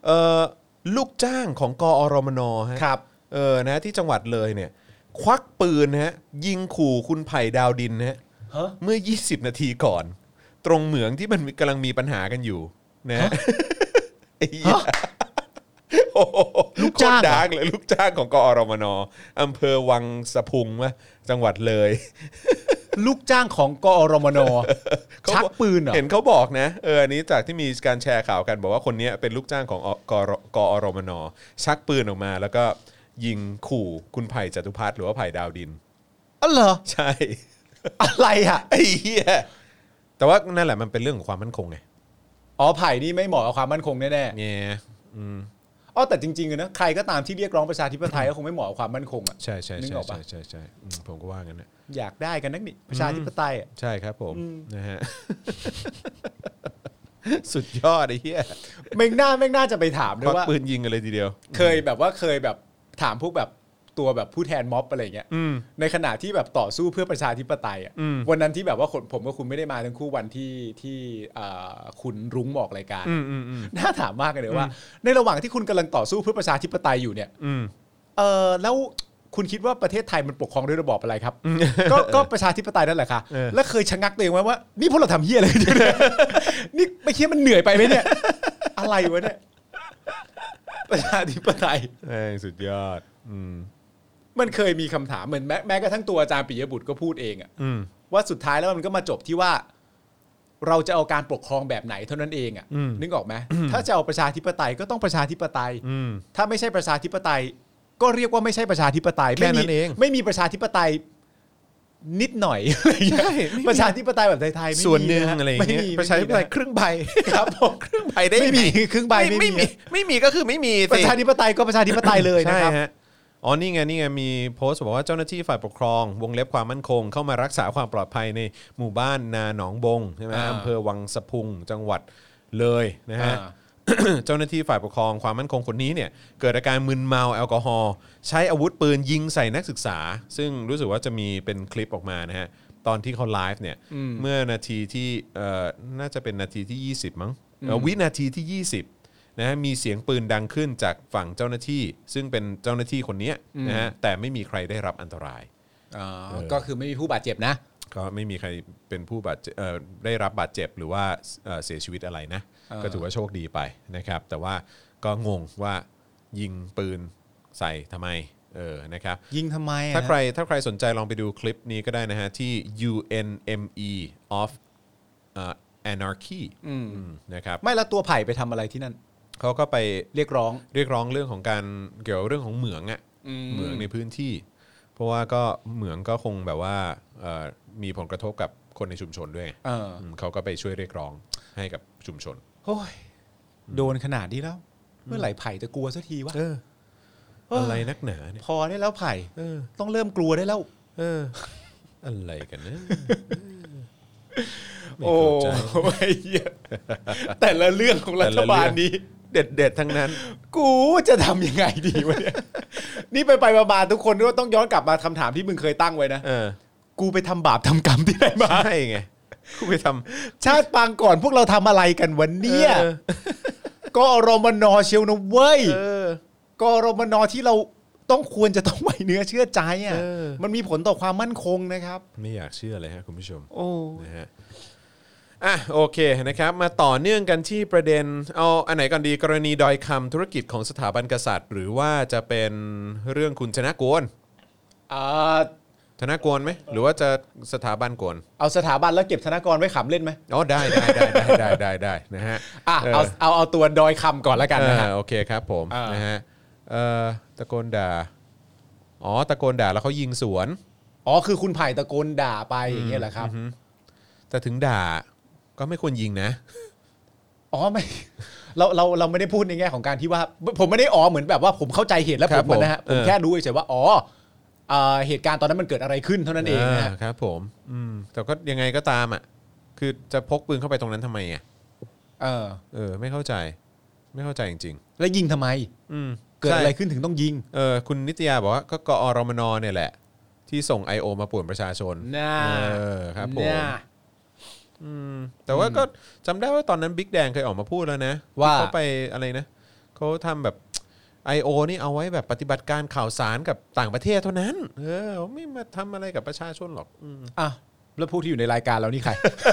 เอ่อลูกจ้างของกอรมนฮะครับเออนะที่จังหวัดเลยเนี่ยควักปืนนะฮะยิงขู่คุณไผ่ดาวดินนะฮะเมื่อยี่สิบนาทีก่อนตรงเหมืองที่มันกำลังมีปัญหากันอยู่นะฮะลูกจ้างดังเลยลูกจ้างของกอรมนอำเภอวังสะพุงวะจังหวัดเลยลูกจ้างของกอรมนชักปืนเหรอเห็นเขาบอกนะเอออันนี้จากที่มีการแชร์ข่าวกันบอกว่าคนนี้เป็นลูกจ้างของกกอรมนชักปืนออกมาแล้วก็ยิงขู่คุณไผ่จตุพัฒน์หรือว่าไผ่ดาวดินอ๋อเหรอใช่อะไรอ่ะไอ้เหี้ยแต่ว่านั่นแหละมันเป็นเรื่องของความมั่นคงไงอ๋อไผ่นี่ไม่เหมาะกับความมั่นคงแน่ๆเนี่ยอืมอ๋อแต่จริงๆนะใครก็ตามที่เรียกร้องประชาธิปไตยก็คงไม่เหมาะกับความมั่นคงอ่ะใช่ใช่ใช่ใช่ใช่ใช่ผมก็ว่างั้นนะอยากได้กันนักนี่ประชาธิปไตยอ่ะใช่ครับผมนะฮะสุดยอดไอ้เหี้ยเม่งหน้าเม่งหน้าจะไปถามด้วยว่าปืนยิงกันเลยทีเดียวเคยแบบว่าเคยแบบถามพวกแบบตัวแบบผู้แทนม็อบอะไรเงี้ยในขณะที่แบบต่อสู้เพื่อประชาธิปไตยอ่ะวันนั้นที่แบบว่าผมกับคุณไม่ได้มาทั้งคู่วันที่ที่คุณรุ้งบอกรายการน่าถามมากเลยว่าในระหว่างที่คุณกำลังต่อสู้เพื่อประชาธิปไตยอยู่เนี่ยเออแล้วคุณคิดว่าประเทศไทยมันปกครองด้วยระบอบอะไรครับก็ก็ประชาธิปไตยนั่นแหละค่ะแล้วเคยชะงักตัวเองไว้ว่านี่พวกเราทำเหี้ยอะไรกันอยู่เนี่ยนี่ไม่คิดมันเหนื่อยไปไหมเนี่ยอะไรวะเนี่ยประชาธิปไตยสุดยอดมันเคยมีคำถามเหมือนแม้แม้กระทั่งตัวอาจารย์ปิยบุตรก็พูดเองอะว่าสุดท้ายแล้วมันก็มาจบที่ว่าเราจะเอาการปกครองแบบไหนเท่านั้นเองอะนึกออกไหมถ้าจะเอาประชาธิปไตยก็ต้องประชาธิปไตยถ้าไม่ใช่ประชาธิปไตยก็เรียกว่าไม่ใช่ประชาธิปไตยแค่นั้นเองไม่มีประชาธิปไตยนิดหน่อยประชาธิปไตยแบบไทยๆส่วนหนึ่งอะไรอย่างเงี้ยประชาธิปไตยครึ่งใบครับผมครึ่งใบได้ไม่มีครึ่งใบไม่มีไม่มีก็คือไม่มีประชาธิปไตยก็ประชาธิปไตยเลยนะครับอ๋อนี่ไงนี่ไงมีโพสต์บอกว่าเจ้าหน้าที่ฝ่ายปกครองวงเล็บความมั่นคงเข้ามารักษาความปลอดภัยในหมู่บ้านนาหนองบงใช่ไหมอำเภอวังสะพุงจังหวัดเลยนะฮะเจ้าหน้าที่ฝ่ายปกครองความมั่นคงคนนี้เนี่ยเกิดอาการมึนเมาแอลกอฮอล์ใช้อาวุธปืนยิงใส่นักศึกษาซึ่งรู้สึกว่าจะมีเป็นคลิปออกมานะฮะตอนที่เขาไลฟ์เนี่ยเมื่อนาทีที่เอ่อน่าจะเป็นนาทีที่ยี่สิบมั้งวินาทีที่ยี่สิบนะฮะมีเสียงปืนดังขึ้นจากฝั่งเจ้าหน้าที่ซึ่งเป็นเจ้าหน้าที่คนนี้นะฮะแต่ไม่มีใครได้รับอันตรายก็คือไม่มีผู้บาดเจ็บนะก็ไม่มีใครเป็นผู้บาดเจ็บได้รับบาดเจ็บหรือว่าเสียชีวิตอะไรนะก็ถือว่าโชคดีไปนะครับแต่ว่าก็งงว่ายิงปืนใส่ทำไมเออนะครับยิงทำไมถ้าใครถ้าใครสนใจลองไปดูคลิปนี้ก็ได้นะฮะที่ ยู เอ็น เอ็ม อี of Anarchy นะครับไม่แล้วตัวไผ่ไปทำอะไรที่นั่นเขาก็ไปเรียกร้องเรียกร้องเรื่องของการเกี่ยวกับเรื่องของเหมืองอ่ะเหมืองในพื้นที่เพราะว่าก็เหมืองก็คงแบบว่ามีผลกระทบกับคนในชุมชนด้วยเขาก็ไปช่วยเรียกร้องให้กับชุมชนโอ้ยโดนขนาดนี้แล้วเมื่อไหร่ไผ่จะกลัวสักทีวะอะไรนักหนาเนี่ยพอได้แล้วไผ่ต้องเริ่มกลัวได้แล้วเอออะไรกันนะโอ้ยแต่ละเรื่องของรัฐบาลนี้เด็ดๆทั้งนั้นกูจะทำยังไงดีวะเนี่ยนี่ไปไปมาๆทุกคนก็ต้องย้อนกลับมาคำถามที่มึงเคยตั้งไว้นะกูไปทำบาปทำกรรมที่ไหนมาใช่ไงกูไปทำชาติปางก่อนพวกเราทำอะไรกันวันนี้ก็รมนเชียวนะเว้ยก็รมนที่เราต้องควรจะต้องไว้เนื้อเชื่อใจอ่ะมันมีผลต่อความมั่นคงนะครับไม่อยากเชื่อเลยฮะคุณผู้ชมโอ้นะฮะอ่ะโอเคนะครับมาต่อเนื่องกันที่ประเด็นเอาอันไหนก่อนดีกรณีดอยคำธุรกิจของสถาบันกษัตริย์หรือว่าจะเป็นเรื่องคุณธนกรอ่าธนกรไหมหรือว่าจะสถาบันกรเอาสถาบันแล้วเก็บธนกรไว้ขำเล่นไหมอ๋อได้ได้ได้ได้ได้ได้ได้นะฮะอ่ะเอาเอาเอาตัวดอยคำก่อนแล้วกันนะฮะโอเคครับผมนะฮะเอ่อตะโกนด่าอ๋อตะโกนด่าแล้วเขายิงสวนอ๋อคือคุณไผ่ตะโกนด่าไปอย่างเงี้ยเหรอครับแต่ถึงด่าก็ไม่ควรยิงนะอ๋อไม่เราเราเราไม่ได้พูดในแง่ของการที่ว่าผมไม่ได้อ๋อเหมือนแบบว่าผมเข้าใจเหตุและผลนะฮะผมแค่รู้เฉยๆว่าอ๋อเหตุการณ์ตอนนั้นมันเกิดอะไรขึ้นเท่านั้นเองนะครับผมอืมแต่ก็ยังไงก็ตามอ่ะคือจะพกปืนเข้าไปตรงนั้นทำไมอ่ะเออเออไม่เข้าใจไม่เข้าใจจริงๆแล้วยิงทำไมอืมเกิดอะไรขึ้นถึงต้องยิงเออคุณนิตยาบอกว่าก็กอรมนเนี่ยแหละที่ส่ง ไอ โอ มาป่วนประชาชนเออครับผมอืมแต่ว่าก็จำได้ว่าตอนนั้นบิ๊กแดงเคยออกมาพูดแล้วนะว่าเขาไปอะไรนะเขาทำแบบ ไอ โอ นี่เอาไว้แบบปฏิบัติการข่าวสารกับต่างประเทศเท่านั้นเออไม่มาทำอะไรกับประชาชนหรอกอ่ะแล้วผู้ที่อยู่ในรายการเรานี่ใคร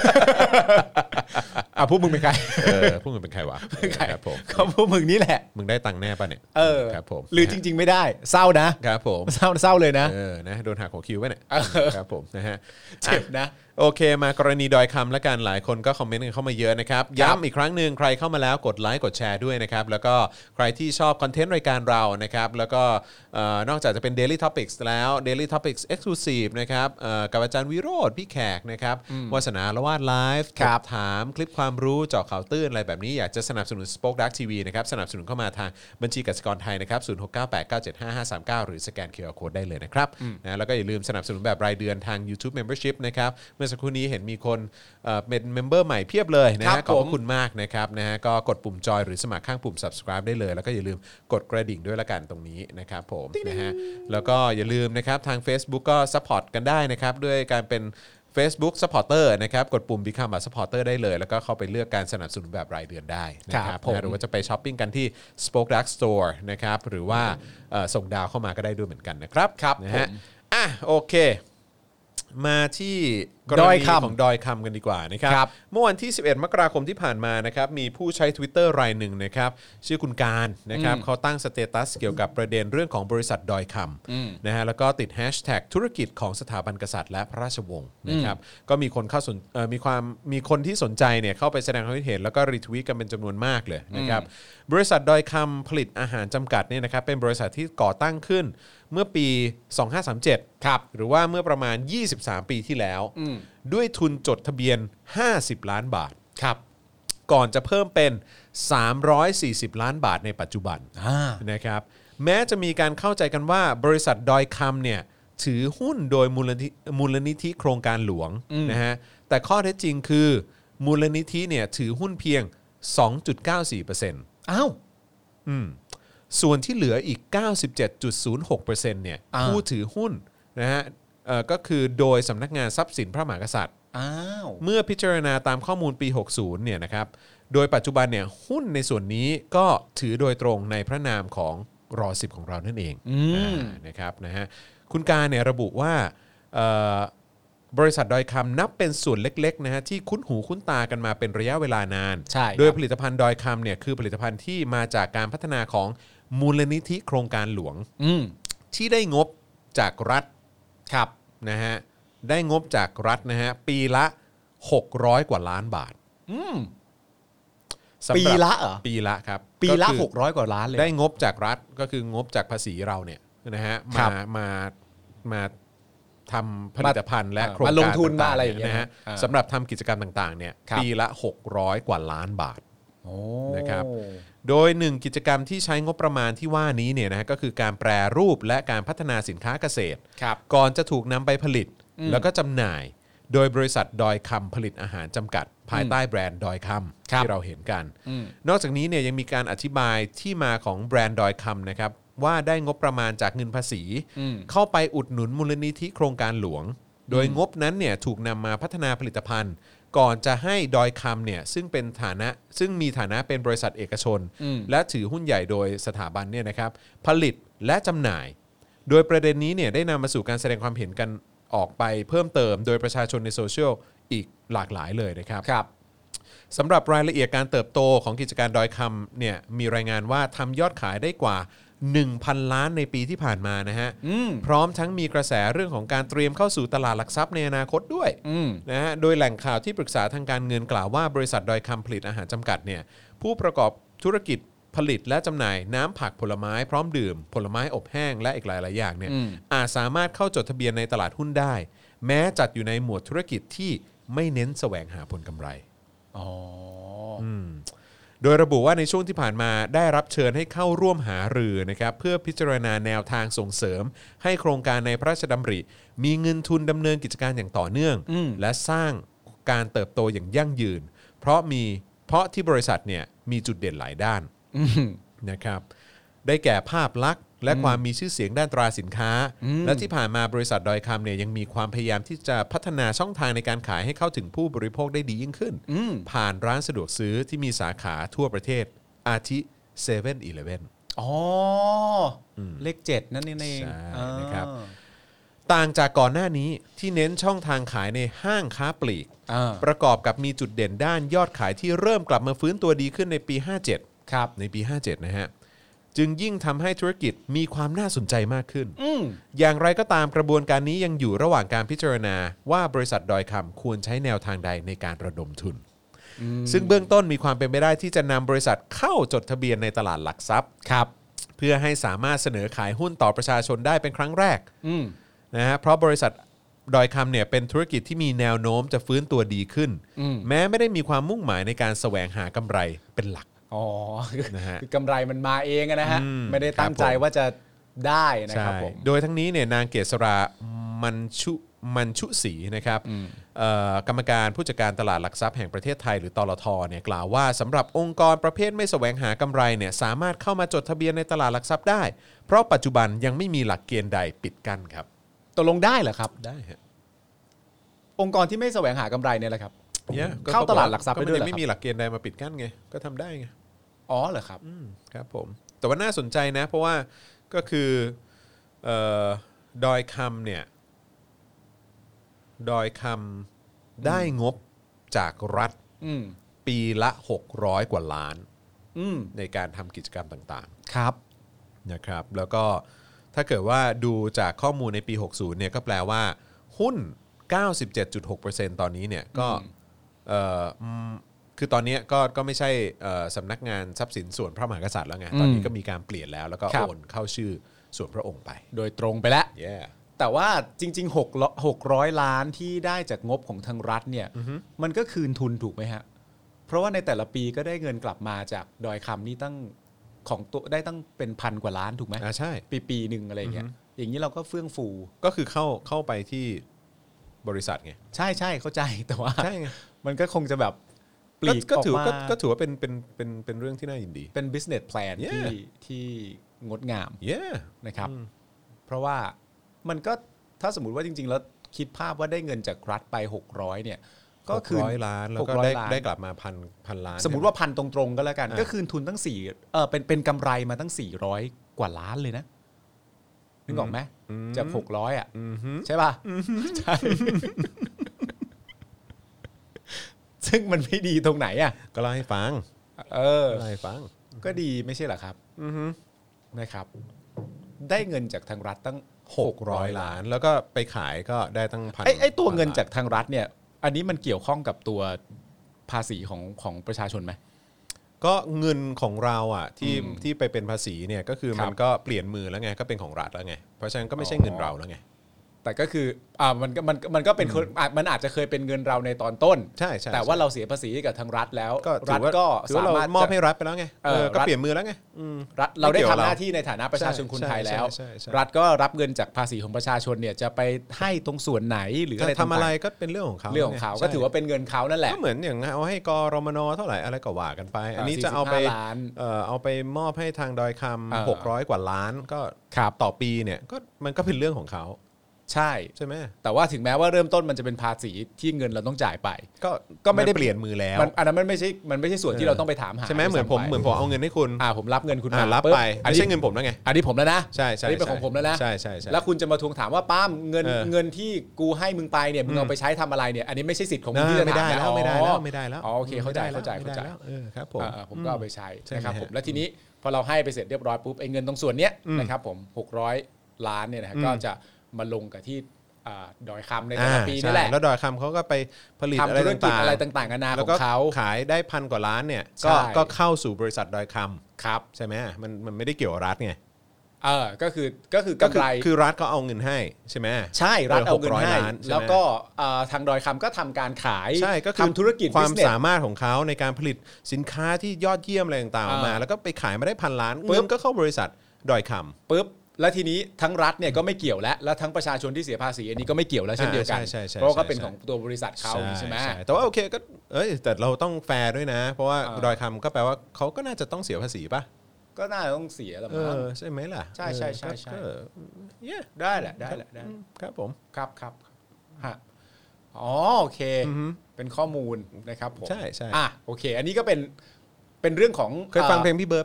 อ่ะพวกมึงเป็นใครเออพวกมึงเป็นใครวะใครครับผมก็พวกมึงนี่แหละมึงได้ตังค์แน่ป่ะเนี่ยเออครับผมหรือจริงๆไม่ได้เศร้านะครับผมเศร้าเศร้าเลยนะเออนะโดนหักหัวคิวไว้เนี่ยครับผมนะฮะเจ็บนะโอเคมากรณีดอยคำและกันหลายคนก็คอมเมนต์กันเข้ามาเยอะนะครับย้ำอีกครั้งหนึ่งใครเข้ามาแล้วกดไลค์กดแชร์ด้วยนะครับแล้วก็ใครที่ชอบคอนเทนต์รายการเรานะครับแล้วก็นอกจากจะเป็น Daily Topics แล้ว Daily Topics Exclusive นะครับกับอาจารย์วิโรจน์พี่แขกนะครับวาสนาละวาดไลฟ์ถามคลิปความรู้เจาะข่าวตื้นอะไรแบบนี้อยากจะสนับสนุน Spoke Dark ที วี นะครับสนับสนุนเข้ามาทางบัญชีกสิกรไทยนะครับศูนย์ หก เก้า แปด เก้า เจ็ด ห้า ห้า สาม เก้าหรือสแกน คิว อาร์ Code ได้เลยนะครับนะแล้วก็อย่าลืมสนับสนุนแบบรายเดือนทาง YouTube Membership นะครับเมื่อสักครู่นี้เห็นมีคนเป็นเมมเบอร์ใหม่เพียบเลยนะฮะขอบคุณมากนะครับนะฮะก็กดปุ่มจอยหรือสมัครข้างปุ่ม Subscribe ได้เลยแล้วก็อย่าลืมกดกระดิ่งด้วยละกันตรงนี้นะครับผมนะฮะแล้วก็อย่าลืมนะครับทาง Facebook ก็ support กันได้นะครับด้วยการเป็น Facebook Supporter นะครับกดปุ่ม Become a Supporter ได้เลยแล้วก็เข้าไปเลือกการสนับสนุนแบบรายเดือนได้นะครับหรือว่าจะไปช้อปปิ้งกันที่ Spoke Dark Store นะครับหรือว่าส่งดาวเข้ามาก็ได้ด้วยเหมือนกันนะครับครับนะฮะอ่ะโอเคมาที่กรณีของดอยคำกันดีกว่านะครับเมื่อวันที่สิบเอ็ดมกราคมที่ผ่านมานะครับมีผู้ใช้ Twitter รายหนึ่งนะครับชื่อคุณการนะครับเขาตั้งสเตตัสเกี่ยวกับประเด็นเรื่องของบริษัทดอยคำนะฮะแล้วก็ติดแฮชแท็กธุรกิจของสถาบันกษัตริย์และพระราชวงศ์นะครับก็มีคนเข้าสนมีความมีคนที่สนใจเนี่ยเข้าไปแสดงความคิดเห็นแล้วก็รีทวีตกันเป็นจำนวนมากเลยนะครับบริษัทดอยคำผลิตอาหารจำกัดเนี่ยนะครับเป็นบริษัทที่ก่อตั้งขึ้นเมื่อปีสองพันห้าร้อยสามสิบเจ็ดครับหรือว่าเมื่อประมาณยี่สิบสามปีที่แล้วด้วยทุนจดทะเบียนห้าสิบล้านบาทครับก่อนจะเพิ่มเป็นสามร้อยสี่สิบล้านบาทในปัจจุบันนะครับแม้จะมีการเข้าใจกันว่าบริษัทดอยคำเนี่ยถือหุ้นโดยมูลนิธิมูลนิธิโครงการหลวงนะฮะแต่ข้อเท็จจริงคือมูลนิธิเนี่ยถือหุ้นเพียง สองจุดเก้าสี่เปอร์เซ็นต์อ้าวอืมส่วนที่เหลืออีก เก้าสิบเจ็ดจุดศูนย์หกเปอร์เซ็นต์ เนี่ยผู้ถือหุ้นนะฮะก็คือโดยสำนักงานทรัพย์สินพระมหากษัตริย์เมื่อพิจารณาตามข้อมูลปีหกสิบเนี่ยนะครับโดยปัจจุบันเนี่ยหุ้นในส่วนนี้ก็ถือโดยตรงในพระนามของรอสิบของเรานั่นเองนะครับนะฮะคุณการเนี่ยระบุว่าบริษัทดอยคำนับเป็นส่วนเล็กๆนะฮะที่คุ้นหูคุ้นตากันมาเป็นระยะเวลานานโดยผลิตภัณฑ์ดอยคำเนี่ยคือผลิตภัณฑ์ที่มาจากการพัฒนาของมูลนิธิโครงการหลวงที่ได้งบจากรัฐครับนะฮะได้งบจากรัฐนะฮะปีละหกร้อยกว่าล้านบาทปีละเหรอปีละครับปีละหกร้อยกว่าล้านเลยได้งบจากรัฐก็คืองบจากภาษีเราเนี่ยนะฮะมามามาทำผลิตภัณฑ์และโครงการลงทุนมาอะไรอย่างเงี้ยนะฮะสำหรับทำกิจกรรมต่างๆเนี่ยปีละหกร้อยกว่าล้านบาทนะครับโดยหนึ่งกิจกรรมที่ใช้งบประมาณที่ว่านี้เนี่ยนะฮะก็คือการแปรรูปและการพัฒนาสินค้าเกษตรก่อนจะถูกนำไปผลิตแล้วก็จำหน่ายโดยบริษัทดอยคำผลิตอาหารจำกัดภายใต้แบรนด์ดอยคำที่เราเห็นกันนอกจากนี้เนี่ยยังมีการอธิบายที่มาของแบรนด์ดอยคำนะครับว่าได้งบประมาณจากเงินภาษีเข้าไปอุดหนุนมูลนิธิโครงการหลวงโดยงบนั้นเนี่ยถูกนำมาพัฒนาผลิตภัณฑ์ก่อนจะให้ดอยคำเนี่ยซึ่งเป็นฐานะซึ่งมีฐานะเป็นบริษัทเอกชนและถือหุ้นใหญ่โดยสถาบันเนี่ยนะครับผลิตและจำหน่ายโดยประเด็นนี้เนี่ยได้นำมาสู่การแสดงความเห็นกันออกไปเพิ่มเติมโดยประชาชนในโซเชียลอีกหลากหลายเลยนะครับครับสำหรับรายละเอียดการเติบโตของกิจการดอยคำเนี่ยมีรายงานว่าทำยอดขายได้กว่าหนึ่งพัน ล้านในปีที่ผ่านมานะฮะพร้อมทั้งมีกระแสเรื่องของการเตรียมเข้าสู่ตลาดหลักทรัพย์ในอนาคตด้วยนะฮะโดยแหล่งข่าวที่ปรึกษาทางการเงินกล่าวว่าบริษัทดอยคำผลิตอาหารจำกัดเนี่ยผู้ประกอบธุรกิจผลิตและจำหน่ายน้ำผักผลไม้พร้อมดื่มผลไม้อบแห้งและอีกหลายๆอย่างเนี่ยอาจสามารถเข้าจดทะเบียนในตลาดหุ้นได้แม้จัดอยู่ในหมวดธุรกิจที่ไม่เน้นแสวงหาผลกำไรอ๋อโดยระบุว่าในช่วงที่ผ่านมาได้รับเชิญให้เข้าร่วมหารือนะครับเพื่อพิจารณาแนวทางส่งเสริมให้โครงการในพระราชดำริมีเงินทุนดำเนินกิจการอย่างต่อเนื่องและสร้างการเติบโตอย่างยั่งยืนเพราะมีเพราะที่บริษัทเนี่ยมีจุดเด่นหลายด้านนะครับได้แก่ภาพลักษณ์และความมีชื่อเสียงด้านตราสินค้าและที่ผ่านมาบริษัทดอยคำเนี่ยยังมีความพยายามที่จะพัฒนาช่องทางในการขายให้เข้าถึงผู้บริโภคได้ดียิ่งขึ้นผ่านร้านสะดวกซื้อที่มีสาขาทั่วประเทศอาทิเซเว่นอีเลฟเว่นอ๋อเลขเจ็ดนั่นเองใช่นะครับต่างจากก่อนหน้านี้ที่เน้นช่องทางขายในห้างค้าปลีกประกอบกับมีจุดเด่นด้านยอดขายที่เริ่มกลับมาฟื้นตัวดีขึ้นในปีห้าเจ็ดครับในปีห้าเจ็ดนะฮะจึงยิ่งทำให้ธุรกิจมีความน่าสนใจมากขึ้นออย่างไรก็ตามกระบวนการนี้ยังอยู่ระหว่างการพิจารณาว่าบริษัทดอยคำควรใช้แนวทางใดในการระดมทุนซึ่งเบื้องต้นมีความเป็นไปได้ที่จะนำบริษัทเข้าจดทะเบียนในตลาดหลักทรัพย์ครับเพื่อให้สามารถเสนอขายหุ้นต่อประชาชนได้เป็นครั้งแรกนะฮะเพราะบริษัทดอยคำเนี่ยเป็นธุรกิจที่มีแนวโน้มจะฟื้นตัวดีขึ้นแม้ไม่ได้มีความมุ่งหมายในการแสวงหากำไรเป็นหลักอ๋อนะฮะคือกำไรมันมาเองนะฮะไม่ได้ตั้งใจว่าจะได้นะครับผมโดยทั้งนี้เนี่ยนางเกษรามันชุมันชุศรีนะครับกรรมการผู้จัดการตลาดหลักทรัพย์แห่งประเทศไทยหรือตลทเนี่ยกล่าวว่าสำหรับองค์กรประเภทไม่แสวงหากำไรเนี่ยสามารถเข้ามาจดทะเบียนในตลาดหลักทรัพย์ได้เพราะปัจจุบันยังไม่มีหลักเกณฑ์ใดปิดกั้นครับตกลงได้เหรอครับได้ฮะองค์กรที่ไม่แสวงหากำไรเนี่ยแหละครับเข้าตลาดหลักทรัพย์ได้ด้วยเหรอครับไม่มีหลักเกณฑ์ใดมาปิดกั้นไงก็ทำได้ไงอ๋อเหรอครับครับผมแต่ว่าน่าสนใจนะเพราะว่าก็คือดอยคำเนี่ยดอยคำได้งบจากรัฐปีละหกร้อยกว่าล้านในการทำกิจกรรมต่างๆครับนะครับแล้วก็ถ้าเกิดว่าดูจากข้อมูลในปีหกสิบเนี่ยก็แปลว่าหุ้น เก้าสิบเจ็ดจุดหกเปอร์เซ็นต์ ตอนนี้เนี่ยก็คือตอนนี้ก็ก็ไม่ใช่สำนักงานทรัพย์สินส่วนพระมหากษัตริย์แล้วไงตอนนี้ก็มีการเปลี่ยนแล้วแล้วก็โอนเข้าชื่อส่วนพระองค์ไปโดยตรงไปแล้ว yeah. แต่ว่าจริงๆหกร้อยล้านที่ได้จากงบของทางรัฐเนี่ย uh-huh. มันก็คืนทุนถูกไหมฮะเพราะว่าในแต่ละปีก็ได้เงินกลับมาจากดอยคำนี่ตั้งของตัวได้ตั้งเป็นพันกว่าล้านถูกไหมอ่าใช่ปีปีหนึ่งอะไรอย่างเงี้ย uh-huh. อย่างนี้เราก็เฟื่องฟูก็คือเข้าเข้าไปที่บริษัทไงใช่ใช่เข้าใจแต่ว่าใช่มันก็คงจะแบบปลีกก็ถือก็ถือว่าเป็นเป็นเป็นเป็นเรื่องที่น่ายินดีเป็น business plan ที่ที่งดงาม yeah. นะครับเพราะว่ามันก็ถ้าสมมุติว่าจริงๆแล้วคิดภาพว่าได้เงินจากรัฐไปหกร้อยเนี่ยก็คืนหกร้อยล้านแล้วก็ได้ได้กลับมาพันพันล้านสมมุติว่าพันตรงๆก็แล้วกันก็คืนทุนตั้งสี่เออเป็นเป็นกำไรมาตั้งสี่ร้อยกว่าล้านเลยนะนึกออกไหมจากหกร้อยอ่ะใช่ป่ะใช่ซึ่งมันไม่ดีตรงไหนอ่ะก็เล่าให้ฟังเออเล่าให้ฟังก็ดีไม่ใช่เหรอครับนะครับได้เงินจากทางรัฐตั้งหกร้อยล้านแล้วก็ไปขายก็ได้ตั้งพันไอ้ไอ้ตัวเงินจากทางรัฐเนี่ยอันนี้มันเกี่ยวข้องกับตัวภาษีของของประชาชนไหมก็เงินของเราอ่ะที่ที่ไปเป็นภาษีเนี่ยก็คือมันก็เปลี่ยนมือแล้วไงก็เป็นของรัฐแล้วไงเพราะฉะนั้นก็ไม่ใช่เงินเราแล้วไงแต่ก็คืออ่ามันก็มันมันก็เป็นมันอาจจะเคยเป็นเงินเราในตอนต้นใช่ใช่แต่ว่าเราเสียภาษีกับทางรัฐแล้วรัฐก็สามารถมอบให้รัฐไปแล้วไงเออก็เปลี่ยนมือแล้วไงรัฐเราได้ทำหน้าที่ในฐานะประชาชนคนไทยแล้วรัฐก็รับเงินจากภาษีของประชาชนเนี่ยจะไปให้ตรงส่วนไหนหรืออะไรทำอะไรก็เป็นเรื่องของเขาเรื่องของเขาก็ถือว่าเป็นเงินเขานั่นแหละก็เหมือนอย่างเอาให้กรมนเท่าไหร่อะไรก็ว่ากันไปอันนี้จะเอาไปเออเอาไปมอบให้ทางดอยคำหกร้อยกว่าล้านก็ต่อปีเนี่ยก็มันก็เป็นเรื่องของเขาใช่ใช่ไหมแต่ว่าถึงแม้ว่าเริ่มต้นมันจะเป็นภาษีที่เงินเราต้องจ่ายไปก็ก็ไม่ได้เปลี่ยนมือแล้วอันนั้นมันไม่ใช่มันไม่ใช่ส่วนที่เราต้องไปถามหาใช่ไหมเหมือนผมเหมือนผมเอาเงินให้คุณอ่าผมรับเงินคุณมารับไปอันนี้ใช่เงินผมแล้วไงอันนี้ผมแล้วนะใช่ใช่อันนี้เป็นของผมแล้วนะใช่ใช่แล้วคุณจะมาทวงถามว่าป้ามเงินเงินที่กูให้มึงไปเนี่ยมึงเอาไปใช้ทำอะไรเนี่ยอันนี้ไม่ใช่สิทธิ์ของมึงที่จะไม่ได้แล้วไม่ได้แล้วไม่ได้แล้วอ๋อโอเคเข้าใจเข้าใจเข้าใจครับผมผมก็เอาไปใช้นะครับผมแล้วทีนี้พอเราให้ไปเสร็จเรียบร้อยปุ๊บไอ้เงินตรงส่วนเนี้ยนะครับผมหกร้อยล้านเนี่ยนะก็จะมาลงกับที่ดอยคำในแต่ละปีนี่แหละแล้วดอยคำเขาก็ไปผลิตอะไรต่างๆอะไรต่างๆกันานาของเขาขายได้พันกว่าล้านเนี่ยก็ก็เข้าสู่บริษัทดอยคำครับใช่ไหมมันมันไม่ได้เกี่ยวกับรัฐไงเออก็คือก็คือกำไรคือรัฐก็เอาเงินให้ใช่ไหมใช่รัฐเอาเงินให้แล้วก็ทางดอยคำก็ทำการขายใช่ก็คือธุรกิจความสามารถของเขาในการผลิตสินค้าที่ยอดเยี่ยมอะไรต่างๆออกมาแล้วก็ไปขายมาได้พันล้านเงินก็เข้าบริษัทดอยคำปุ๊บแล้วทีนี้ทั้งรัฐเนี่ยก็ไม่เกี่ยวแล้วแล้วทั้งประชาชนที่เสียภาษีอันนี้ก็ไม่เกี่ยวแล้วเช่นเดียวกันเพราะก็เป็นของตัวบริษัทเขาใช่ไหมแต่ว่าโอเคก็เอ้ยแต่เราต้องแฟร์ด้วยนะเพราะว่าดอยคำก็แปลว่าเขาก็น่าจะต้องเสียภาษีป่ะก็น่าต้องเสียแล้วมั้งใช่ไหมล่ะใช่ใช่ใช่ใช่ได้แหละได้แหละได้ครับผมครับครับฮะอ๋อโอเคเป็นข้อมูลนะครับผมใช่ใช่อ่ะโอเคอันนี้ก็เป็นเป็นเรื่องของเคยฟังเพลงพี่เบิร์ดเปล่า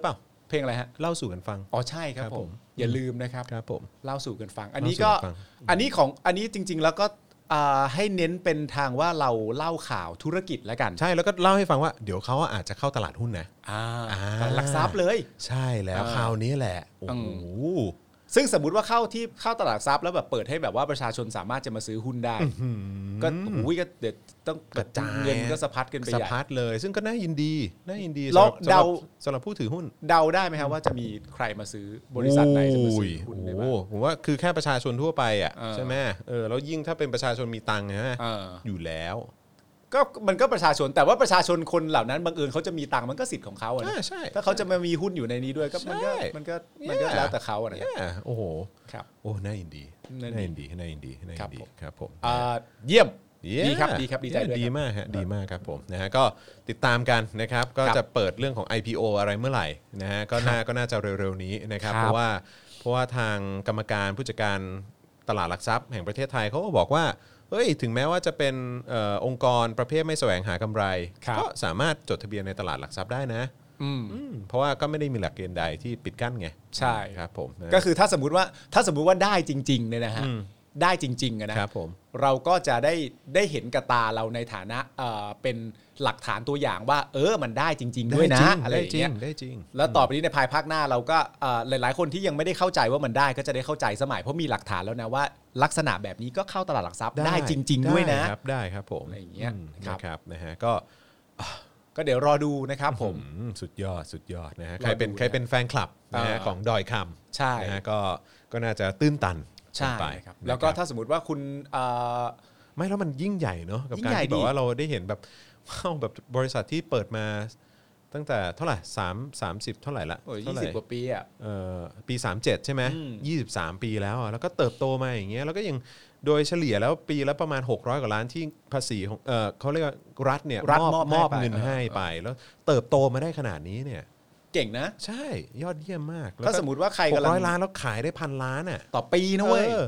เพลงอะไรฮะเล่าสู่กันฟังอ๋อใช่ครับผมอย่าลืมนะครับครับผมเล่าสู่กันฟังอันนี้ก็อันนี้ของอันนี้จริงๆแล้วก็ให้เน้นเป็นทางว่าเราเล่าข่าวธุรกิจแล้วกันใช่แล้วก็เล่าให้ฟังว่าเดี๋ยวเขาอาจจะเข้าตลาดหุ้นนะอ่าหลักทรัพย์เลยใช่แล้วคราวนี้แหละโอ้โหซึ่งสมมุติว่าเข้าที่เข้าตลาดทรัพย์แล้วแบบเปิดให้แบบว่าประชาชนสามารถจะมาซื้อหุ้นได้ก็โอ้ยก็เดี๋ยวต้องกระจายเงินก็สะพัดกันไปใหญ่สะพัดเลยซึ่งก็น่ายินดีน่ายินดีเราเดาสำหรับผู้ถือหุ้นเดาได้ไหมครับว่าจะมีใครมาซื้อบริษัทไหนจะมาซื้อหุ้นได้บ้างผมว่าคือแค่ประชาชนทั่วไปอ่ะใช่ไหมเออแล้วยิ่งถ้าเป็นประชาชนมีตังค์นะอยู่แล้วก็มันก็ประชาชนแต่ว่าประชาชนคนเหล่านั้นบังเอิญเขาจะมีตังค์มันก็สิทธิ์ของเขาอ่ะใช่ถ้าเขาจะมามีหุ้นอยู่ในนี้ด้วยก็มันก็มันก็มันก็แล้วแต่เขาอ่ะนะโอ้โหครับโอ้น่ายินดีน่ายินดีน่ายินดีน่ายินดีครับผมเยี่ยมดีครับดีครับดีใจด้วยดีมากฮะดีมากครับผมนะฮะก็ติดตามกันนะครับก็จะเปิดเรื่องของ ไอ พี โอ อะไรเมื่อไหร่นะฮะก็น่าก็น่าจะเร็วๆนี้นะครับเพราะว่าเพราะว่าทางกรรมการผู้จัดการตลาดหลักทรัพย์แห่งประเทศไทยเขาก็บอกว่าเฮ้ยถึงแม้ว่าจะเป็นเอ่อองค์กรประเภทไม่แสวงหากำไรก็สามารถจดทะเบียนในตลาดหลักทรัพย์ได้นะอืมเพราะว่าก็ไม่ได้มีหลักเกณฑ์ใดที่ปิดกั้นไงใช่ครับผมก็คือถ้าสมมุติว่าถ้าสมมุติว่าได้จริงๆเนี่ยนะฮะได้จริงๆนะครับผมเราก็จะได้ได้เห็นกับตาเราในฐานะเอ่อเป็นหลักฐานตัวอย่างว่าเออมันได้จริงๆด้วยนะอะไรอย่างเงี้ยได้จริงแล้วต่อไปนี้ในภายภาคหน้าเราก็หลายๆคนที่ยังไม่ได้เข้าใจว่ามันได้ก็จะได้เข้าใจสมัยเพราะมีหลักฐานแล้วนะว่าลักษณะแบบนี้ก็เข้าตลาดหลักทรัพย์ได้จริงๆด้วยนะครับได้ครับผมอะไรอย่างเงี้ยนะครับนะฮะก็ก็เดี๋ยวรอดูนะครับผมสุดยอดสุดยอดนะฮะใครเป็นใครเป็นแฟนคลับนะฮะของดอยคำใช่นะฮะก็ก็น่าจะตื้นตันใช่ครับแล้วก็ถ้าสมมติว่าคุณไม่แล้วมันยิ่งใหญ่เนาะกับการที่บอกว่าเราได้เห็นแบบว้าวแบบบริษัทที่เปิดมาตั้งแต่เท่าไหร่สาม สามสิบเท่าไหร่ละยี่สิบกว่าปีอ่ะเอ่อปีสามสิบเจ็ดใช่ไหมยี่สิบสามปีแล้วแล้วก็เติบโตมาอย่างเงี้ยแล้วก็ยังโดยเฉลี่ยแล้วปีละประมาณหกร้อยกว่าล้านที่ภาษีของเออเขาเรียกว่ารัฐเนี่ยมอบมอบเงินให้ไปแล้วเติบโตมาได้ขนาดนี้เนี่ยเก่งนะใช่ยอดเยี่ยมมากถ้าสมมติว่าใครกำลังหกร้อยล้านแล้วขายได้พันล้านอ่ะต่อปีนะเว้ย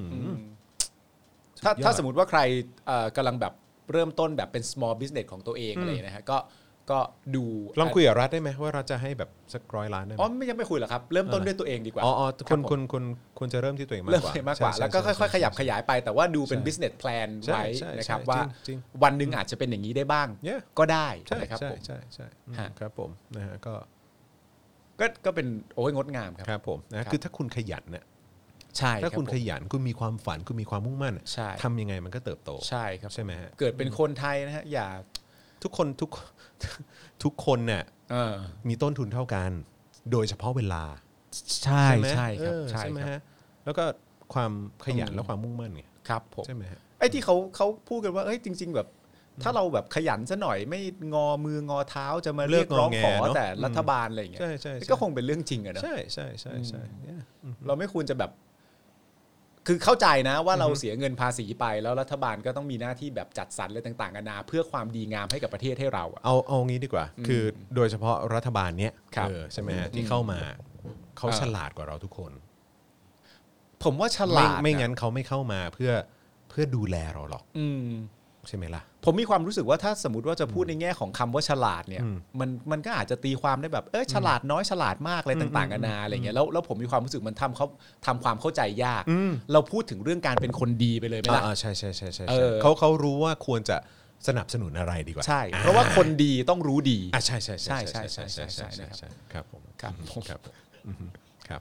ถ้าถ้าสมมติว่าใครกำลังแบบเริ่มต้นแบบเป็น small business ของตัวเองอะไรนะฮะก็ก็ดูลองคุยกับรัฐได้ไหมว่ารัฐจะให้แบบสักร้อยล้านได้ไหมอ๋อไม่ยังไม่คุยหรอกครับเริ่มต้นด้วยตัวเองดีกว่าอ๋อคนคนคนควรจะเริ่มที่ตัวเองมากกว่ามากกว่าแล้วก็ค่อยๆขยับขยายไปแต่ว่าดูเป็น business plan ไว้นะครับว่าวันหนึ่งอาจจะเป็นอย่างนี้ได้บ้างก็ได้นะครับผมใช่ใช่ครับผมนะฮะก็ก็ก็เป็นโอ้ยงดงามครับครับผมนะคือถ้าคุณขยันเนี่ยใช่ถ้าคุณขยันคุณมีความฝันคุณมีความมุ่งมั่นทำยังไงมันก็เติบโตใช่ครับใช่ไหมฮะเกิดเป็นคนไทยนะฮะอย่าทุกคนทุกทุกคนเนี่ยมีต้นทุนเท่ากันโดยเฉพาะเวลาใช่ใช่ครับใช่ไหมฮะแล้วก็ความขยันและความมุ่งมั่นไงครับผมใช่ไหมฮะไอ้ที่เขาเขาพูดกันว่าเอ้ยจริงๆแบบถ้าเราแบบขยันซะหน่อยไม่งอมืองอเท้าจะมาเรียกร้องขอแต่รัฐบาลอะไรอย่างเงี้ยก็คงเป็นเรื่องจริงอะนะใช่ใช่ใช่ใช่เราไม่ควรจะแบบคือเข้าใจนะว่าเราเสียเงินภาษีไปแล้วรัฐบาลก็ต้องมีหน้าที่แบบจัดสรรอะไรต่างๆนานาเพื่อความดีงามให้กับประเทศให้เราเอาเอางี้ดีกว่าคือโดยเฉพาะรัฐบาลเนี้ยใช่ไหมฮะที่เข้ามาเขาฉลาดกว่าเราทุกคนผมว่าฉลาดไม่งั้นเขาไม่เข้ามาเพื่อเพื่อดูแลเราหรอกใช่ไหมล่ะผมมีความรู้สึกว่าถ้าสมมติว่าจะพูดในแง่ของคำว่าฉลาดเนี่ยมันมันก็อาจจะตีความได้แบบเออฉลาดน้อยฉลาดมากอะไรต่างๆกันานาอะไรเงี้ยแล้วแล้วผมมีความรู้สึกมันทำเขาทำความเข้าใจยากเราพูดถึงเรื่องการเป็นคนดีไปเลยไหมล่ะใช่ใช่ใช่ใช่เขาเขารู้ว่าควรจะสนับสนุนอะไรดีกว่าใช่เพราะว่าคนดีต้องรู้ดีอ่ะใช่ใช่ใช่ใช่ใช่ใช่ใช่ใช่ครับผมครับผมครับครับ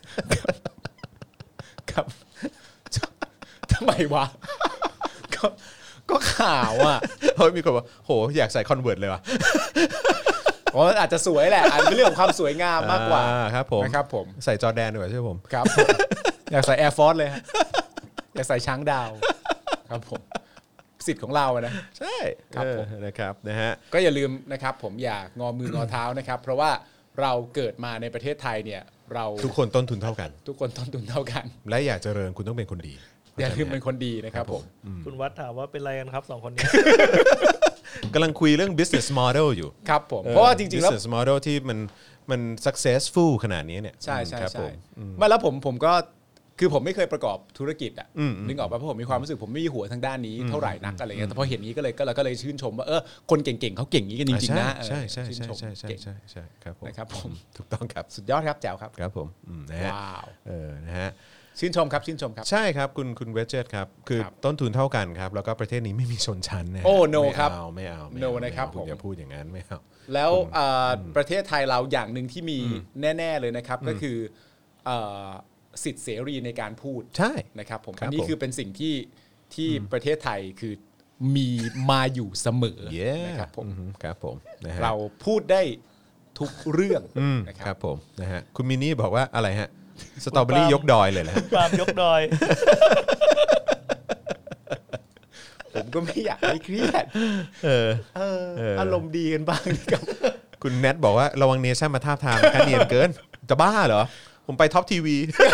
ครับทำไมวะก็ข่าวอ่ะเฮ้ยมีคนบอกโหอยากใส่คอนเวิร์ตเลยว่ะอ๋ออาจจะสวยแหละอาจเป็นเรื่องของความสวยงามมากกว่าครับผมนะครับผมใส่จอร์แดนดีกว่าใช่ไหมผมครับอยากใส่แอร์ฟอร์สเลยอยากใส่ช้างดาวครับผมสิทธิ์ของเรานะใช่ครับผมนะครับนะฮะก็อย่าลืมนะครับผมอย่างอมืองอเท้านะครับเพราะว่าเราเกิดมาในประเทศไทยเนี่ยเราทุกคนต้นทุนเท่ากันทุกคนต้นทุนเท่ากันและอยากเจริญคุณต้องเป็นคนดีอย่าลืมเป็นคนดีนะครับผมคุณวัดถามว่าเป็นอะไรกันครับสองคนนี้กำลังคุยเรื่อง business model อยู่ครับผมเพราะว่าจริงๆแล้ว business model ที่มันมัน successful ขนาดนี้เนี่ยใช่ใช่ใช่ไม่แล้วผมผมก็คือผมไม่เคยประกอบธุรกิจอ่ะนึกออกป่ะเพราะผมมีความรู้สึกผมไม่มีหัวทางด้านนี้เท่าไหร่นักอะไรเงี้ยแต่พอเห็นนี้ก็เลยก็เลยก็เลยชื่นชมว่าเออคนเก่งๆเขาเก่งนี้กันจริงๆนะใช่ใช่ใช่ใช่ใช่ใช่ใช่ครับผมนะครับผมถูกต้องครับสุดยอดครับแจ๋วครับครับผมนะฮะว้าวเออนะฮะชื่นชมครับชื่นชมครับใช่ครับคุณคุณเวจเจตครับคือต้นทุนเท่ากันครับแล้วก็ประเทศนี้ไม่มีชนชั้นนะโอ้ no ครับไม่เอาไม่เอาโนนะครับผมอย่าพูดอย่างนั้นไม่เอาแล้วประเทศไทยเราอย่างหนึ่งที่มีแน่ๆเลยนะครับก็คือสิทธิเสรีในการพูดใช่นะครับผมอันนี้คือเป็นสิ่งที่ที่ประเทศไทยคือมีมาอยู่เสมอนะครับผมครับผมเราพูดได้ทุกเรื่องนะครับผมนะฮะคุณมินี่บอกว่าอะไรฮะสตรอเบอรี่ยกดอยเลยแหละปาล์มยกดอยผมก็ไม่อยากให้เครียดเออเอออารมณ์ดีกันบ้างครับคุณแนทบอกว่าระวังเนชั่นมาทาบทามกันเนียนเกินจะบ้าเหรอผมไปท็อปทีวี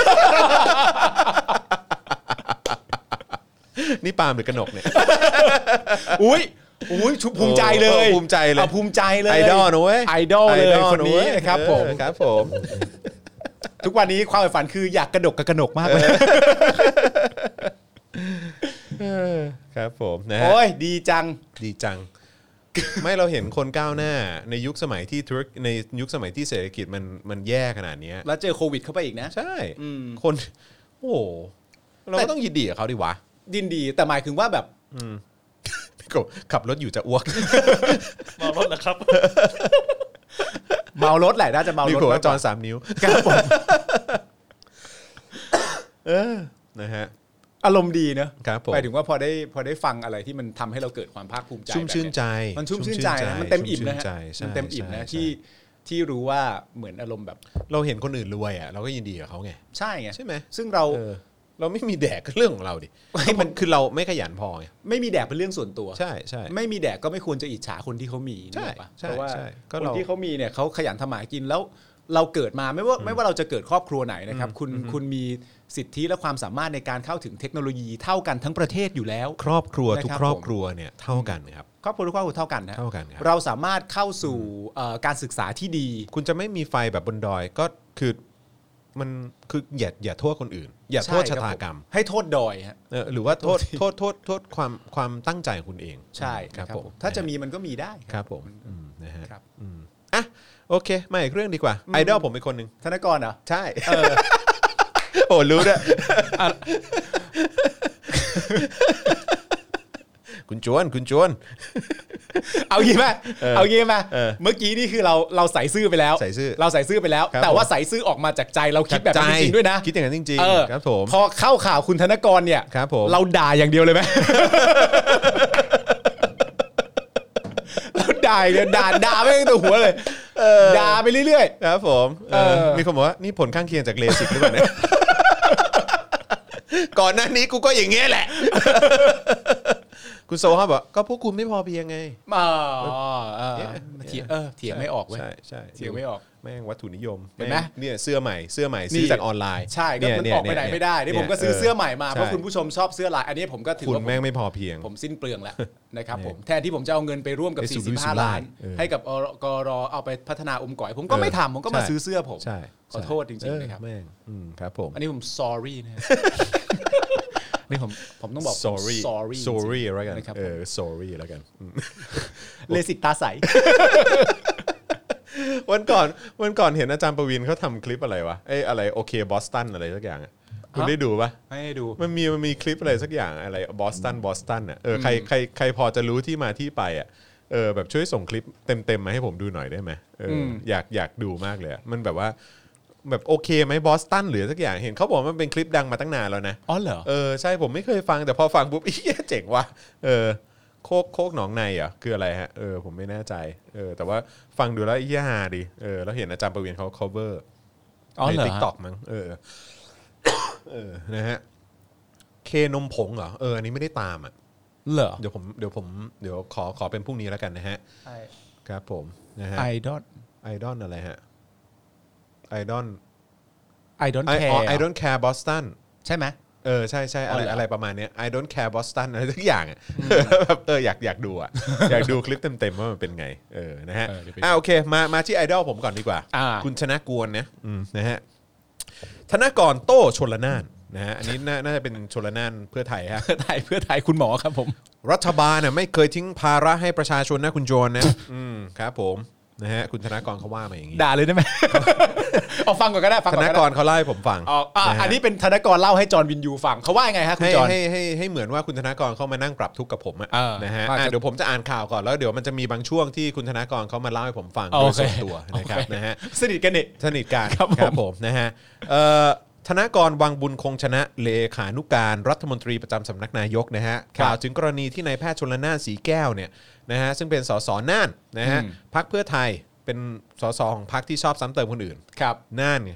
นี่ปาล์มหรือกนกเนี่ยอุ้ยอุ้ยชุบภูมิใจเลยภูมิใจเลยภูมิใจเลยไอดอลนะเว้ยไอดอลเลยคนนี้นะครับผมครับผมทุกวันนี้ความฝันคืออยากกระดกกับกระหนกมากเลยครับผมนะฮะโอ้ยดีจังดีจังไม่เราเห็นคนก้าวหน้าในยุคสมัยที่ธุรในยุคสมัยที่เศรษฐกิจมันมันแย่ขนาดนี้แล้วเจอโควิดเข้าไปอีกนะใช่คนโอ้เราก็ต้องยินดีกับเขาดิวะยินดีแต่หมายถึงว่าแบบขับรถอยู่จะอ้วกเมารถเหรอครับเมารถแหละน่าจะเมารถมีขวดจอนสามนิ้วครับผมเออนะฮะอารมณ์ดีเนอะหมายถึงว่าพอได้พอได้ฟังอะไรที่มันทำให้เราเกิดความภาคภูมิใจชุ่มชื่นใจมันชุ่มชื่นใจมันเต็มอิ่มนะมันเต็มอิ่มนะที่ที่รู้ว่าเหมือนอารมณ์แบบเราเห็นคนอื่นรวยอ่ะเราก็ยินดีกับเขาไงใช่ไงใช่ไหมซึ่งเราเราไม่มีแดกก็เรื่องของเราดิมันคือเราไม่ขยันพอไงไม่มีแดกเป็นเรื่องส่วนตัวใช่ใช่ไม่มีแดกก็ไม่ควรจะอิจฉาคนที่เขามีใช่เพราะว่าคนที่เขามีเนี่ยเขาขยันทำมาหากินแล้วเราเกิดมาไม่ว่าไม่ว่าเราจะเกิดครอบครัวไหนนะครับคุณคุณมีสิทธิและความสามารถในการเข้าถึงเทคโนโลยีเท่ากันทั้งประเทศอยู่แล้วครอบครัวทุกครอบครัวเนี่ยเท่ากันครับครอบครัวทุกครอบครัวเท่ากันนะเท่ากันครับเราสามารถเข้าสู่การศึกษาที่ดีคุณจะไม่มีไฟแบบบนดอยก็คือมันคืออย่าอย่าโทษคนอื่นอย่าโทษชะตากรรมให้โทษดอยฮะหรือว่าโทษโทษโทษโทษความความตั้งใจของคุณเองใช่ครับผมถ้าจะมีมันก็มีได้ครับผมนะฮะอ่ะโอเคมาอีกเรื่องดีกว่าไอดอลผมเป็นคนหนึ่งธนกรเหรอใช่โอ้รู้ด้วยคุณจวนคุณจวนเอางี้ไหมเอางี้ไหมเมื่อกี้นี่คือเราเราใส่ซื่อไปแล้วใส่ซื่อเราใส่ซื่อไปแล้วแต่ว่าใส่ซื่อออกมาจากใจเราคิดแบบนี้จริงด้วยนะคิดอย่างนั้นจริงๆครับผมพอเข้าข่าวคุณธนกรเนี่ยครับผมเราด่าอย่างเดียวเลยไหมเราด่าเนี่ยด่าด่าไม่ตั้งแต่หัวเลยด่าไปเรื่อยๆครับผมมีคนบอกว่านี่ผลข้างเคียงจากเลสิกหรือเปล่าเนี่ยก่อนหน้านี้กูก็อย่างเงี้ยแหละคุณโซฮะบอกก็พวกคุณไม่พอเพียงไงอ๋อเออเถียงเออเถียงไม่ออกเว้ยใช่ใช่เถียงไม่ออกแม่งวัตถุนิยมเห็นไหมเนี่ยเสื้อใหม่เสื้อใหม่ซื้อจากออนไลน์ใช่ก็มันออกไปไหนไม่ได้นี่ผมก็ซื้อเสื้อใหม่มาเพราะคุณผู้ชมชอบเสื้อลายอันนี้ผมก็ถือว่าคุณแม่งไม่พอเพียงผมสิ้นเปลืองแล้วนะครับผมแทนที่ผมจะเอาเงินไปร่วมกับสี่สิบห้าล้านให้กับกรเอาไปพัฒนาอมก๋อยผมก็ไม่ทำผมก็มาซื้อเสื้อผมขอโทษจริงๆนะครับแม่งครับผมอันนี้ผม sorry นะนี่ผมผมต้องบอก sorry sorry sorry แล้วกันเออ sorry แล้วกันเลสิกตาใสวันก่อนวันก่อนเห็นอาจารย์ประวินเขาทำคลิปอะไรวะไอ้อะไรโอเคบอสตันอะไรสักอย่างคุณได้ดูปะไม่ได้ดูมันมีมันมีคลิปอะไรสักอย่างอะไรบอสตันบอสตันอ่ะเออใครใครใครพอจะรู้ที่มาที่ไปอ่ะเออแบบช่วยส่งคลิปเต็มๆมาให้ผมดูหน่อยได้ไหมเอออยากอยากดูมากเลยมันแบบว่าแบบโอเคไหมบอสตันหรือสักอย่างเห็นเขาบอกมันเป็นคลิปดังมาตั้งนานแล้วนะอ๋อเหรอเออใช่ผมไม่เคยฟังแต่พอฟังปุ๊บอีเจ๋งว่ะเออโคกโคกหนองในอ่ะคืออะไรฮะเออผมไม่แน่ใจเออแต่ว่าฟังดูแล้วอีฮาดีเออแล้วเห็นอาจารย์ประวินเขา cover ใน TikTok มั้งเออเออนะฮะเคนมผงเหรอเอออันนี้ไม่ได้ตามอ่ะเหรอเดี๋ยวผมเดี๋ยวผมเดี๋ยวขอขอเป็นพรุ่งนี้แล้วกันนะฮะใช่ครับผมนะฮะไอดอลไอดอลอะไรฮะไอดอลไอดอลแคร์ไอดอลแคร์บอสตันใช่ไหมเออใช่ใช่อะไรอะไรประมาณนี้ I don't care Boston อะไรทุกอย่างอ่ะแบบเอออยากอยากดูอ่ะอยากดูคลิปเต็มๆว่ามันเป็นไงเออนะฮะอ่าโอเคมามาที่ไอดอลผมก่อนดีกว่าคุณชนะกวนนะนะฮะธนกรโต้ชลนานนะฮะอันนี้น่าจะเป็นชลน่านเพื่อไทยฮะเพื่อไทยเพื่อไทยคุณหมอครับผมรัฐบาลน่ะไม่เคยทิ้งภาระให้ประชาชนนะคุณโจรนะอืมครับผมนะฮะคุณธนากรเขาว่ามาอย่างนี้ด่าเลยได้ไหม เอาฟังก่อนก็ได้ฟังธนากรเขาเล่าให้ผมฟังอ๋ออันนี้เป็นธนากรเล่าให้จอห์นวินยูฟังเขาว่าไงฮะคุณจอห์นให้ให้ให้เหมือนว่าคุณธนากรเขามานั่งปรับทุกข์กับผมนะฮะเดี๋ยวผมจะอ่านข่าวก่อนแล้วเดี๋ยวมันจะมีบางช่วงที่คุณธนากรเขามาเล่าให้ผมฟังโดยส่วนตัวนะครับนะฮะสนิทกันนี่สนิทกันครับผมนะฮะธนากรวังบุญคงชนะเลขานุการรัฐมนตรีประจำสำนักนายกนะฮะกล่าวถึงกรณีที่นายแพทย์ชลน่านสีแก้วเนี่ยนะฮะซึ่งเป็นสสน่านนะฮะพรรคเพื่อไทยเป็นสสของพรรคที่ชอบซ้ำเติมคนอื่นครับน่านไง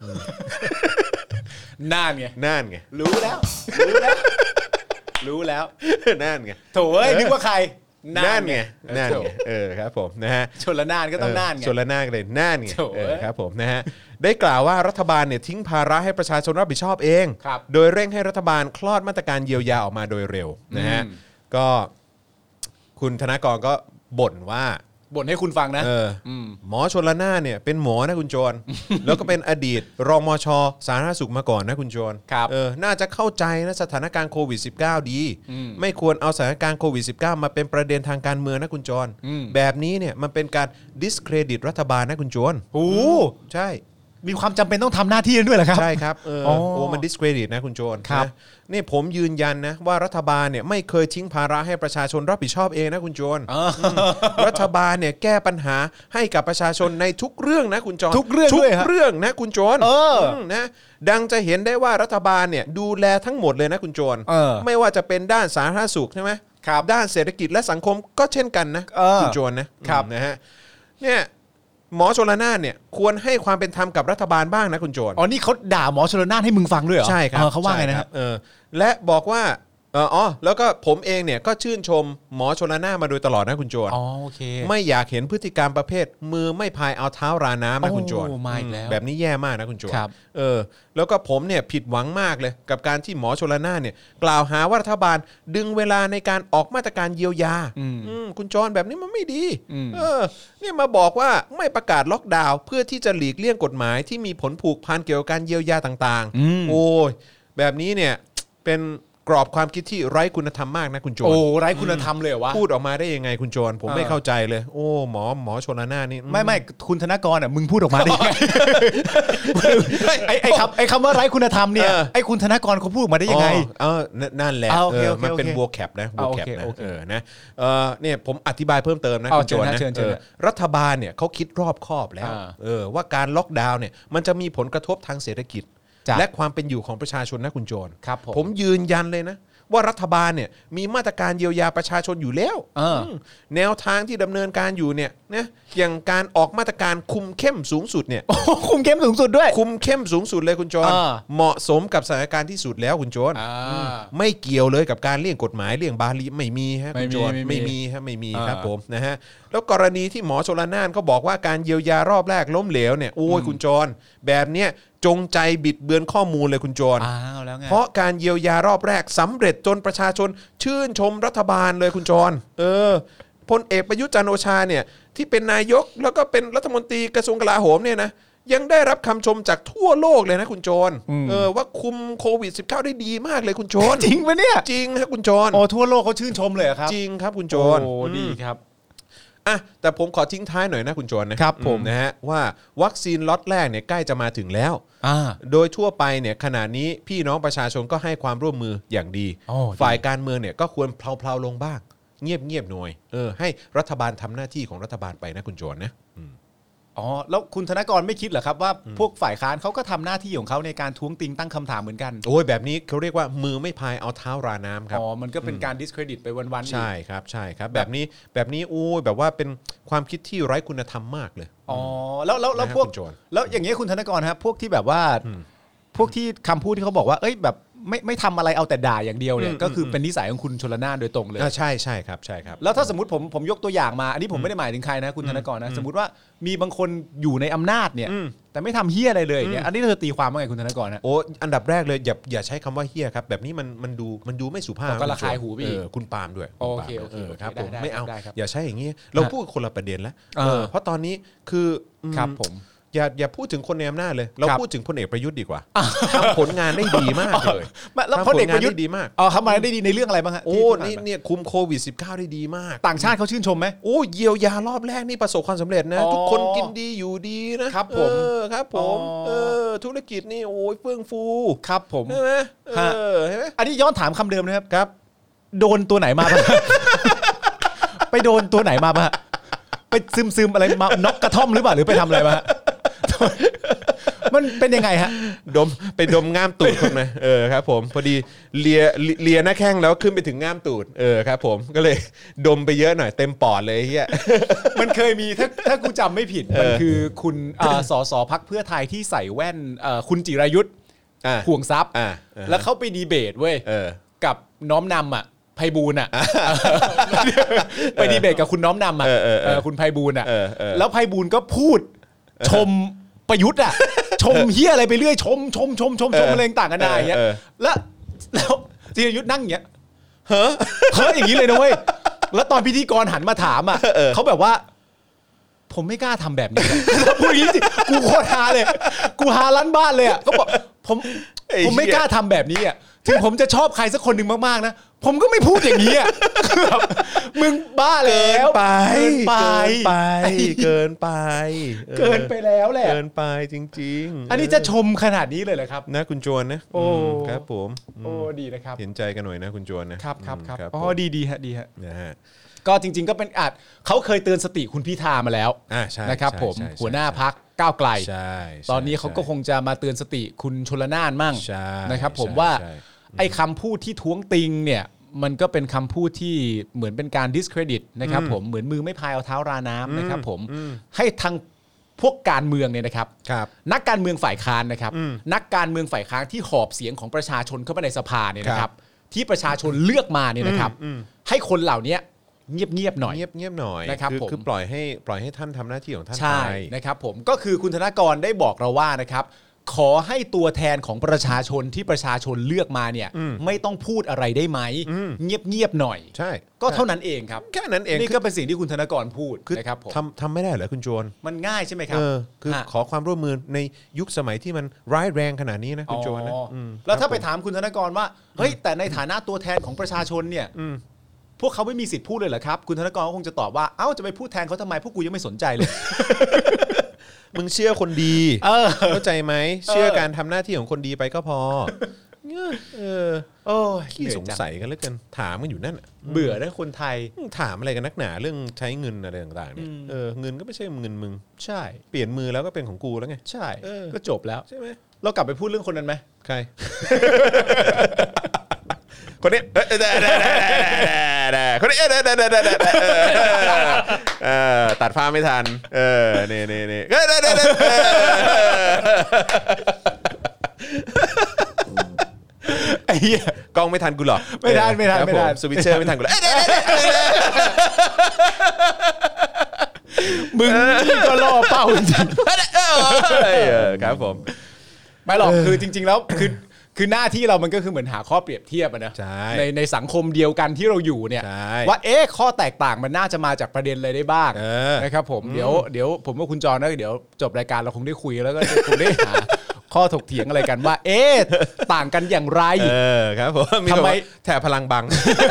น่านไงน่านไงรู้แล้วรู้แล้วรู้แล้วน่านไงโถ่เอ้ยนึกว่าใครน่านไงน่านไงเออครับผมนะฮะชลน่านก็ต้องน่านไงชลน่านเลยน่านไงเออครับผมนะฮะได้กล่าวว่ารัฐบาลเนี่ยทิ้งภาระให้ประชาชนรับผิดชอบเองโดยเร่งให้รัฐบาลคลอดมาตรการเยียวยาออกมาโดยเร็วนะฮะก็คุณธนากรก็บ่นว่าบ่นให้คุณฟังนะหมอชลน่านเนี่ยเป็นหมอนะคุณโจรแล้วก็เป็นอดีตรองมช.สาธารณสุขมาก่อนนะคุณโจรเออน่าจะเข้าใจนะสถานการณ์โควิด สิบเก้า ดีไม่ควรเอาสถานการณ์โควิด สิบเก้า มาเป็นประเด็นทางการเมืองนะคุณโจรแบบนี้เนี่ยมันเป็นการ discredit รัฐบาลนะคุณโจรโอ้ใช่มีความจำเป็นต้องทำหน้าที่ด้วยเหรอครับใช่ครับเออโอ้มัน discredit นะคุณโจรครับนี่ผมยืนยันนะว่ารัฐบาลเนี่ยไม่เคยทิ้งภาระให้ประชาชนรับผิดชอบเองนะคุณโจรรัฐบาลเนี่ยแก้ปัญหาให้กับประชาชนในทุกเรื่องนะคุณโจรทุกเรื่องทุกเรื่องนะคุณโจรนะดังจะเห็นได้ว่ารัฐบาลเนี่ยดูแลทั้งหมดเลยนะคุณโจรไม่ว่าจะเป็นด้านสาธารณสุขใช่ไหมด้านเศรษฐกิจและสังคมก็เช่นกันนะคุณโจรนะครับนะฮะเนี่ยหมอชลน่านเนี่ยควรให้ความเป็นธรรมกับรัฐบาลบ้างนะคุณโจรอ๋อนี่เขาด่าหมอชลน่านให้มึงฟังด้วยเหรอใช่ครับเขาว่าไงนะเออและบอกว่าอ๋อแล้วก็ผมเองเนี่ยก็ชื่นชมหมอชลน่านมาโดยตลอดนะคุณโจรอ๋อโอเคไม่อยากเห็นพฤติกรรมประเภทมือไม่พายเอาเท้าราน้ำนะคุณโจรแบบนี้แย่มากนะคุณโจรเออแล้วก็ผมเนี่ยผิดหวังมากเลยกับการที่หมอชลน่านเนี่ยกล่าวหาว่ารัฐบาลดึงเวลาในการออกมาตรการเยียวยาคุณโจรแบบนี้มันไม่ดีเออเนี่ยมาบอกว่าไม่ประกาศล็อกดาวน์เพื่อที่จะหลีกเลี่ยงกฎหมายที่มีผลผูกพันเกี่ยวกับการเยียวยาต่างๆโอ้ยแบบนี้เนี่ยเป็นกรอบความคิดที่ไร้คุณธรรมมากนะคุณโจรโอ้ไร้คุณธรรมเลยวะพูดออกมาได้ยังไงคุณโจรผมไม่เข้าใจเลยโอ้หมอหมอชลน่านนี่ไม่ไม่คุณธนากรอ่ะมึงพูดออกมาได้ยังไงไอ้ไอ้คำไอ้คำว่าไร้คุณธรรมเนี่ยไอ้คุณธนากรเขาพูดออกมาได้ยังไงเออนั่นแหละมันเป็นบัวแคปนะบัวแคปนะเออนะเออเนี่ยผมอธิบายเพิ่มเติมนะคุณโจรนะรัฐบาลเนี่ยเขาคิดรอบคอบแล้วเออว่าการล็อกดาวน์เนี่ยมันจะมีผลกระทบทางเศรษฐกิจและความเป็นอยู่ของประชาชนนะคุณโจรครับผมยืนยันเลยนะว่ารัฐบาลเนี่ยมีมาตรการเยียวยาประชาชนอยู่แล้วแนวทางที่ดำเนินการอยู่เนี่ยนะอย่างการออกมาตรการคุมเข้มสูงสุดเนี่ยคุมเข้มสูงสุดด้วยคุมเข้มสูงสุดเลยคุณโจรเหมาะสมกับสถานการณ์ที่สุดแล้วคุณโจรไม่เกี่ยวเลยกับการเลี่ยงกฎหมายเลี่ยงบาลีไม่มีฮะคุณโจรไม่มีฮะไม่มีครับผมนะฮะแล้วกรณีที่หมอชลน่านเขาบอกว่าการเยียวยารอบแรกล้มเหลวเนี่ยโอ้ยคุณโจรแบบเนี้ยจงใจบิดเบือนข้อมูลเลยคุณโจรเพราะการเยียวยารอบแรกสำเร็จจนประชาชนชื่นชมรัฐบาลเลยคุณโจรเออพลเอกประยุทธ์จันทร์โอชาเนี่ยที่เป็นนายกแล้วก็เป็นรัฐมนตรีกระทรวงกลาโหมเนี่ยนะยังได้รับคำชมจากทั่วโลกเลยนะคุณโจรเออว่าคุมโควิด สิบเก้า ได้ดีมากเลยคุณโจรจริงปะเนี่ยจริงครับคุณโจรโอ้ทั่วโลกเขาชื่นชมเลยครับจริงครับคุณโจรโอ้ดีครับอ่ะแต่ผมขอทิ้งท้ายหน่อยนะคุณโจรนะครับผมนะฮะว่าวัคซีนล็อตแรกเนี่ยใกล้จะมาถึงแล้วโดยทั่วไปเนี่ยขณะนี้พี่น้องประชาชนก็ให้ความร่วมมืออย่างดีฝ่ายการเมืองเนี่ยก็ควรเพลาๆลงบ้างเงียบๆหน่อยเออให้รัฐบาลทำหน้าที่ของรัฐบาลไปนะคุณโจรนะอ๋อแล้วคุณธนกรไม่คิดเหรอครับว่าพวกฝ่ายค้านเขาก็ทำหน้าที่ของเขาในการท้วงติงตั้งคำถามเหมือนกันโอ้ยแบบนี้เขาเรียกว่ามือไม่พายเอาเท้าราน้ำครับอ๋อมันก็เป็นการ discredit ไปวันๆใช่ครับใช่ครับแบบนี้แบบนี้โอ้ยแบบว่าเป็นความคิดที่ไร้คุณธรรมมากเลยอ๋อแล้วแล้วแล้วพวกแล้วอย่างเงี้ยคุณธนกรครับพวกที่แบบว่าพวกที่คำพูดที่เขาบอกว่าเอ้ยแบบไม่ไม่ทำอะไรเอาแต่ด่าอย่างเดียวเนี่ยก็คือเป็นนิสัยของคุณชลน่านโดยตรงเลยใช่ใช่ครับใช่ครับแล้วถ้าสมมติผมผมยกตัวอย่างมาอันนี้ผมไม่ได้หมายถึงใครนะคุณธนกรนะสมมติว่ามีบางคนอยู่ในอำนาจเนี่ยแต่ไม่ทำเฮี้ยอะไรเลยเนี่ยอันนี้เราจะตีความว่าไงคุณธนกรนะโอ้อันดับแรกเลยอย่าอย่าใช้คำว่าเฮี้ยครับแบบนี้มันมันดูมันดูไม่สุภาพก็ระคายหูพี่คุณปาล์มด้วยโอเคโอเคครับผมไม่เอาอย่าใช้อย่างนี้เราพูดคนละประเด็นแล้วเพราะตอนนี้คือครับผมอย่าอย่าพูดถึงคนในอำนาจเลยเราพูดถึงพลเอกประยุทธ์ดีกว่าทำผลงานได้ดีมากเลยแล้วพลเอกประยุทธ์ดีมากอ๋อทำมาได้ดีในเรื่องอะไรบ้างฮะโอ้นี่เนี่ยคุมโควิด สิบเก้า ได้ดีมากต่างชาติเขาชื่นชมไหมโอ้เยียวยารอบแรกนี่ประสบความสำเร็จนะทุกคนกินดีอยู่ดีนะครับผมครับผมเออธุรกิจนี่โอ้ยเฟื่องฟูครับผมใช่ไหมเออเห็นไหมอันนี้ย้อนถามคำเดิมนะครับครับโดนตัวไหนมาบ้างไปโดนตัวไหนมาบ้างไปซึมซึมอะไรมาน็อกกระท่อมหรือเปล่าหรือไปทำอะไรมามันเป็นยังไงฮะดมไปดมง่ามตูดคนนะเออครับผมพอดีเลียเลียหน้าแข้งแล้วขึ้นไปถึงง่ามตูดเออครับผมก็เลยดมไปเยอะหน่อยเต็มปอดเลยเฮียมันเคยมีถ้าถ้ากูจำไม่ผิดมันคือคุณสสพรรคเพื่อไทยที่ใส่แว่นคุณจิรายุทธ์ห่วงทรัพย์แล้วเขาไปดีเบตเว้ยกับน้อมนำอ่ะไพบูลย์อ่ะไปดีเบตกับคุณน้อมนำอ่ะคุณไพบูลย์อ่ะแล้วไพบูลย์ก็พูดชมประยุทธ์อ่ะชมเฮียอะไรไปเรื่อยชมชมชมชมชมอะไรต่างกันได้อย่างเงี้ยแล้วแล้วจิรายุทธ์นั่งอย่างเงี้ยเฮ้อเฮ้ออย่างนี้เลยนะเว้ยแล้วตอนพิธีกรหันมาถามอ่ะเขาแบบว่าผมไม่กล้าทำแบบนี้พูดอย่างนี้สิกูโคตรฮาเลยกูฮาล้านบ้านเลยอ่ะก็บอกผมผมไม่กล้าทำแบบนี้อ่ะถึงผมจะชอบใครสักคนหนึ่งมากๆนะผมก็ไม่พูดอย่างนี้อ่ะแบบมึงบ้าแล้วไปไปไปเกินไปเกินไปแล้วแหละเกินไปจริงๆอันนี้จะชมขนาดนี้เลยเหรอครับนะคุณจวนนะโอ้ครับผมโอ้ดีนะครับเห็นใจกันหน่อยนะคุณจวนนะครับครับครับอ๋อดีดีฮะดีฮะนะฮะก็จริงๆก็เป็นอาจเขาเคยเตือนสติคุณพิธามาแล้วนะครับผมหัวหน้าพรรคก้าวไกลตอนนี้เขาก็คงจะมาเตือนสติคุณชลน่านมั่งนะครับผมว่าไอ้คำพูดที่ท้วงติงเนี่ยมันก็เป็นคำพูดที่เหมือนเป็นการ discredit นะครับผมเหมือนมือไม่พายเอาเท้าราน้ำนะครับผมให้ทางพวกการเมืองเนี่ยนะครับนักการเมืองฝ่ายค้านนะครับนักการเมืองฝ่ายค้านที่หอบเสียงของประชาชนเข้ามาในสภาเนี่ยนะครับที่ประชาชนเลือกมาเนี่ยนะครับให้คนเหล่านี้เงียบๆหน่อยเงียบๆหน่อยนะครับผมคือปล่อยให้ปล่อยให้ท่านทำหน้าที่ของท่านไปใช่นะครับผมก็คือคุณธนกรได้บอกเราว่านะครับขอให้ตัวแทนของประชาชนที่ประชาชนเลือกมาเนี่ยไม่ต้องพูดอะไรได้ไหมเงียบๆหน่อยใช่ก็เท่านั้นเองครับแค่นั้นเองนี่ก็เป็นสิ่งที่คุณธนกรพูดนะครับผมทำทำไม่ได้เหรอคุณโจรมันง่ายใช่ไหมครับคือขอความร่วมมือในยุคสมัยที่มันร้ายแรงขนาดนี้นะคุณโจรนะแล้วถ้าไปถามคุณธนกรว่าเฮ้ยแต่ในฐานะตัวแทนของประชาชนเนี่ยพวกเขาไม่มีสิทธิ์พูดเลยเหรอครับคุณธนกรก็คงจะตอบว่าเอ้าจะไปพูดแทนเขาทำไมพวกกูยังไม่สนใจเลยมึงเชื่อคนดีเข้าใจไหมเชื่อการทำหน้าที่ของคนดีไปก็พอเออโอ้ขี้สงสัยกันเหลือเกินถามกันอยู่นั่นเบื่อนะคนไทยถามอะไรกันนักหนาเรื่องใช้เงินอะไรต่างๆเนี่ยเออเงินก็ไม่ใช่เงินมึงใช่เปลี่ยนมือแล้วก็เป็นของกูแล้วไงใช่ก็จบแล้วใช่ไหมเรากลับไปพูดเรื่องคนนั้นไหมใครคนนี้คนนี้ตัดฟ้าไม่ทันเออนี่นี่นี่ไอ้เหี้ยกล้องไม่ทันกูหรอไม่ทันไม่ทันไม่ทันสวิตเชอร์ไม่ทันกูหรอมึงก็ล่อเป้าจริงครับผมไม่หรอกคือจริงๆแล้วคือคือหน้าที่เรามันก็คือเหมือนหาข้อเปรียบเทียบนะในในสังคมเดียวกันที่เราอยู่เนี่ยว่าเอ๊ะข้อแตกต่างมันน่าจะมาจากประเด็นอะไรได้บ้างนะครับผมเดี๋ยวเดี๋ยวผมว่าคุณจอนะเดี๋ยวจบรายการเราคงได้คุยแล้วก็คงได้หาข้อถกเถียงอะไรกันว่าเอ๊ะต่างกันอย่างไรเออครับผมทำไมแถบพลังบัง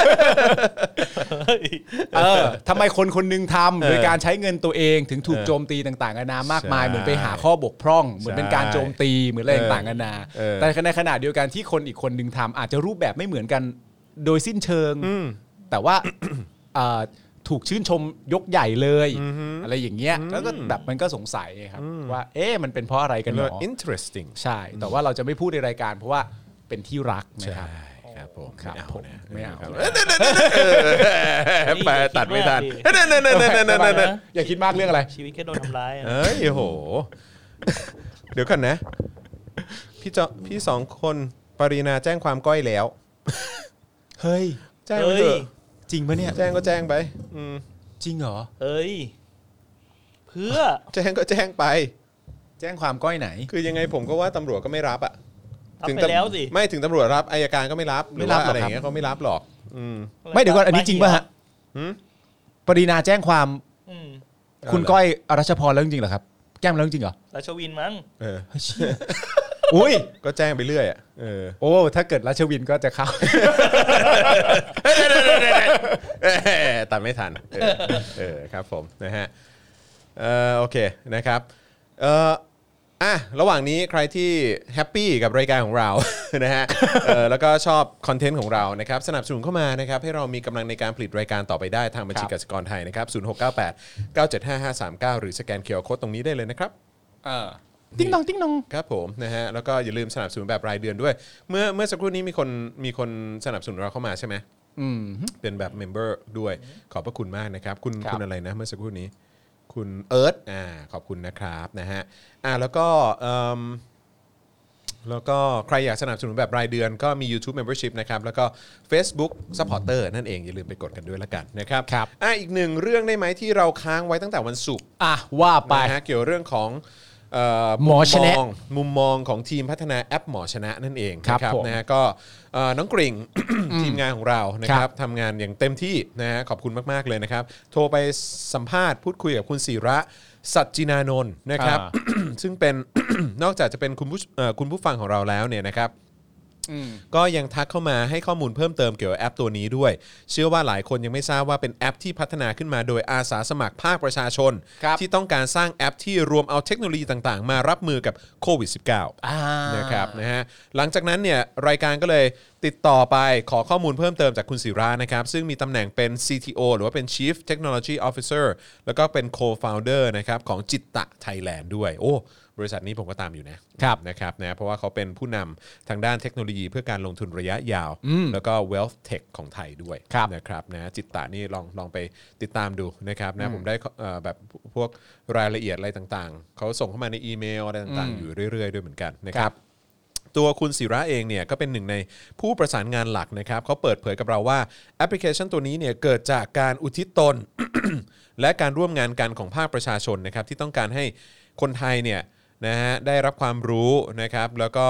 เออทำไมคนคนนึงทำโดยการใช้เงินตัวเองถึงถูกโจมตีต่างๆนานามากมายเหมือนไปหาข้อบกพร่องเหมือนเป็นการโจมตีเหมือนอะไรต่างๆนานาแต่ในขณะเดียวกันที่คนอีกคนนึงทำอาจจะรูปแบบไม่เหมือนกันโดยสิ้นเชิงแต่ว่าถูกชื่นชมยกใหญ่เลยอะไรอย่างเงี้ยแล้วก็แบบมันก็สงสัยครับว่าเอ๊ะมันเป็นเพราะอะไรกันเนาะ interesting ใช่แต่ว่าเราจะไม่พูดในรายการเพราะว่าเป็นที่รักนะครับครับผมครับผมไม่เอาไปตัดไม่ทันอย่าคิดมากเรื่องอะไรชีวิตแค่โดนทำร้ายเอ้ยโหเดี๋ยวก่อนนะพี่จอพี่สองคนปรินาแจ้งความก้อยแล้วเฮ้ยแจ้งเลยจริงปะเนี่ยแจ้งก็แจ้งไปจริงเหรอเอ้ยเพื่อแจ้งก็แจ้งไปแจ้งความก้อยไหนคือยังไงผมก็ว่าตำรวจก็ไม่รับอ่ะถึงไปแล้วสิไม่ถึงตำรวจรับอัยการก็ไม่รับไม่รับอะไรอย่างเงี้ยเขาไม่รับหรอกไม่เดี๋ยวก่อนอันนี้จริงป่ะฮะปรินาแจ้งความคุณก้อยอรัชพรแล้วจริงๆเหรอครับแจ้งแล้วจริงเหรอราชวินมั้งเอออุ้ยก็แจ้งไปเรื่อยอ่ะเออโอ้ถ้าเกิดราชวินก็จะเข้าตัดไม่ทันเออเออครับผมนะฮะเออโอเคนะครับเอออ่ะระหว่างนี้ใครที่แฮปปี้กับรายการของเรานะฮะเออแล้วก็ชอบคอนเทนต์ของเรานะครับสนับสนุนเข้ามานะครับให้เรามีกำลังในการผลิตรายการต่อไปได้ทางบัญชีกสิกรไทยนะครับศูนย์หกเก้าแปด เก้าเจ็ดห้า ห้าสามเก้าหรือสแกน คิว อาร์ Code ตรงนี้ได้เลยนะครับเออติ๊งนองติ๊งนองครับผมนะฮะแล้วก็อย่าลืมสนับสนุนแบบรายเดือนด้วยเมื่อเมื่อสักครู่นี้มีคนมีคนสนับสนุนเราเข้ามาใช่ไหมอืมเป็นแบบเมมเบอร์ด้วยขอบพระคุณมากนะครับคุณคุณอะไรนะเมื่อสักครู่นี้คุณเอิร์ธอ่าขอบคุณนะครับนะฮะอ่าแล้วก็เอ่อแล้วก็ใครอยากสนับสนุนแบบรายเดือนก็มี YouTube Membership นะครับแล้วก็ Facebook Supporter นั่นเองอย่าลืมไปกดกันด้วยละกันนะครับครับอ่ะอีกหนึ่งเรื่องได้ไหมที่เราค้างไว้ตั้งแต่วันศุกร์อ่ะว่าไปนะฮะเกี่ยวเรื่องของหมอชนะมุมมองของทีมพัฒนาแอปหมอชนะนั่นเองนะครับนะฮะก็น้องกริ่ง ทีมงานของเรานะครับทำงานอย่างเต็มที่นะฮะขอบคุณมากๆเลยนะครับโทรไปสัมภาษณ์พูดคุยกับคุณศิระสัจจินานนท์นะครับซึ่งเป็น นอกจากจะเป็นคุณผู้คุณผู้ฟังของเราแล้วเนี่ยนะครับก็ยังทักเข้ามาให้ข้อมูลเพิ่มเติมเกี่ยวกับแอปตัวนี้ด้วยเชื่อว่าหลายคนยังไม่ทราบว่าเป็นแอปที่พัฒนาขึ้นมาโดยอาสาสมัครภาคประชาชนที่ต้องการสร้างแอปที่รวมเอาเทคโนโลยีต่างๆมารับมือกับโควิด สิบเก้า นะครับนะฮะหลังจากนั้นเนี่ยรายการก็เลยติดต่อไปขอข้อมูลเพิ่มเติมจากคุณศิระนะครับซึ่งมีตำแหน่งเป็น ซี ที โอ หรือว่าเป็น Chief Technology Officer แล้วก็เป็น Co-founder นะครับของจิตตะ Thailand ด้วยโอ้บริษัทนี้ผมก็ตามอยู่นะครับนะครับนะเพราะว่าเขาเป็นผู้นำทางด้านเทคโนโลยีเพื่อการลงทุนระยะยาวแล้วก็ Wealth Tech ของไทยด้วยนะครับนะจิตตะนี่ลองลองไปติดตามดูนะครับนะผมได้แบบพวกรายละเอียดอะไรต่างๆเขาส่งเข้ามาในอีเมลอะไรต่างๆอยู่เรื่อยๆด้วยเหมือนกันนะครับตัวคุณศิระเองเนี่ยก็เป็นหนึ่งในผู้ประสานงานหลักนะครับเขาเปิดเผยกับเราว่าแอปพลิเคชันตัวนี้เนี่ยเกิดจากการอุทิศตน และการร่วมงานกันของภาคประชาชนนะครับที่ต้องการให้คนไทยเนี่ยนะฮะได้รับความรู้นะครับแล้วก็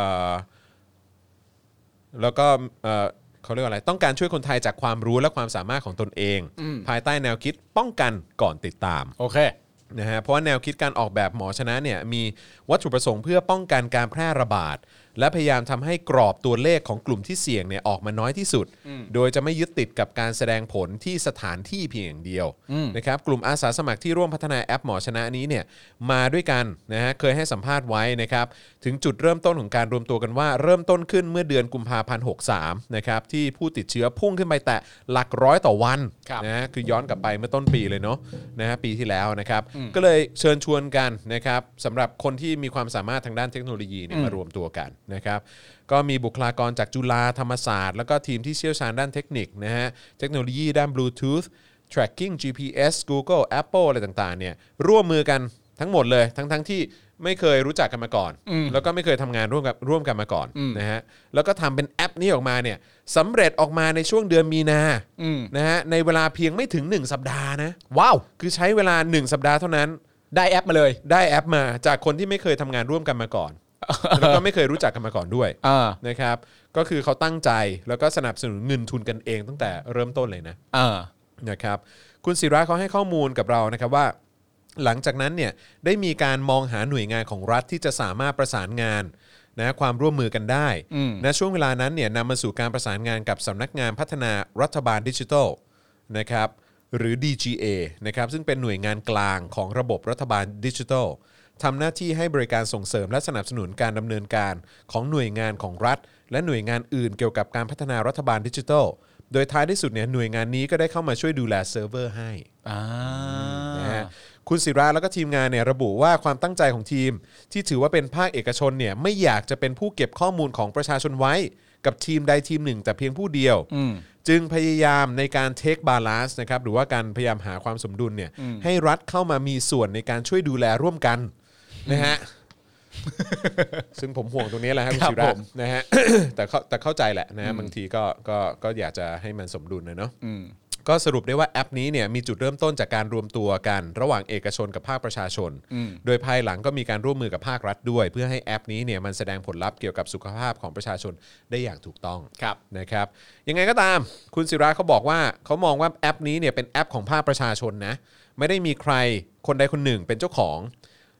แล้วก็เขาเรียกว่าอะไรต้องการช่วยคนไทยจากความรู้และความสามารถของตนเองภายใต้แนวคิดป้องกันก่อนติดตามโอเคนะฮะเพราะว่าแนวคิดการออกแบบหมอชนะเนี่ยมีวัตถุประสงค์เพื่อป้องกันการแพร่ระบาดและพยายามทำให้กรอบตัวเลขของกลุ่มที่เสี่ยงเนี่ยออกมาน้อยที่สุดโดยจะไม่ยึดติดกับการแสดงผลที่สถานที่เพียงอย่างเดียวนะครับกลุ่มอาสาสมัครที่ร่วมพัฒนาแอปหมอชนะนี้เนี่ยมาด้วยกันนะฮะเคยให้สัมภาษณ์ไว้นะครับถึงจุดเริ่มต้นของการรวมตัวกันว่าเริ่มต้นขึ้นเมื่อเดือนกุมภาพันธ์หกสามนะครับที่ผู้ติดเชื้อพุ่งขึ้นไปแต่หลักร้อยต่อวันนะฮะคือย้อนกลับไปเมื่อต้นปีเลยเนาะนะฮะปีที่แล้วนะครับก็เลยเชิญชวนกันนะครับสำหรับคนที่มีความสามารถทางด้านเทคโนโลยีเนี่ยมารวมตัวกันนะครับก็มีบุคลากรจากจุฬาธรรมศาสตร์แล้วก็ทีมที่เชี่ยวชาญด้านเทคนิคนะฮะเทคโนโลยีด้าน Bluetooth tracking จี พี เอส Google Apple อะไรต่างๆเนี่ยร่วมมือกันทั้งหมดเลยทั้งๆที่ไม่เคยรู้จักกันมาก่อนแล้วก็ไม่เคยทำงานร่วมกับร่วมกันมาก่อนนะฮะแล้วก็ทำเป็นแอปนี้ออกมาเนี่ยสำเร็จออกมาในช่วงเดือนมีนานะฮะในเวลาเพียงไม่ถึงหนึ่งสัปดาห์นะว้าวคือใช้เวลาหนึ่งสัปดาห์เท่านั้นได้แอปมาเลยได้แอปมาจากคนที่ไม่เคยทำงานร่วมกันมาก่อนแล้วก็ไม่เคยรู้จักกันมาก่อนด้วยนะครับก็คือเขาตั้งใจแล้วก็สนับสนุนเงินทุนกันเองตั้งแต่เริ่มต้นเลยนะนะครับคุณศิระเขาให้ข้อมูลกับเรานะครับว่าหลังจากนั้นเนี่ยได้มีการมองหาหน่วยงานของรัฐที่จะสามารถประสานงานนะความร่วมมือกันได้นะช่วงเวลานั้นเนี่ยนำมาสู่การประสานงานกับสำนักงานพัฒนารัฐบาลดิจิทัลนะครับหรือ ดี จี เอ นะครับซึ่งเป็นหน่วยงานกลางของระบบรัฐบาลดิจิทัลทำหน้าที่ให้บริการส่งเสริมและสนับสนุนการดำเนินการของหน่วยงานของรัฐและหน่วยงานอื่นเกี่ยวกับการพัฒนารัฐบาลดิจิทัลโดยท้ายที่สุดเนี่ยหน่วยงานนี้ก็ได้เข้ามาช่วยดูแลเซิร์ฟเวอร์ให้นะฮะคุณศิระแล้วก็ทีมงานเนี่ยระบุว่าความตั้งใจของทีมที่ถือว่าเป็นภาคเอกชนเนี่ยไม่อยากจะเป็นผู้เก็บข้อมูลของประชาชนไว้กับทีมใดทีมหนึ่งแต่เพียงผู้เดียวจึงพยายามในการเทคบาลานซ์นะครับหรือว่าการพยายามหาความสมดุลเนี่ยให้รัฐเข้ามามีส่วนในการช่วยดูแลร่วมกันนะฮะซึ่งผมห่วงตรงนี้แหละครับคุณศิระนะฮะแต่แต่เข้าใจแหละนะบางทีก็ก็ก็อยากจะให้มันสมดุลนะเนาะก็สรุปได้ว่าแอปนี้เนี่ยมีจุดเริ่มต้นจากการรวมตัวกันระหว่างเอกชนกับภาคประชาชนโดยภายหลังก็มีการร่วมมือกับภาครัฐด้วยเพื่อให้แอปนี้เนี่ยมันแสดงผลลัพธ์เกี่ยวกับสุขภาพของประชาชนได้อย่างถูกต้องนะครับยังไงก็ตามคุณศิระเขาบอกว่าเขามองว่าแอปนี้เนี่ยเป็นแอปของภาคประชาชนนะไม่ได้มีใครคนใดคนหนึ่งเป็นเจ้าของ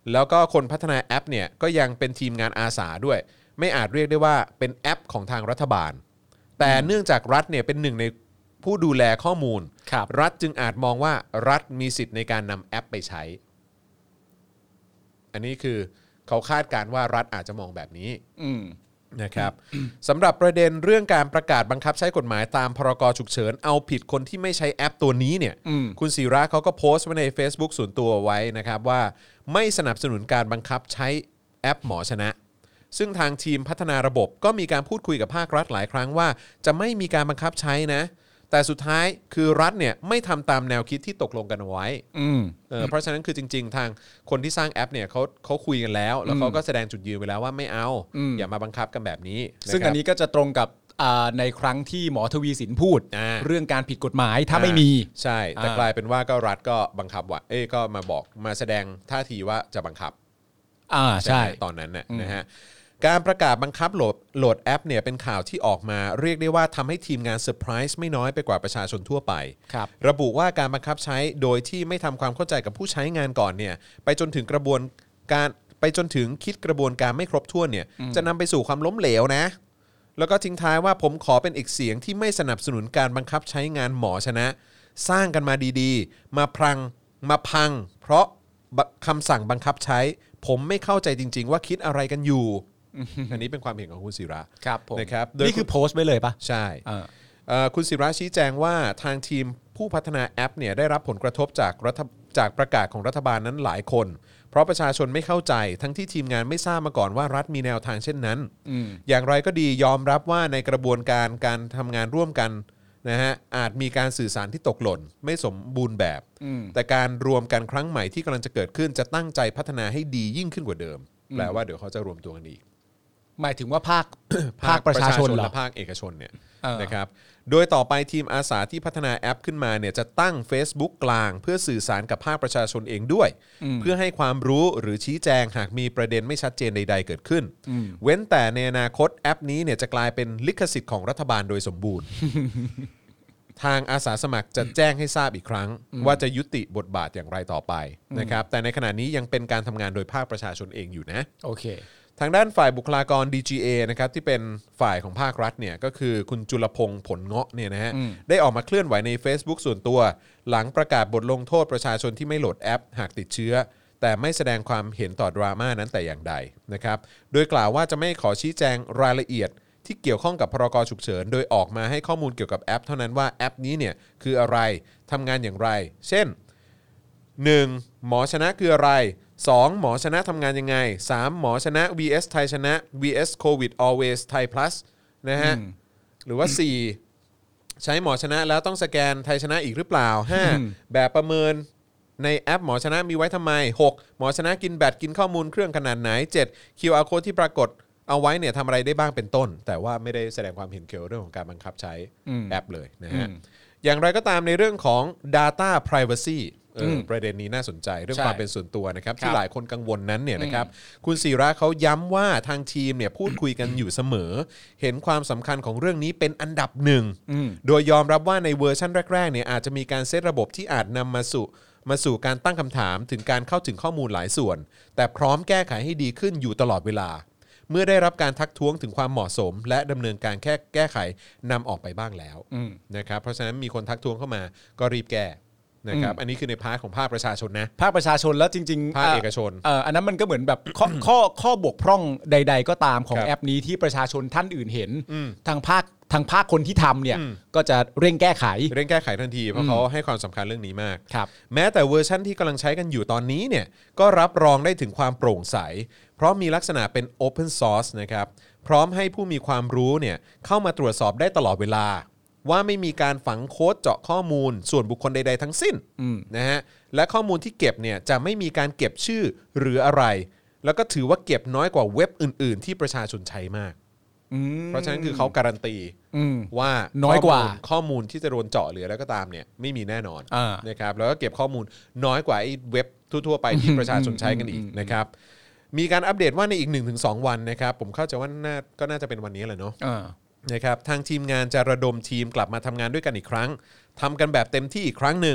แล้วก็คนพัฒนาแอปเนี่ยก็ยังเป็นทีมงานอาสาด้วยไม่อาจเรียกได้ว่าเป็นแอปของทางรัฐบาลแต่เนื่องจากรัฐเนี่ยเป็นหนึ่งในผู้ดูแลข้อมูลรัฐจึงอาจมองว่ารัฐมีสิทธิ์ในการนำแอปไปใช้อันนี้คือเขาคาดการณ์ว่ารัฐอาจจะมองแบบนี้นะครับสำหรับประเด็นเรื่องการประกาศบังคับใช้กฎหมายตามพรกฉุกเฉินเอาผิดคนที่ไม่ใช้แอปตัวนี้เนี่ยคุณศิระเขาก็โพสต์ไว้ใน Facebook ส่วนตัวไว้นะครับว่าไม่สนับสนุนการบังคับใช้แอปหมอชนะซึ่งทางทีมพัฒนาระบบก็มีการพูดคุยกับภาครัฐหลายครั้งว่าจะไม่มีการบังคับใช้นะแต่สุดท้ายคือรัฐเนี่ยไม่ทำตามแนวคิดที่ตกลงกันเอาไว้เออเพราะฉะนั้นคือจริงๆทางคนที่สร้างแอปเนี่ยเขาเขาคุยกันแล้วแล้วเขาก็แสดงจุดยืนไว้แล้วว่าไม่เอาอย่ามาบังคับกันแบบนี้ซึ่งอันนี้ก็จะตรงกับในครั้งที่หมอทวีสินพูดเรื่องการผิดกฎหมายถ้าไม่มีใช่แต่กลายเป็นว่าก็รัฐก็บังคับว่าเอ้ยก็มาบอกมาแสดงท่าทีว่าจะบังคับอ่าใช่ตอนนั้นน่ะนะฮะการประกาศบังคับโหลดโหลดแอปเนี่ยเป็นข่าวที่ออกมาเรียกได้ว่าทำให้ทีมงานเซอร์ไพรส์ไม่น้อยไปกว่าประชาชนทั่วไปครับระบุว่าการบังคับใช้โดยที่ไม่ทำความเข้าใจกับผู้ใช้งานก่อนเนี่ยไปจนถึงกระบวนการไปจนถึงคิดกระบวนการไม่ครบถ้วนเนี่ยจะนำไปสู่ความล้มเหลวนะแล้วก็ทิ้งท้ายว่าผมขอเป็นอีกเสียงที่ไม่สนับสนุนการบังคับใช้งานหมอชนะสร้างกันมาดีๆมาพังมาพังเพราะคำสั่งบังคับใช้ผมไม่เข้าใจจริงๆว่าคิดอะไรกันอยู่อันนี้เป็นความเห็นของคุณศิระครับผมนะครับนี่คือโพสต์ไว้เลยปะใช่คุณศิระชี้แจงว่าทางทีมผู้พัฒนาแอปเนี่ยได้รับผลกระทบจากรัฐจากประกาศของรัฐบาลนั้นหลายคนเพราะประชาชนไม่เข้าใจทั้งที่ทีมงานไม่ทราบมาก่อนว่ารัฐมีแนวทางเช่นนั้น อ, อย่างไรก็ดียอมรับว่าในกระบวนการการทำงานร่วมกันนะฮะอาจมีการสื่อสารที่ตกหล่นไม่สมบูรณ์แบบแต่การรวมกันครั้งใหม่ที่กำลังจะเกิดขึ้นจะตั้งใจพัฒนาให้ดียิ่งขึ้นกว่าเดิมแปลว่าเดี๋ยวเขาจะรวมตัวกันอีกหมายถึงว่าภาคภาคประชาชนและภาคเอกชนเนี่ยนะครับโดยต่อไปทีมอาสาที่พัฒนาแอปขึ้นมาเนี่ยจะตั้ง Facebook กลางเพื่อสื่อสารกับภาคประชาชนเองด้วยเพื่อให้ความรู้หรือชี้แจงหากมีประเด็นไม่ชัดเจนใดๆเกิดขึ้นเว้นแต่ในอนาคตแอปนี้เนี่ยจะกลายเป็นลิขสิทธิ์ของรัฐบาลโดยสมบูรณ์ ทางอาสาสมัครจะแจ้งให้ทราบอีกครั้งว่าจะยุติบทบาทอย่างไรต่อไปนะครับแต่ในขณะนี้ยังเป็นการทำงานโดยภาคประชาชนเองอยู่นะโอเคทางด้านฝ่ายบุคลากร ดี จี เอ นะครับที่เป็นฝ่ายของภาครัฐเนี่ยก็คือคุณจุลพงษ์ผลเงาะเนี่ยนะฮะได้ออกมาเคลื่อนไหวใน Facebook ส่วนตัวหลังประกาศบทลงโทษประชาชนที่ไม่โหลดแอปหากติดเชื้อแต่ไม่แสดงความเห็นต่อดราม่านั้นแต่อย่างใดนะครับโดยกล่าวว่าจะไม่ขอชี้แจงรายละเอียดที่เกี่ยวข้องกับพรกฉุกเฉินโดยออกมาให้ข้อมูลเกี่ยวกับแอปเท่านั้นว่าแอปนี้เนี่ยคืออะไรทำงานอย่างไรเช่น หนึ่ง หมอชนะคืออะไรสองหมอชนะทำงานยังไงสามหมอชนะ วี เอส ไทยชนะ วี เอส COVID Always Thai Plus นะฮะหรือว่าสี่ใช้หมอชนะแล้วต้องสแกนไทยชนะอีกหรือเปล่าห้าแบบประเมินในแอปหมอชนะมีไว้ทำไมหกหมอชนะกินแบตกินข้อมูลเครื่องขนาดไหนเจ็ด คิว อาร์ Code ที่ปรากฏเอาไว้เนี่ยทำอะไรได้บ้างเป็นต้นแต่ว่าไม่ได้แสดงความเห็นเกี่ยวเรื่องของการบังคับใช้แอปเลยนะฮะอย่างไรก็ตามในเรื่องของ data privacyเออประเด็นนี้น่าสนใจเรื่องความเป็นส่วนตัวนะครับที่หลายคนกังวลนั้นเนี่ยนะครับคุณศิระเขาย้ำว่าทางทีมเนี่ยพูดคุยกันอยู่เสมอเห็นความสำคัญของเรื่องนี้เป็นอันดับหนึ่งโดยยอมรับว่าในเวอร์ชันแรกๆเนี่ยอาจจะมีการเซตระบบที่อาจนำมาสู่มาสู่การตั้งคำถามถึงการเข้าถึงข้อมูลหลายส่วนแต่พร้อมแก้ไขให้ดีขึ้นอยู่ตลอดเวลาเมื่อได้รับการทักท้วงถึงความเหมาะสมและดำเนินการแค่แก้ไขนำออกไปบ้างแล้วนะครับเพราะฉะนั้นมีคนทักท้วงเข้ามาก็รีบแก้นะครับอันนี้คือในพาร์ทของภาคประชาชนนะภาคประชาชนแล้วจริงๆภาคเอกชนเอ่ออันนั้นมันก็เหมือนแบบข้อข้อข้อบกพร่องใดๆก็ตามของแอปนี้ที่ประชาชนท่านอื่นเห็นทางภาคทางภาคคนที่ทำเนี่ยก็จะเร่งแก้ไขเร่งแก้ไขทันทีเพราะเขาให้ความสำคัญเรื่องนี้มากแม้แต่เวอร์ชั่นที่กำลังใช้กันอยู่ตอนนี้เนี่ยก็รับรองได้ถึงความโปร่งใสเพราะมีลักษณะเป็น Open Source นะครับพร้อมให้ผู้มีความรู้เนี่ยเข้ามาตรวจสอบได้ตลอดเวลาว่าไม่มีการฝังโค้ดเจาะข้อมูลส่วนบุคคลใดๆทั้งสิ้นนะฮะและข้อมูลที่เก็บเนี่ยจะไม่มีการเก็บชื่อหรืออะไรแล้วก็ถือว่าเก็บน้อยกว่าเว็บอื่นๆที่ประชาชนใช้มากเพราะฉะนั้นคือเขาการันตีว่าน้อยกว่าข้อมูลที่จะโดนเจาะหรืออะไรก็ตามเนี่ยไม่มีแน่นอนนะครับแล้วก็เก็บข้อมูลน้อยกว่าไอ้เว็บทั่วๆไปที่ประชาชนใช้กันอีกนะครับมีการอัปเดตว่าในอีก หนึ่งถึงสอง วันนะครับผมเข้าใจว่าน่าก็น่าจะเป็นวันนี้แหละเนาะนะครับทางทีมงานจะระดมทีมกลับมาทำงานด้วยกันอีกครั้งทำกันแบบเต็มที่อีกครั้งหนึ่ง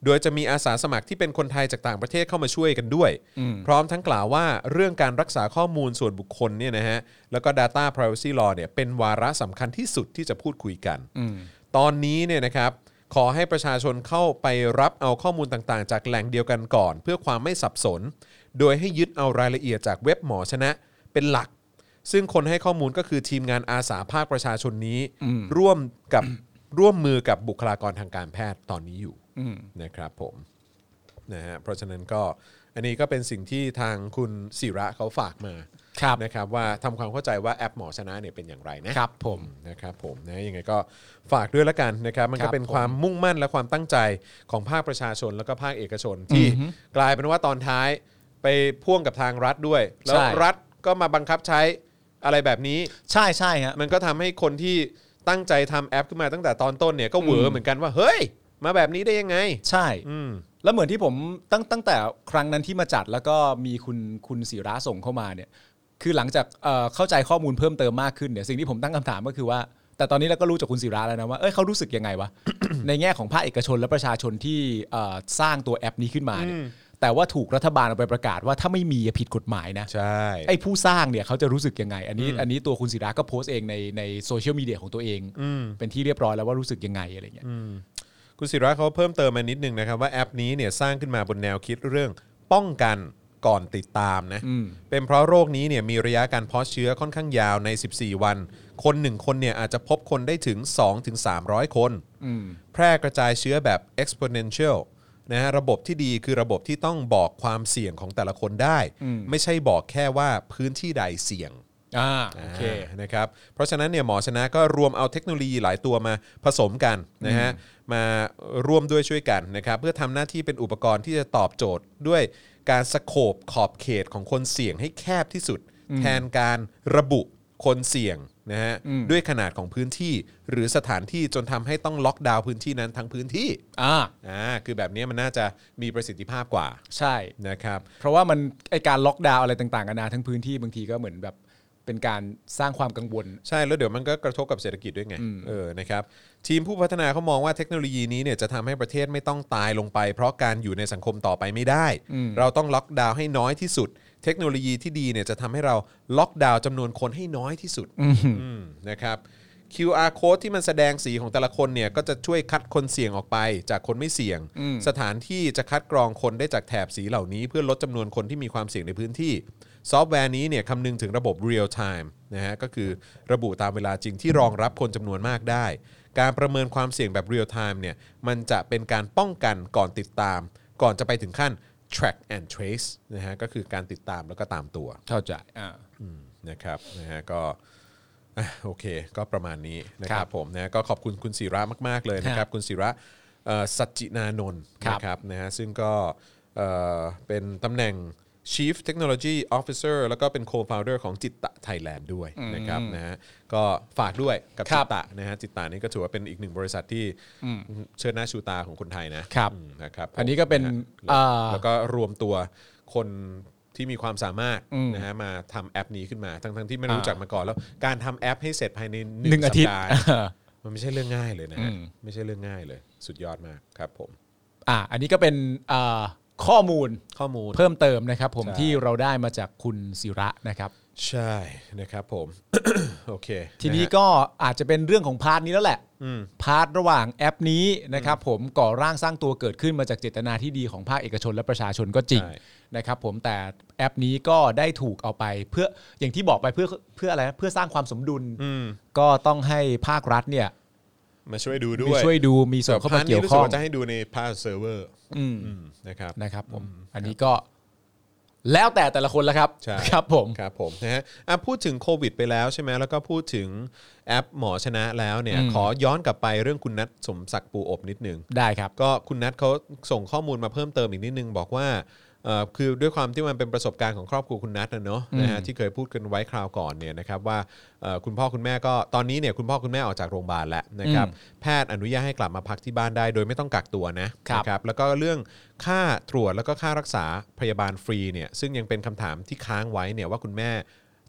โดยจะมีอาสาสมัครที่เป็นคนไทยจากต่างประเทศเข้ามาช่วยกันด้วยพร้อมทั้งกล่าวว่าเรื่องการรักษาข้อมูลส่วนบุคคลเนี่ยนะฮะแล้วก็ Data Privacy Law เนี่ยเป็นวาระสำคัญที่สุดที่จะพูดคุยกันตอนนี้เนี่ยนะครับขอให้ประชาชนเข้าไปรับเอาข้อมูลต่างๆจากแหล่งเดียวกันก่อนเพื่อความไม่สับสนโดยให้ยึดเอารายละเอียดจากเว็บหมอชนะเป็นหลักซึ่งคนให้ข้อมูลก็คือทีมงานอาสาภาคประชาชนนี้ร่วมกับร่วมมือกับบุคลากรทางการแพทย์ตอนนี้อยู่นะครับผมนะฮะเพราะฉะนั้นก็อันนี้ก็เป็นสิ่งที่ทางคุณศิระเขาฝากมานะครับว่าทำความเข้าใจว่าแอปหมอชนะเนี่ยเป็นอย่างไรนะครับผมนะครับผมนะยังไงก็ฝากด้วยละกันนะครับมันก็เป็นความมุ่งมั่นและความตั้งใจของภาคประชาชนแล้วก็ภาคเอกชนที่กลายเป็นว่าตอนท้ายไปพ่วงกับทางรัฐด้วยแล้วรัฐก็มาบังคับใช้อะไรแบบนี้ใช่ใช่ฮะมันก็ทำให้คนที่ตั้งใจทำแอปขึ้นมาตั้งแต่ตอนต้นเนี่ยก็เหวอเหมือนกันว่าเฮ้ยมาแบบนี้ได้ยังไงใช่แล้วเหมือนที่ผมตั้งตั้งแต่ครั้งนั้นที่มาจัดแล้วก็มีคุณคุณศิระส่งเข้ามาเนี่ยคือหลังจากเอ่อเข้าใจข้อมูลเพิ่มเติมมากขึ้นเนี่ยสิ่งที่ผมตั้งคำถามก็คือว่าแต่ตอนนี้เราก็รู้จากคุณศิระแล้วนะว่าเอ้ยเขารู้สึกยังไงวะ ในแง่ของภาคเอกชนและประชาชนที่เอ่อสร้างตัวแอปนี้ขึ้นมาเนี่ยแต่ว่าถูกรัฐบาลเอาไปประกาศว่าถ้าไม่มีผิดกฎหมายนะใช่ไอ้ผู้สร้างเนี่ยเขาจะรู้สึกยังไงอันนี้อันนี้ตัวคุณศิระก็โพสต์เองในในโซเชียลมีเดียของตัวเองเป็นที่เรียบร้อยแล้วว่ารู้สึกยังไงอะไรเงี้ยคุณศิระเขาเพิ่มเติมมานิดนึงนะครับว่าแอปนี้เนี่ยสร้างขึ้นมาบนแนวคิดเรื่องป้องกันก่อนติดตามนะเป็นเพราะโรคนี้เนี่ยมีระยะการเพาะเชื้อค่อนข้างยาวในสิบสี่วันคนหนึ่งคนเนี่ยอาจจะพบคนได้ถึง สองถึงสามร้อย คนแพร่กระจายเชื้อแบบ exponentialนะฮะระบบที่ดีคือระบบที่ต้องบอกความเสี่ยงของแต่ละคนได้ไม่ใช่บอกแค่ว่าพื้นที่ใดเสี่ยงอ่าโอเคนะครับเพราะฉะนั้นเนี่ยหมอชนะก็รวมเอาเทคโนโลยีหลายตัวมาผสมกันนะฮะมาร่วมด้วยช่วยกันนะครับเพื่อทำหน้าที่เป็นอุปกรณ์ที่จะตอบโจทย์ด้วยการสโคปขอบเขตของคนเสี่ยงให้แคบที่สุดแทนการระบุคนเสี่ยงนะฮะด้วยขนาดของพื้นที่หรือสถานที่จนทำให้ต้องล็อกดาวน์พื้นที่นั้นทั้งพื้นที่อ่าอ่าคือแบบนี้มันน่าจะมีประสิทธิภาพกว่าใช่นะครับเพราะว่ามันไอการล็อกดาวน์อะไรต่างๆกันานาทั้งพื้นที่บางทีก็เหมือนแบบเป็นการสร้างความกังวลใช่แล้วเดี๋ยวมันก็กระทบกับเศรษฐกิจด้วยไงเออนะครับทีมผู้พัฒนาเขามองว่าเทคโนโลยีนี้เนี่ยจะทำให้ประเทศไม่ต้องตายลงไปเพราะการอยู่ในสังคมต่อไปไม่ได้เราต้องล็อกดาวน์ให้น้อยที่สุดเทคโนโลยีที่ดีเนี่ยจะทำให้เราล็อกดาวน์จำนวนคนให้น้อยที่สุดนะครับ คิว อาร์ Code ที่มันแสดงสีของแต่ละคนเนี่ยก็จะช่วยคัดคนเสี่ยงออกไปจากคนไม่เสี่ยงสถานที่จะคัดกรองคนได้จากแถบสีเหล่านี้เพื่อลดจำนวนคนที่มีความเสี่ยงในพื้นที่ซอฟต์แวร์นี้เนี่ยคำนึงถึงระบบ real time นะฮะก็คือระบุตามเวลาจริงที่รองรับคนจำนวนมากได้การประเมินความเสี่ยงแบบ real time เนี่ยมันจะเป็นการป้องกันก่อนติดตามก่อนจะไปถึงขั้น track and trace นะฮะก็คือการติดตามแล้วก็ตามตัวเข้าใจอ่านะครับนะฮะก็โอเคก็ประมาณนี้นะครับผมนะก็ขอบคุณคุณศิระมากๆเลยนะครับคุณศิระสัจจินานนท์นะครับนะฮะซึ่งก็เป็นตำแหน่ง Chief Technology Officer แล้วก็เป็น Co-founder ของจิตตะ Thailand ด้วยนะครับนะฮะก็ฝากด้วยกับจิตตะนะฮะจิตตะนี่ก็ถือว่าเป็นอีกหนึ่งบริษัทที่เชิดหน้าชูตาของคนไทยนะครับนะครับอันนี้ก็เป็นแล้วก็รวมตัวคนที่มีความสามารถนะฮะมาทำแอปนี้ขึ้นมาทั้งๆที่ไม่รู้จักมาก่อนแล้วการทำแอปให้เสร็จภายในหนึ่งสัปดาห์มันไม่ใช่เรื่องง่ายเลยนะฮะไม่ใช่เรื่องง่ายเลยสุดยอดมากครับผมอ่าอันนี้ก็เป็นข้อมูลข้อมูลเพิ่มเติมนะครับผมที่เราได้มาจากคุณศิระนะครับใช่นะครับผม โอเคทีนี้ก็อาจจะเป็นเรื่องของพาร์ทนี้แล้วแหละพาร์ทระหว่างแอปนี้นะครับผมก่อร่างสร้างตัวเกิดขึ้นมาจากเจตนาที่ดีของภาคเอกชนและประชาชนก็จริงนะครับผมแต่แอปนี้ก็ได้ถูกเอาไปเพื่ออย่างที่บอกไปเพื่อเพื่ออะไรนะเพื่อสร้างความสมดุลก็ต้องให้ภาครัฐเนี่ยมาช่วยดูด้วยช่วยดูมีส่วนเข้ามาเกี่ยวข้องจะให้ดูในพาร์ทเซิร์ฟเวอร์นะครับนะครับผมอันนี้ก็แล้วแต่แต่ละคนแล้วครับครับผมครับผมนะฮะพูดถึงโควิดไปแล้วใช่ไหมแล้วก็พูดถึงแอปหมอชนะแล้วเนี่ยขอย้อนกลับไปเรื่องคุณนัทสมศักดิ์ปูอบนิดนึงได้ครับก็คุณนัทเขาส่งข้อมูลมาเพิ่มเติมอีกนิดนึงบอกว่าคือด้วยความที่มันเป็นประสบการณ์ของครอบครัวคุณนัทนะเนาะนะฮะที่เคยพูดกันไว้คราวก่อนเนี่ยนะครับว่าคุณพ่อคุณแม่ก็ตอนนี้เนี่ยคุณพ่อคุณแม่ออกจากโรงพยาบาลแล้วนะครับแพทย์อนุญาตให้กลับมาพักที่บ้านได้โดยไม่ต้องกักตัวนะครับแล้วก็เรื่องค่าตรวจแล้วก็ค่ารักษาพยาบาลฟรีเนี่ยซึ่งยังเป็นคำถามที่ค้างไว้เนี่ยว่าคุณแม่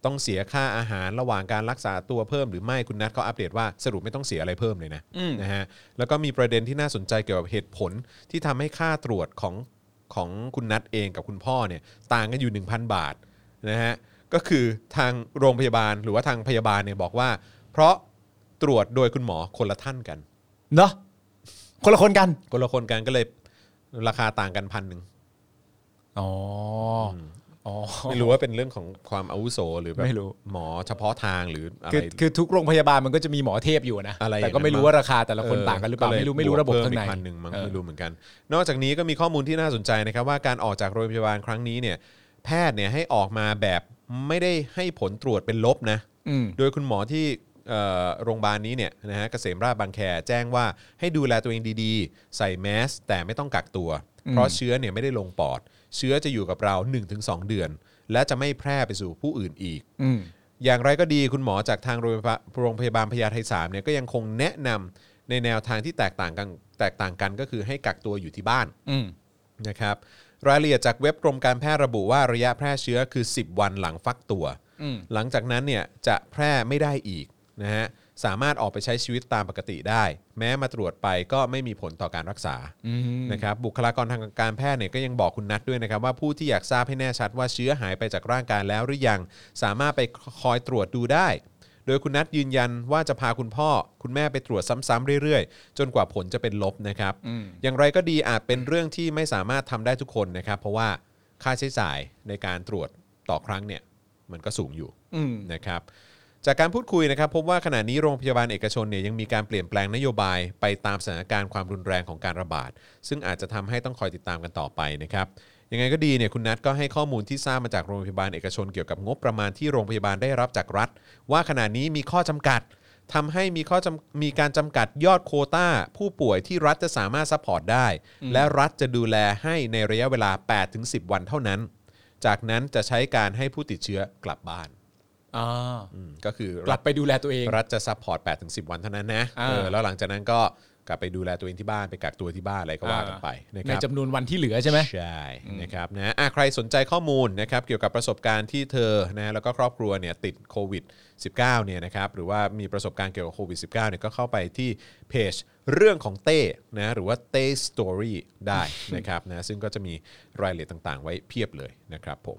ต้องเสียค่าอาหารระหว่างการรักษาตัวเพิ่มหรือไม่คุณนัทเขาอัปเดตว่าสรุปไม่ต้องเสียอะไรเพิ่มเลยนะนะฮะแล้วก็มีประเด็นที่น่าสนใจเกี่ยวกับเหตุผลที่ทำให้ค่าตรวจของของคุณนัทเองกับคุณพ่อเนี่ยต่างกันอยู่ หนึ่งพัน บาทนะฮะก็คือทางโรงพยาบาลหรือว่าทางพยาบาลเนี่ยบอกว่าเพราะตรวจโดยคุณหมอคนละท่านกันเนาะคนละคนกันคนละคนกันก็เลยราคาต่างกันพันหนึ่งอ๋ออ๋อไม่รู้ว่าเป็นเรื่องของความอาวุโสหรือแบบหมอเฉพาะทางหรืออะไรคือคือทุกโรงพยาบาลมันก็จะมีหมอเทพอยู่นะแต่ก็ไม่รู้ว่าราคาแต่ละคนต่างกันหรือเปล่าไม่รู้ไม่รู้ระบบข้างในพันหนึ่งมั้งไม่รู้เหมือนกันนอกจากนี้ก็มีข้อมูลที่น่าสนใจนะครับว่าการออกจากโรงพยาบาลครั้งนี้เนี่ยแพทย์เนี่ยให้ออกมาแบบไม่ได้ให้ผลตรวจเป็นลบนะโดยคุณหมอที่โรงพยาบาลนี้เนี่ยนะฮะเกษมราษฎร์บางแคแจ้งว่าให้ดูแลตัวเองดีๆใส่แมสแต่ไม่ต้องกักตัวเพราะเชื้อเนี่ยไม่ได้ลงปอดเชื้อจะอยู่กับเรา หนึ่งถึงสอง เดือนและจะไม่แพร่ไปสู่ผู้อื่นอีกอย่างไรก็ดีคุณหมอจากทางโรงพยาบาลพญาไทสามเนี่ยก็ยังคงแนะนำในแนวทางที่แตกต่างกันแตกต่างกันก็คือให้กักตัวอยู่ที่บ้านนะครับรายละเอียดจากเว็บกรมการแพทย์ระบุว่าระยะแพร่เชื้อคือสิบวันหลังฟักตัวหลังจากนั้นเนี่ยจะแพร่ไม่ได้อีกนะฮะสามารถออกไปใช้ชีวิตตามปกติได้แม้มาตรวจไปก็ไม่มีผลต่อการรักษานะครับบุคลากรทางการแพทย์เนี่ยก็ยังบอกคุณนัทด้วยนะครับว่าผู้ที่อยากทราบให้แน่ชัดว่าเชื้อหายไปจากร่างกายแล้วหรือยังสามารถไปคอยตรวจดูได้โดยคุณนัทยืนยันว่าจะพาคุณพ่อคุณแม่ไปตรวจซ้ำๆเรื่อยๆจนกว่าผลจะเป็นลบนะครับอย่างไรก็ดีอาจเป็นเรื่องที่ไม่สามารถทำได้ทุกคนนะครับเพราะว่าค่าใช้จ่ายในการตรวจต่อครั้งเนี่ยมันก็สูงอยู่นะครับจากการพูดคุยนะครับพบว่าขณะนี้โรงพยาบาลเอกชนเนี่ยยังมีการเปลี่ยนแปลงนโยบายไปตามสถานการณ์ความรุนแรงของการระบาดซึ่งอาจจะทำให้ต้องคอยติดตามกันต่อไปนะครับยังไงก็ดีเนี่ยคุณนัทก็ให้ข้อมูลที่ทราบมาจากโรงพยาบาลเอกชนเกี่ยวกับงบประมาณที่โรงพยาบาลได้รับจากรัฐว่าขณะนี้มีข้อจำกัดทำให้มีข้อมีการจำกัดยอดโควต้าผู้ป่วยที่รัฐจะสามารถซัพพอร์ตได้และรัฐจะดูแลให้ในระยะเวลา แปดถึงสิบ วันเท่านั้นจากนั้นจะใช้การให้ผู้ติดเชื้อกลับบ้านอ่าก็คือกลับไปดูแลตัวเองรัฐจะซัพพอร์ต แปดถึงสิบ วันเท่านั้นนะเออแล้วหลังจากนั้นก็กลับไปดูแลตัวเองที่บ้านไปกักตัวที่บ้านอะไรก็ว่ากันไปนะครับในจำนวนวันที่เหลือใช่ไหมใช่นะครับนะอ่ะใครสนใจข้อมูลนะครับเกี่ยวกับประสบการณ์ที่เธอนะแล้วก็ครอบครัวเนี่ยติดโควิด สิบเก้า เนี่ยนะครับหรือว่ามีประสบการณ์เกี่ยวกับโควิด สิบเก้า เนี่ยก็เข้าไปที่เพจเรื่องของเต้นะหรือว่าเต้สตอรี่ได้นะครับนะซึ่งก็จะมีรายละเอียดต่างๆไว้เพียบเลยนะครับผม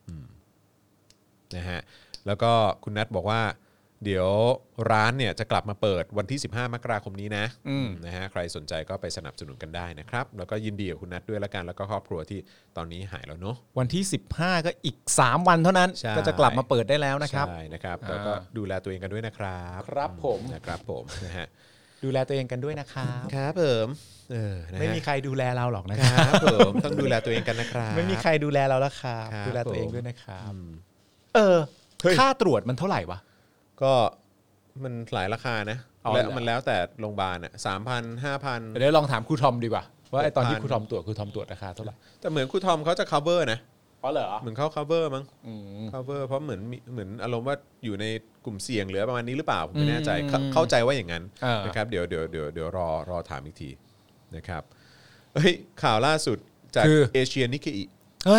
นะฮะแล้วก็คุณนัทบอกว่าเดี๋ยวร้านเนี่ยจะกลับมาเปิดวันที่สิบห้ามกราคมนี้นะนะฮะใครสนใจก็ไปสนับสนุนกันได้นะครับแล้วก็ยินดีกับคุณนัทด้วยละกันแล้วก็ครอบครัวที่ตอนนี้หายแล้วเนาะวันที่สิบห้าก็อีกสามวันเท่านั้นก็จะกลับมาเปิดได้แล้วนะครับใช่นะครับแล้วก็ดูแลตัวเองกันด้วยนะครับครับผมนะครับผมนะฮะดูแลตัวเองกันด้วยนะครับครับผมเออไม่มีใครดูแลเราหรอกนะครับผมต้องดูแลตัวเองกันนะครับไม่มีใครดูแลเราแล้วครับดูแลตัวเองด้วยนะครับเออค่าตรวจมันเท่าไหร่วะก็มันหลายราคานะแล้วมันแล้วแต่โรงพยาบาลอ่ะสามพันห้าพันเดี๋ยวลองถามครูทอมดีกว่าว่าไอ้ตอนที่ครูทอมตรวจครูทอมตรวจราคาเท่าไหร่แต่เหมือนครูทอมเขาจะ cover นะอ๋อเหรอเหมือนเขา cover มั้ง cover เพราะเหมือนเหมือนอารมณ์ว่าอยู่ในกลุ่มเสี่ยงหรือประมาณนี้หรือเปล่าผมไม่แน่ใจเข้าใจว่าอย่างนั้นนะครับเดี๋ยวเดี๋ยวเดี๋ยวเดี๋ยวรอรอถามอีกทีนะครับเฮ้ยข่าวล่าสุดจากเอเชียนิกเกอิ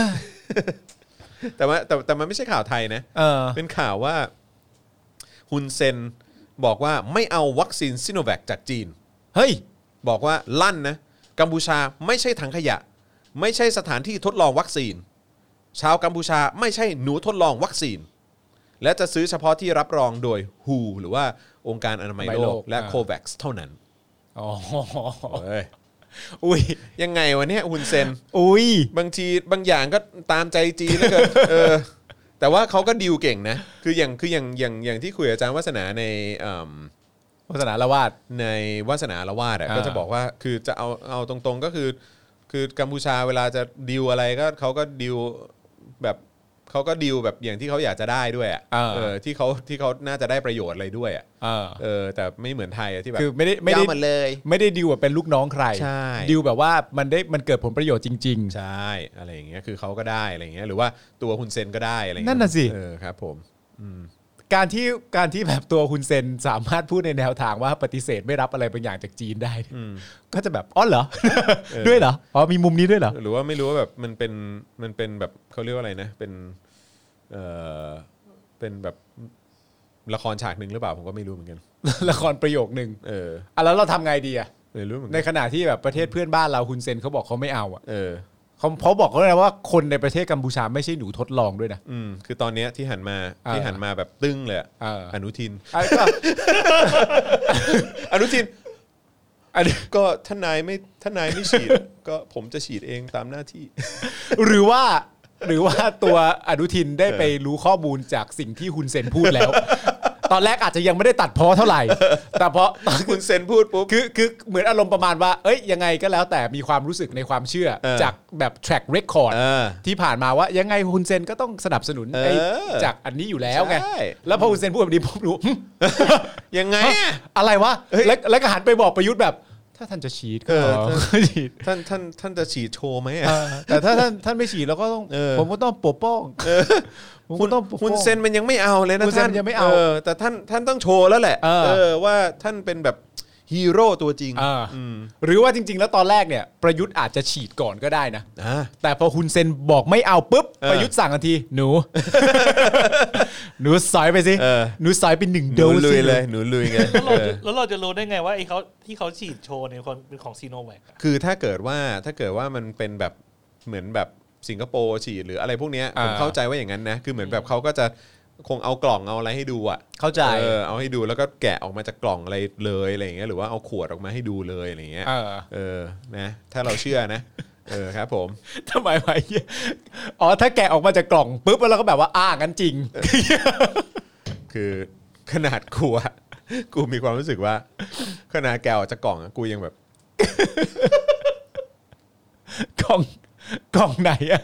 แต่ว่าแต่แต่มันไม่ใช่ข่าวไทยนะเป็นข่าวว่าฮุนเซนบอกว่าไม่เอาวัคซีนซิโนแวคจากจีนเฮ้ยบอกว่าลั่นนะกัมพูชาไม่ใช่ถังขยะไม่ใช่สถานที่ทดลองวัคซีนชาวกัมพูชาไม่ใช่หนูทดลองวัคซีนและจะซื้อเฉพาะที่รับรองโดย ดับเบิลยู เอช โอ หรือว่าองค์การอนามัยโลกและโควัคเท่านั้นอ๋อเฮ้ยอุ้ยยังไงวะเนี่ยฮุนเซนอุ้ยบางทีบางอย่างก็ตามใจจีนแล้วกันเออแต่ว่าเขาก็ดีลเก่งนะคืออย่างคืออย่างอย่างอย่างที่คุยกับอาจารย์วาสนาในวาสนาละวาดในวาสนาละวาดอ่ะก็จะบอกว่าคือจะเอาเอาตรงๆก็คือคือกัมพูชาเวลาจะดีลอะไรก็เขาก็ดีลแบบเขาก็ดีลแบบอย่างที่เขาอยากจะได้ด้วยอ่ะเออที่เขาที่เขาน่าจะได้ประโยชน์อะไรด้วยอ่ะเออแต่ไม่เหมือนไทยที่แบบคือไม่ได้ไม่ได้มันเลยไม่ได้ดีลแบบเป็นลูกน้องใครดีลแบบว่ามันได้มันเกิดผลประโยชน์จริงๆใช่อะไรอย่างเงี้ยคือเขาก็ได้อะไรอย่างเงี้ยหรือว่าตัวฮุนเซนก็ได้อะไรนั่นน่ะสิเออครับผมการที่การที่แบบตัวฮุนเซนสามารถพูดในแนวทางว่าปฏิเสธไม่รับอะไรบางอย่างจากจีนได้ก็จะแบบอ๋อเหรอด้วยเหรออ๋อมีมุมนี้ด้วยเหรอหรือว่าไม่รู้ว่าแบบมันเป็นมันเป็นแบบเขาเรียกว่าอะไรนะเป็นเอ่อเป็นแบบละครฉากหนึ่งหรือเปล่าผมก็ไม่รู้เหมือนกันละครประโยคนึงเอออ่ะแล้วเราทำไงดีอ่ะไม่รู้เหมือนกันในขณะที่แบบประเทศเพื่อนบ้านเราฮุนเซนเขาบอกเขาไม่เอาอ่ะเออเขาเขาบอกเขาเลยว่าคนในประเทศกัมพูชาไม่ใช่หนูทดลองด้วยนะอืมคือตอนเนี้ยที่หันมาที่หันมาแบบตึ้งเลยอนุทินอนุทินอันนี้ก็ท่านนายไม่ท่านนายไม่ฉีดก็ผมจะฉีดเองตามหน้าที่หรือว่าหรือว่าตัวอนุทินได้ไปรู้ข้อมูลจากสิ่งที่ฮุนเซนพูดแล้วตอนแรกอาจจะยังไม่ได้ตัดพ้อเท่าไหร่แต่พอฮุนเซนพูดปุ๊บคือคือเหมือนอารมณ์ประมาณว่าเอ้ยยังไงก็แล้วแต่มีความรู้สึกในความเชื่อจากแบบ track record ที่ผ่านมาว่ายังไงฮุนเซนก็ต้องสนับสนุนไอ้จากอันนี้อยู่แล้วไงแล้วพอฮุนเซนพูดแบบนี้ผมรู้ยังไงอะไรวะแล้วแล้วก็หันไปบอกประยุทธ์แบบถ้าท่านจะฉีดก็ฉีดท่านท่านท่านจะฉีดโชว์ไหมแต่ถ้าท่านท่านไม่ฉีดเราก็ต้องผมก็ต้องปกป้องคุณต้องคุณเซนมันยังไม่เอาเลยนะท่านยังไม่เอาแต่ท่านท่านต้องโชว์แล้วแหละเออว่าท่านเป็นแบบฮีโร่ตัวจริงหรือว่าจริงๆแล้วตอนแรกเนี่ยประยุทธ์อาจจะฉีดก่อนก็ได้นะแต่พอฮุนเซนบอกไม่เอาปุ๊บประยุทธ์สั่งทันทีหนูหนูสอยไปสิหนูสอยเป็นหนึ่งโดสลุยเลยหนูลุยไงแล้วเราจะรู้ได้ไงว่าไอ้เขาที่เขาฉีดโชว์เนี่ยเป็นของซีโนแวคคือถ้าเกิดว่าถ้าเกิดว่ามันเป็นแบบเหมือนแบบสิงคโปร์ฉีดหรืออะไรพวกนี้ผมเข้าใจว่าอย่างนั้นนะคือเหมือนแบบเขาก็จะคงเอากล่องเอาอะไรให้ดูอ่ะเข้าใจเออเอาให้ดูแล้วก็แกะออกมาจากกล่องอะไรเลยอะไรอย่างเงี้ยหรือว่าเอาขวดออกมาให้ดูเลยอะไรอย่างเงี้ยเออนะถ้าเราเชื่อนะเออครับผมทำไมวะอ๋อถ้าแกะออกมาจากกล่องปุ๊บแล้วเราก็แบบว่าอ้างั้นจริงคือขนาดกูอ่ะกูมีความรู้สึกว่าขนาดแกะออกจากกล่องกูยังแบบกล่องกล่องไหนอ่ะ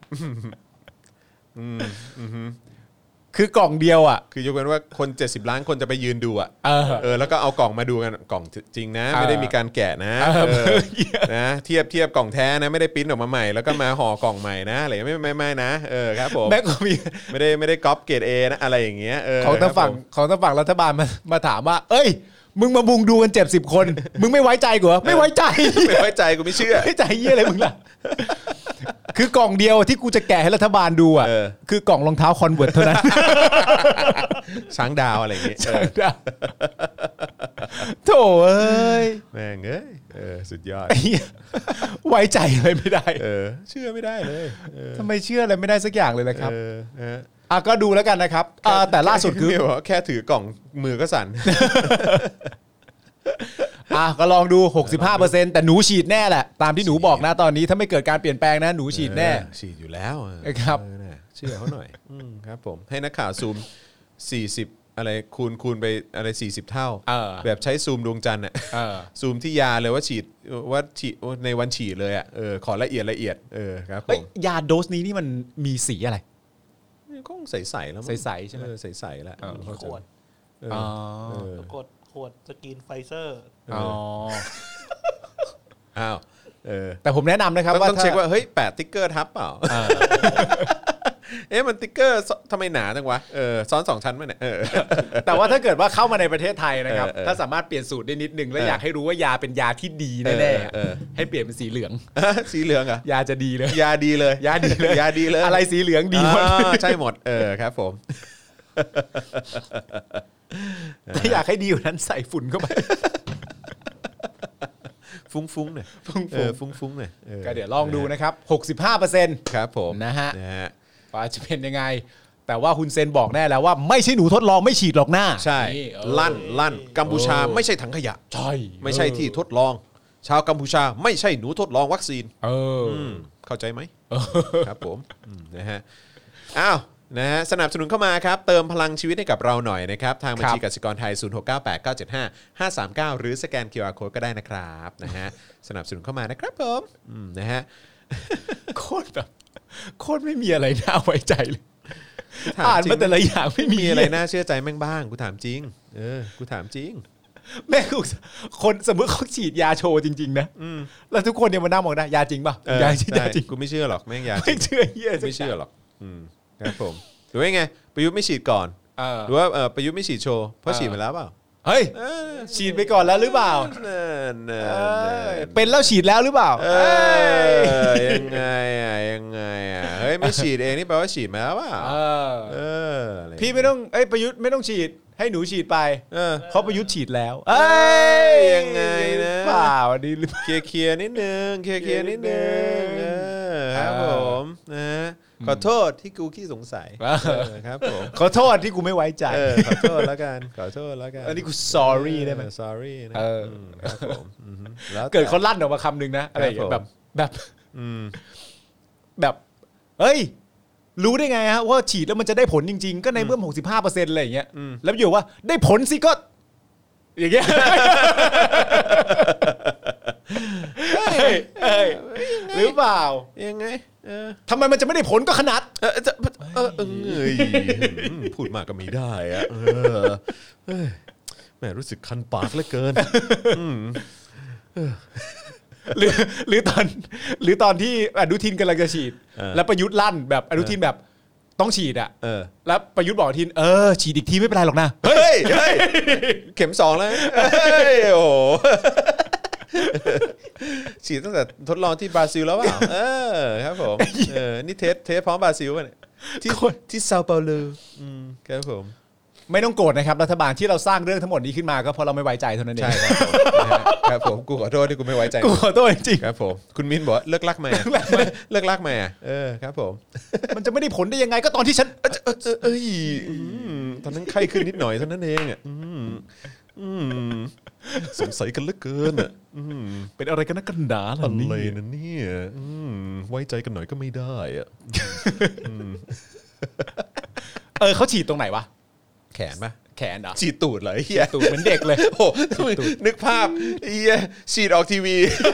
อืมอืมคือกล่องเดียวอ่ะคือยกเว้นว่าคนเจ็ดสิบล้านคนจะไปยืนดูอ่ะเออแล้วก็เอากล่องมาดูกันกล่องจริงนะไม่ได้มีการแกะนะนะเทียบเทียบกล่องแท้นะไม่ได้ปริ้นออกมาใหม่แล้วก็มาห่อกล่องใหม่นะอะไรไม่ไม่ไม่นะเออครับผมแม่ก็มีไม่ได้ไม่ได้ก๊อปเกรด A นะอะไรอย่างเงี้ยเออของทางฝั่งของทางฝั่งรัฐบาลมามาถามว่าเอ้ยมึงมาบุงดูกันเจ็ดสิบคนมึงไม่ไว้ใจกูเหรอไม่ไว้ใจไม่ไว้ใจกูไม่เชื่อไม่ใจเหี้ยอะไรมึงล่ะคือกล่องเดียวที่กูจะแกะให้รัฐบาลดูอ่ะคือกล่องรองเท้าคอนเวิร์ตเท่านั้นช้างดาวอะไรอย่างเงี้ยโถ่เอ้ยแม่งเอ้ยเออสุดยอดไว้ใจอะไรไม่ได้เออเชื่อไม่ได้เลยทำไมเชื่ออะไรไม่ได้สักอย่างเลยล่ะครับอ่ะก็ดูแล้วกันนะครับแต่ล่าสุดคือแค่ถือกล่องมือก็สั่นอ่ะก็ลองดู หกสิบห้าเปอร์เซ็นต์ แต่หนูฉีดแน่แหละตามที่หนูบอกนะตอนนี้ถ้าไม่เกิดการเปลี่ยนแปลงนะหนูฉีดแน่ฉีดอยู่แล้วครับเชื่อเขาหน่อยครับผมให้นักข่าวซูมสี่สิบอะไรคูณคูณไปอะไรสี่สิบเท่าแบบใช้ซูมดวงจันทร์อ่ะซูมที่ยาเลยว่าฉีดว่าฉีดในวันฉีดเลยอ่ะเออขอละเอียดละเอียดเออครับผมยาโดสนี้นี่มันมีสีอะไรก็ใสๆแล้วใสๆใช่ไหมใสๆแล้วขวดขวดขวดสกินไฟเซอร์อ๋ออ้าวเออแต่ผมแนะนำนะครับว่าต้องเช็คว่าเฮ้ยแปะติ๊กเกอร์ทับเปล่าเอ๊ะมันติ๊กเกอร์ทำไมหนาจังวะเออซ้อนสองชั้นมั้ยเนี่ยเออแต่ว่าถ้าเกิดว่าเข้ามาในประเทศไทยนะครับถ้าสามารถเปลี่ยนสูตรได้นิดนึงและอยากให้รู้ว่ายาเป็นยาที่ดีแน่ๆให้เปลี่ยนเป็นสีเหลืองสีเหลืองอ่ะยาจะดีเลยยาดีเลยยาดีเลยยาดีเลยอะไรสีเหลืองดีหมดใช่หมดเออครับผมถ้าอยากให้ดีกว่านั้นใส่ฝุ่นเข้าไปฟุ้งๆหน่อยเออฟุ้งๆหน่อยก็เดี๋ยวลองดูนะครับ หกสิบห้าเปอร์เซ็นต์ครับผมนะฮะว่าจะเป็นยังไงแต่ว่าฮุนเซนบอกแน่แล้วว่าไม่ใช่หนูทดลองไม่ฉีดหรอกหน้าใช่ลั่นลั่นกัมพูชาไม่ใช่ถังขยะใช่ไม่ใช่ที่ทดลองชาวกัมพูชาไม่ใช่หนูทดลองวัคซีนเออเข้าใจไหมครับผมนะฮะอ้าวนะฮะสนับสนุนเข้ามาครับเติมพลังชีวิตให้กับเราหน่อยนะครับทางบัญชีกสิกรไทยศูนย์ หก เก้า แปด เก้า เจ็ด ห้า ห้า สาม เก้าหรือสแกน คิว อาร์ Code ก็ได้นะครับนะฮะสนับสนุนเข้ามานะครับผมนะฮะโคตรแบบโคตรไม่มีอะไรน่าไว้ใจเลยอ่านมาแต่ละอย่างไม่มีอะไรน่าเชื่อใจแม่งบ้างกูถามจริงเออกูถามจริงแม่งคนสมมติเขาฉีดยาโชว์จริงๆนะแล้วทุกคนเนี่ยมานั่งมองได้ยาจริงป่ะยาจริงยาจริงกูไม่เชื่อหรอกแม่งยาไม่เชื่อเหี้ยไม่เชื่อหรอกครับผมหรือว่าไงประยุทธ์ไม่ฉีดก่อนหรือว่าประยุทธ์ไม่ฉีดโชว์เพราะฉีดมาแล้วเปล่าเฮ้ยฉีดไปก่อนแล้วหรือเปล่าเป็นแล้วฉีดแล้วหรือเปล่ายังไงอ่ะยังไงอ่ะเฮ้ยไม่ฉีดเองนี่แปลว่าฉีดมาแล้วเปล่าเออเออพี่พี่ไม่ต้องเอ้ยประยุทธ์ไม่ต้องฉีดให้หนูฉีดไปเออเพราะประยุทธ์ฉีดแล้วเอ้ยยังไงนะเปล่าดีหรือเคลียร์เคลียร์นิดนึงเคลียร์เคลียร์นิดนึงเออครับผมนะฮะขอโทษที่กูขี้สงสัยเออครับผมขอโทษที่กูไม่ไว้ใจเออขอโทษแล้วกันขอโทษแล้วกันอันนี้กู sorry ได้ไหมเออ sorry นะเออมครับผมอือฮึแล้วแต่เกิดเขาลั่นออกมาคำหนึ่งนะอะไรอย่างเงี้ยคแบรับบ ผมแบบอืมแบบเฮ้ยรู้ได้ไงฮะว่าฉีดแล้วมันจะได้ผลจริงๆก็ในเมื่อ หกสิบห้าเปอร์เซ็นต์ อะไรอย่างเงี้ยแล้วอยู่ว่าได้ผลสิก็อย่างเงี้ยเฮ้ยเฮ้ยหรือเปล่ายังไงเออทำไมมันจะไม่ได้ผลก็ขนาดเออจะเออเออเอ้ยอืมพูดมากก็ไม่ได้อะเออเฮ้ยแม่รู้สึกคันปากเหลือเกินอืมหรือหรือตอนหรือตอนที่อนุทินกำลังจะฉีดเออแล้วประยุทธ์ลั่นแบบอนุทินแบบต้องฉีดอ่ะเออแล้วประยุทธ์บอกอนุทินเออฉีดอีกทีไม่เป็นไรหรอกนะเฮ้ยเฮ้ยเข็มสองแล้วเฮ้ยโอ้โหฉีดตั้งแต่ทดลองที่บราซิลแล้วเปล่าเออครับผมเออนี่เทสเทสพร้อมบราซิลป่ะเนี่ยที่ที่เซาเปาโลอืมครับผมไม่ต้องโกรธนะครับรัฐบาลที่เราสร้างเรื่องทั้งหมดนี้ขึ้นมาก็เพราะเราไม่ไว้ใจเท่านั้นเองใช่ครับผมนะฮะครับผมกูขอโทษที่กูไม่ไว้ใจกูขอโทษจริงครับผมคุณมินบอกว่าเลิกรักแม่เลิกรักแม่เออครับผมๆมันจะไม่ได้ผลได้ยังไงก็ตอนที่ฉันเออเออเออเอ้ยอืมตอนนั้นไข้ขึ้นนิดหน่อยเท่านั้นเองอ่ะอืมอืมสงสัยกันเหลือเกินอ่ะอืมเป็นอะไรกันนักกันหนาล่ะอะไรนี่นะเนี่ยอืมไว้ใจกันหน่อยก็ไม่ได้อ่ะเออเขาฉีดตรงไหนวะแขนปะแขนเหรอฉีดตูดเหรอไอ้เฮียตูดเหมือนเด็กเลยโอ้โหนึกภาพไอ้เฮียฉีดออกทีวี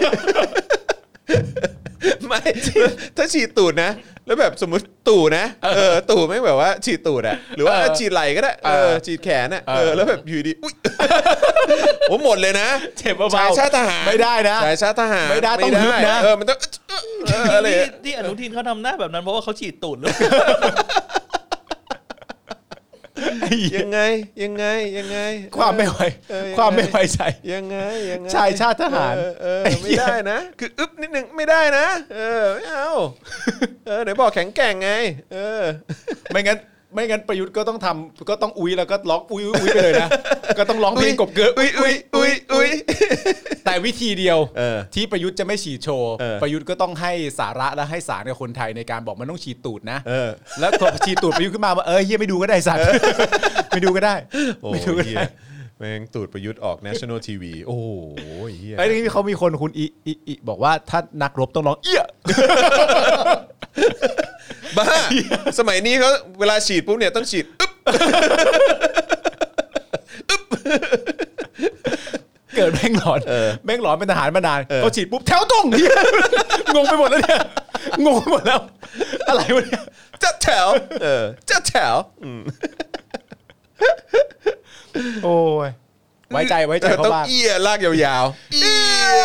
ไม่ถ้าฉีดตูดนะ แล้วแบบสมมติตู่นะเออตู่ไม่แบบว่าฉีดตูดอะหรือว่าฉีดไหล่ก็ได้เออฉีดแขนอะเออแล้วแบบอยู่ดีอุ้ยโอ้หมดเลยนะเจ็บเบาๆชายชาติทหารไม่ได้นะชายชาติทหารไม่ได้ต้องฮึบนะเออมันต้องเอออะไรที่ที่อนุทินเขาทำหน้าแบบนั้นเพราะว่าเขาฉีดตูดเลยยังไงยังไงยังไงความไม่ไว้เออความไม่ไว้ใจยังไงยังไงชายชาติทหารเออเออไม่ได้นะ คืออึ๊บนิดนึงไม่ได้นะ เออไม่เอาเออไหนบอกแข็งแกร่งไง เออไม่งั้นไม่งั้นประยุทธ์ก็ต้องทำก็ต้องอุ้ยแล้วก็ร้องอุ้ยอุ้ยไปเลยนะก็ต้องร้องเพลงกบเกลืออุ้ยอุ้ยอุ้ยอุ้ยแต่วิธีเดียวเออที่ประยุทธ์จะไม่ฉีดโชว์เออประยุทธ์ก็ต้องให้สาระและให้สารกับคนไทยในการบอกมันต้องฉีดตูดนะเออแล้วพอฉีดตูดประยุทธ์ขึ้นมาว่าเออเฮียไม่ดูก็ได้สัตว์ไม่ดูก็ได้โอ้ไม่ดูก็เฮีได้ยแม่งตูดประยุทธ์ออก National ที วี โอ้โหเฮียไอ้นี่เขามีคนคุณอีอีอีบอกว่าถ้านักรบต้องร้องเอี้ยบ้าสมัยนี้เขาเวลาฉีดปุ๊บเนี่ยต้องฉีดอึ๊บเกิดแม่งหลอนแม่งหลอนเป็นทหารมานานเขาฉีดปุ๊บแถวตรงเฮียงงไปหมดแล้วเนี่ยงงไปหมดแล้วอะไรวะเนี่ยจัดแถวเออจัดแถวอืมโอ้ยไว้ใจไว้ใจเขาต้องบ้างเอี้ยลากยาวๆเอี้ย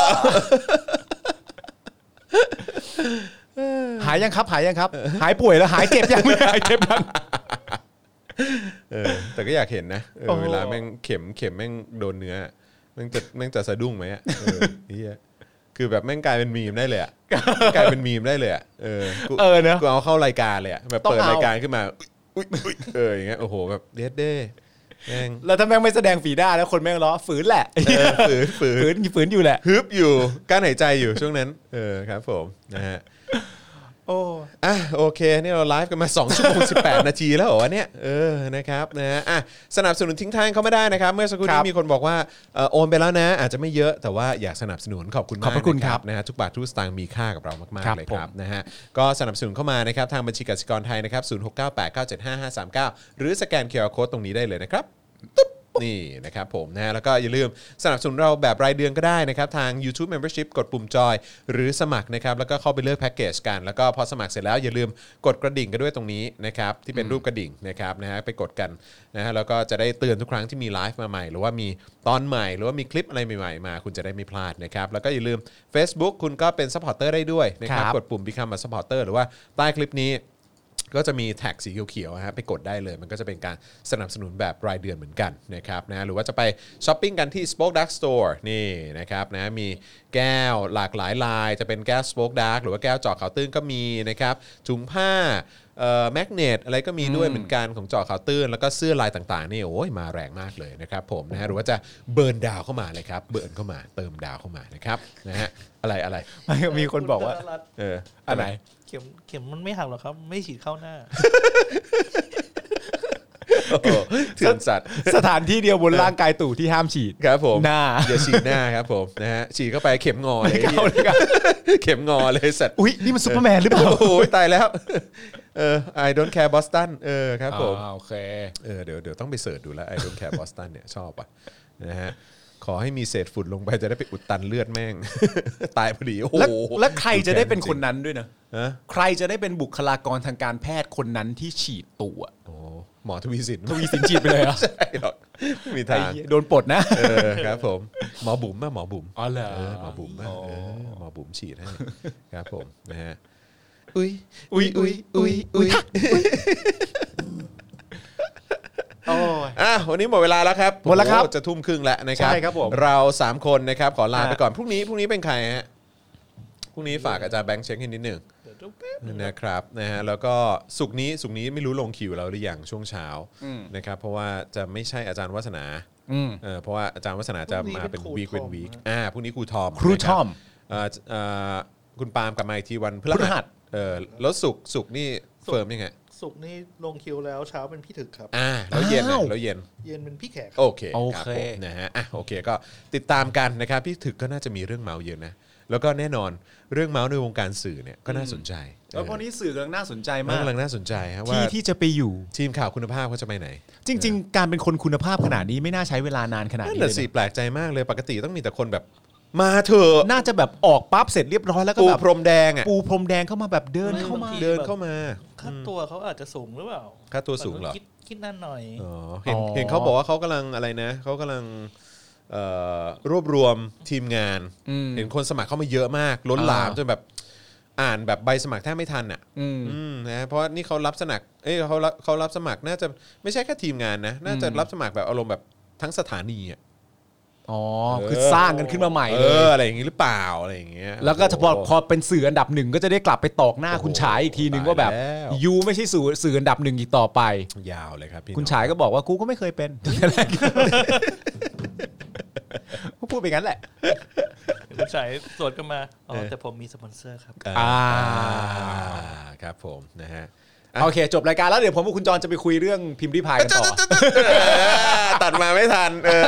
หายยังครับหายยังครับ หายป่วยแล้วหายเจ็บยังไม่หายเจ็บยังเออแต่ก็อยากเห็นนะเออโอ้เวลาแม่งเข็มเข็มแม่งโดนเนื้อแม่งจะแม่งจะสะดุ้งไหมอ่ะเออเหี้ยคือแบบแม่งกลายเป็นมีมได้เลยอ่ะกลายเป็นมีมได้เลยอ่ะเออกูเออเนอะกูเอาเข้ารายการเลยอ่ะแบบต้องเปิดเอารายการขึ้นมาอุ๊ยอุ๊ยเอออย่างเงี้ยโอ้โหแบบเด็ดเด้แม่งแล้วถ้าแม่งไม่แสดงฝีหน้าแล้วคนแม่งล้อฝืนแหละเออฝืนฝืนฝืนฝืนอยู่แหละฮึบอยู่กั้นหายใจอยู่ช่วงนั้นเออครับผมนะฮะโอ้อ่ะโอเคนี่เราไลฟ์กันมาสองชั่วโมงสิบแปดนาทีแล้วเหรอวะเนี่ยเออนะครับนะฮะอ่ะสนับสนุนทิ้งท้ายเขาไม่ได้นะครับเมื่อสักครู่นี้มีคนบอกว่าเอ่อโอนไปแล้วนะอาจจะไม่เยอะแต่ว่าอยากสนับสนุนขอบคุณมากขอบพระคุณครับนะฮะทุกบาททุกสตางค์มีค่ากับเรามากครัๆบเลยครับผมนะฮะก็สนับสนุนเข้ามานะครับทางบัญชีกสิกรไทยนะครับศูนย์ หก เก้า แปด เก้า เจ็ด ห้า ห้า สาม เก้าหรือสแกน คิว อาร์ Code ตรงนี้ได้เลยนะครับตุ๊บนี่นะครับผมนะฮะแล้วก็อย่าลืมสนับสนุนเราแบบรายเดือนก็ได้นะครับทาง YouTube Membership กดปุ่มจอยหรือสมัครนะครับแล้วก็เข้าไปเลือกแพ็กเกจกันแล้วก็พอสมัครเสร็จแล้วอย่าลืมกดกระดิ่งกันด้วยตรงนี้นะครับที่เป็นรูปกระดิ่งนะครับนะฮะไปกดกันนะฮะแล้วก็จะได้เตือนทุกครั้งที่มีไลฟ์มาใหม่หรือว่ามีตอนใหม่หรือว่ามีคลิปอะไรใหม่ๆมาคุณจะได้ไม่พลาดนะครับแล้วก็อย่าลืม Facebook คุณก็เป็นซัพพอร์ตเตอร์ได้ด้วยนะครับครับกดปุ่ม Become a supporter หรือว่าใต้คลิปนี้ก็จะมีแท็กสีเขียวๆฮะไปกดได้เลยมันก็จะเป็นการสนับสนุนแบบรายเดือนเหมือนกันนะครับนะหรือว่าจะไปช้อปปิ้งกันที่ Spoke Dark Store นี่นะครับนะมีแก้วหลากหลายลายจะเป็นแก้ว Spoke Dark หรือว่าแก้วเจาะขาวตื้นก็มีนะครับถุงผ้าเอ่อแมกเนตอะไรก็มีด้วยเหมือนกันของเจาะขาวตื้นแล้วก็เสื้อลายต่างๆนี่โอ้ยมาแรงมากเลยนะครับผมนะฮะหรือว่าจะเบิร์นดาวเข้ามาเลยครับเบิร์นเข้ามาเติมดาวเข้ามานะครับนะฮะอะไรอะไรมีคนบอกว่าเอออะไรเข็มเข็มมันไม่หักหรอกครับไม่ฉีดเข้าหน้าเถื่อนสัตว์สถานที่เดียวบนร่างกายตู่ที่ห้ามฉีดครับผมหน้าอย่าฉีดหน้าครับผมนะฮะฉีดเข้าไปเข็มงอเลยเข็มงอเลยสัตว์อุ๊ยนี่มันซุปเปอร์แมนหรือเปล่าโอ้ยตายแล้วเออ I don't care Boston เออครับผมโอเคเออเดี๋ยวเดี๋ยวต้องไปเสิร์ชดูแล้ว I don't care Boston เนี่ยชอบอ่ะนะฮะขอให้มีเศษฝุ่นลงไปจะได้ไปอุดตันเลือดแม่งตายพอดีโอ้โหแล้วใครจะได้เป็นคนนั้นด้วยนะใครจะได้เป็นบุคลากรทางการแพทย์คนนั้นที่ฉีดตัวโอ้หมอทวีสินทวีสินฉีดไปเลยเหรอใช่หรอกไม่มีทางโดนปลดนะเออครับผมหมอบุ๋มป่ะหมอบุ๋มอ๋อเหรอหมอบุ๋มป่ะเออหมอบุ๋มฉีดให้ครับผมนะฮะอุ้ยอุ้ยอุ้ยอุ้ยอุ้ยโอ้ยอ่ะวันนี้หมดเวลาแล้วครับหมดแล้วครับจะทุ่มครึ่งแล้วนะครับใช่ครับผมเราสามคนนะครับขอลาไปก่อนพรุ่งนี้พรุ่งนี้เป็นใครฮะพรุ่งนี้ฝากอาจารย์แบงค์เช็คให้นิดนึงนะครับนะฮะแล้วก็สุกนี้สุกนี้ไม่รู้ลงคิวเราหรือยังช่วงเช้านะครับเพราะว่าจะไม่ใช่อาจารย์วัฒนาเออเพราะว่าอาจารย์วัฒนาจะมาเป็นวีคเป็นวีคอ่าพรุ่งนี้ครูทอมครูทอมอ่าคุณปาล์มกลับมาอีกทีวันพฤหัสเออแล้วสุกสุกนี่เฟิร์มยังไงสุกนี่ลงคิวแล้วเช้าเป็นพี่ถึกครับอ่าแล้วเย็นแล้วเย็นเย็นเป็นพี่แขกโอเคโอเคนะฮะอ่ะโอเคก็ติดตามกันนะครับพี่ถึกก็น่าจะมีเรื่องเมาเยอะนะแล้วก็แน่นอนเรื่องเมาส์ในวงการสื่อเนี่ยก็น่าสนใจแล้วพอนี้สื่อกำลังน่าสนใจมากกำลังน่าสนใจฮะว่าที่ที่จะไปอยู่ทีมข่าวคุณภาพเขาจะไปไหนจริงๆการเป็นคนคุณภาพขนาดนี้ไม่น่าใช้เวลานานขนาดนี้เลยสิแปลกใจมากเลยปกติต้องมีแต่คนแบบมาเถอะน่าจะแบบออกปั๊บเสร็จเรียบร้อยแล้วก็แบบปูพรมแดงอ่ะปูพรมแดงเข้ามาแบบเดินเข้ามาเดินเข้ามาค่าตัวเขาอาจจะสูงหรือเปล่าค่าตัวสูงเหรอคิดนั่นหน่อยอ๋อเห็นเห็นเขาบอกว่าเขากำลังอะไรนะเขากำลังรวบรวมทีมงานเห็นคนสมัครเข้ามาเยอะมากล้นหลามจนแบบอ่านแบบใบสมัครแทบไม่ทันอ่ะนะเพราะนี่เขารับสมัครเอ้ยเขาเขารับสมัครน่าจะไม่ใช่แค่ทีมงานนะน่าจะรับสมัครแบบอารมณ์แบบทั้งสถานีอ่ะอ๋อคือสร้างกันขึ้นมาใหม่เลยอะไรอย่างงี้หรือเปล่าอะไรอย่างเงี้ยแล้วก็พอพอเป็นสื่ออันดับหนึ่งก็จะได้กลับไปตอกหน้าคุณฉายอีกทีนึงว่าแบบยูไม่ใช่สื่อสื่ออันดับหนึ่งอีกต่อไปยาวเลยครับพี่คุณฉายก็บอกว่ากูก็ไม่เคยเป็นพูดไปงั้นแหละคุณฉายสวนกันมาอ๋อแต่ผมมีสปอนเซอร์ครับอ่าครับผมนะฮะโอเคจบรายการแล้วเดี๋ยวผมกับคุณจรจะไปคุยเรื่องพิมพ์ริพายกันต่อตัดมาไม่ทันเออ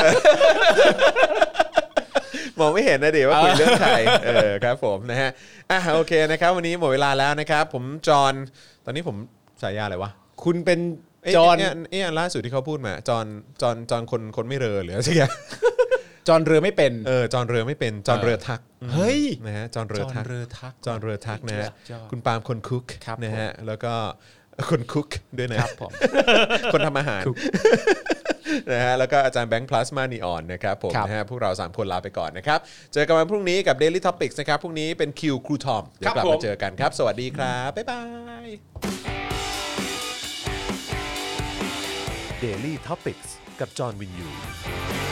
มองไม่เห็นนะเดี๋ยวว่าคุยเรื่องใครเออครับผมนะฮะอ่ะโอเคนะครับวันนี้หมดเวลาแล้วนะครับผมจรตอนนี้ผมฉายาอะไรวะคุณเป็นจรเอ๊ะล่าสุดที่เขาพูดมาจรจรจรคนคนไม่เรอหรืออะไรสักอย่างจรเรือไม่เป็นเออจรเรือไม่เป็นจรเรือทักเฮ้ยนะฮะจรเรือทักจรเรือทักนะฮะคุณปาล์มคนคุกนะฮะแล้วก็คนคุกด้วยนะครับผมคนทำอาหารนะฮะแล้วก็อาจารย์แบงค์พลาสมานีออนนะครับผมนะฮะพวกเราสามคนลาไปก่อนนะครับเจอกันวันพรุ่งนี้กับ Daily Topics นะครับพรุ่งนี้เป็นคิวครูทอมเดี๋ยวกลับมาเจอกันครับสวัสดีครับบ๊ายบาย Daily Topics กับจอห์นวินยู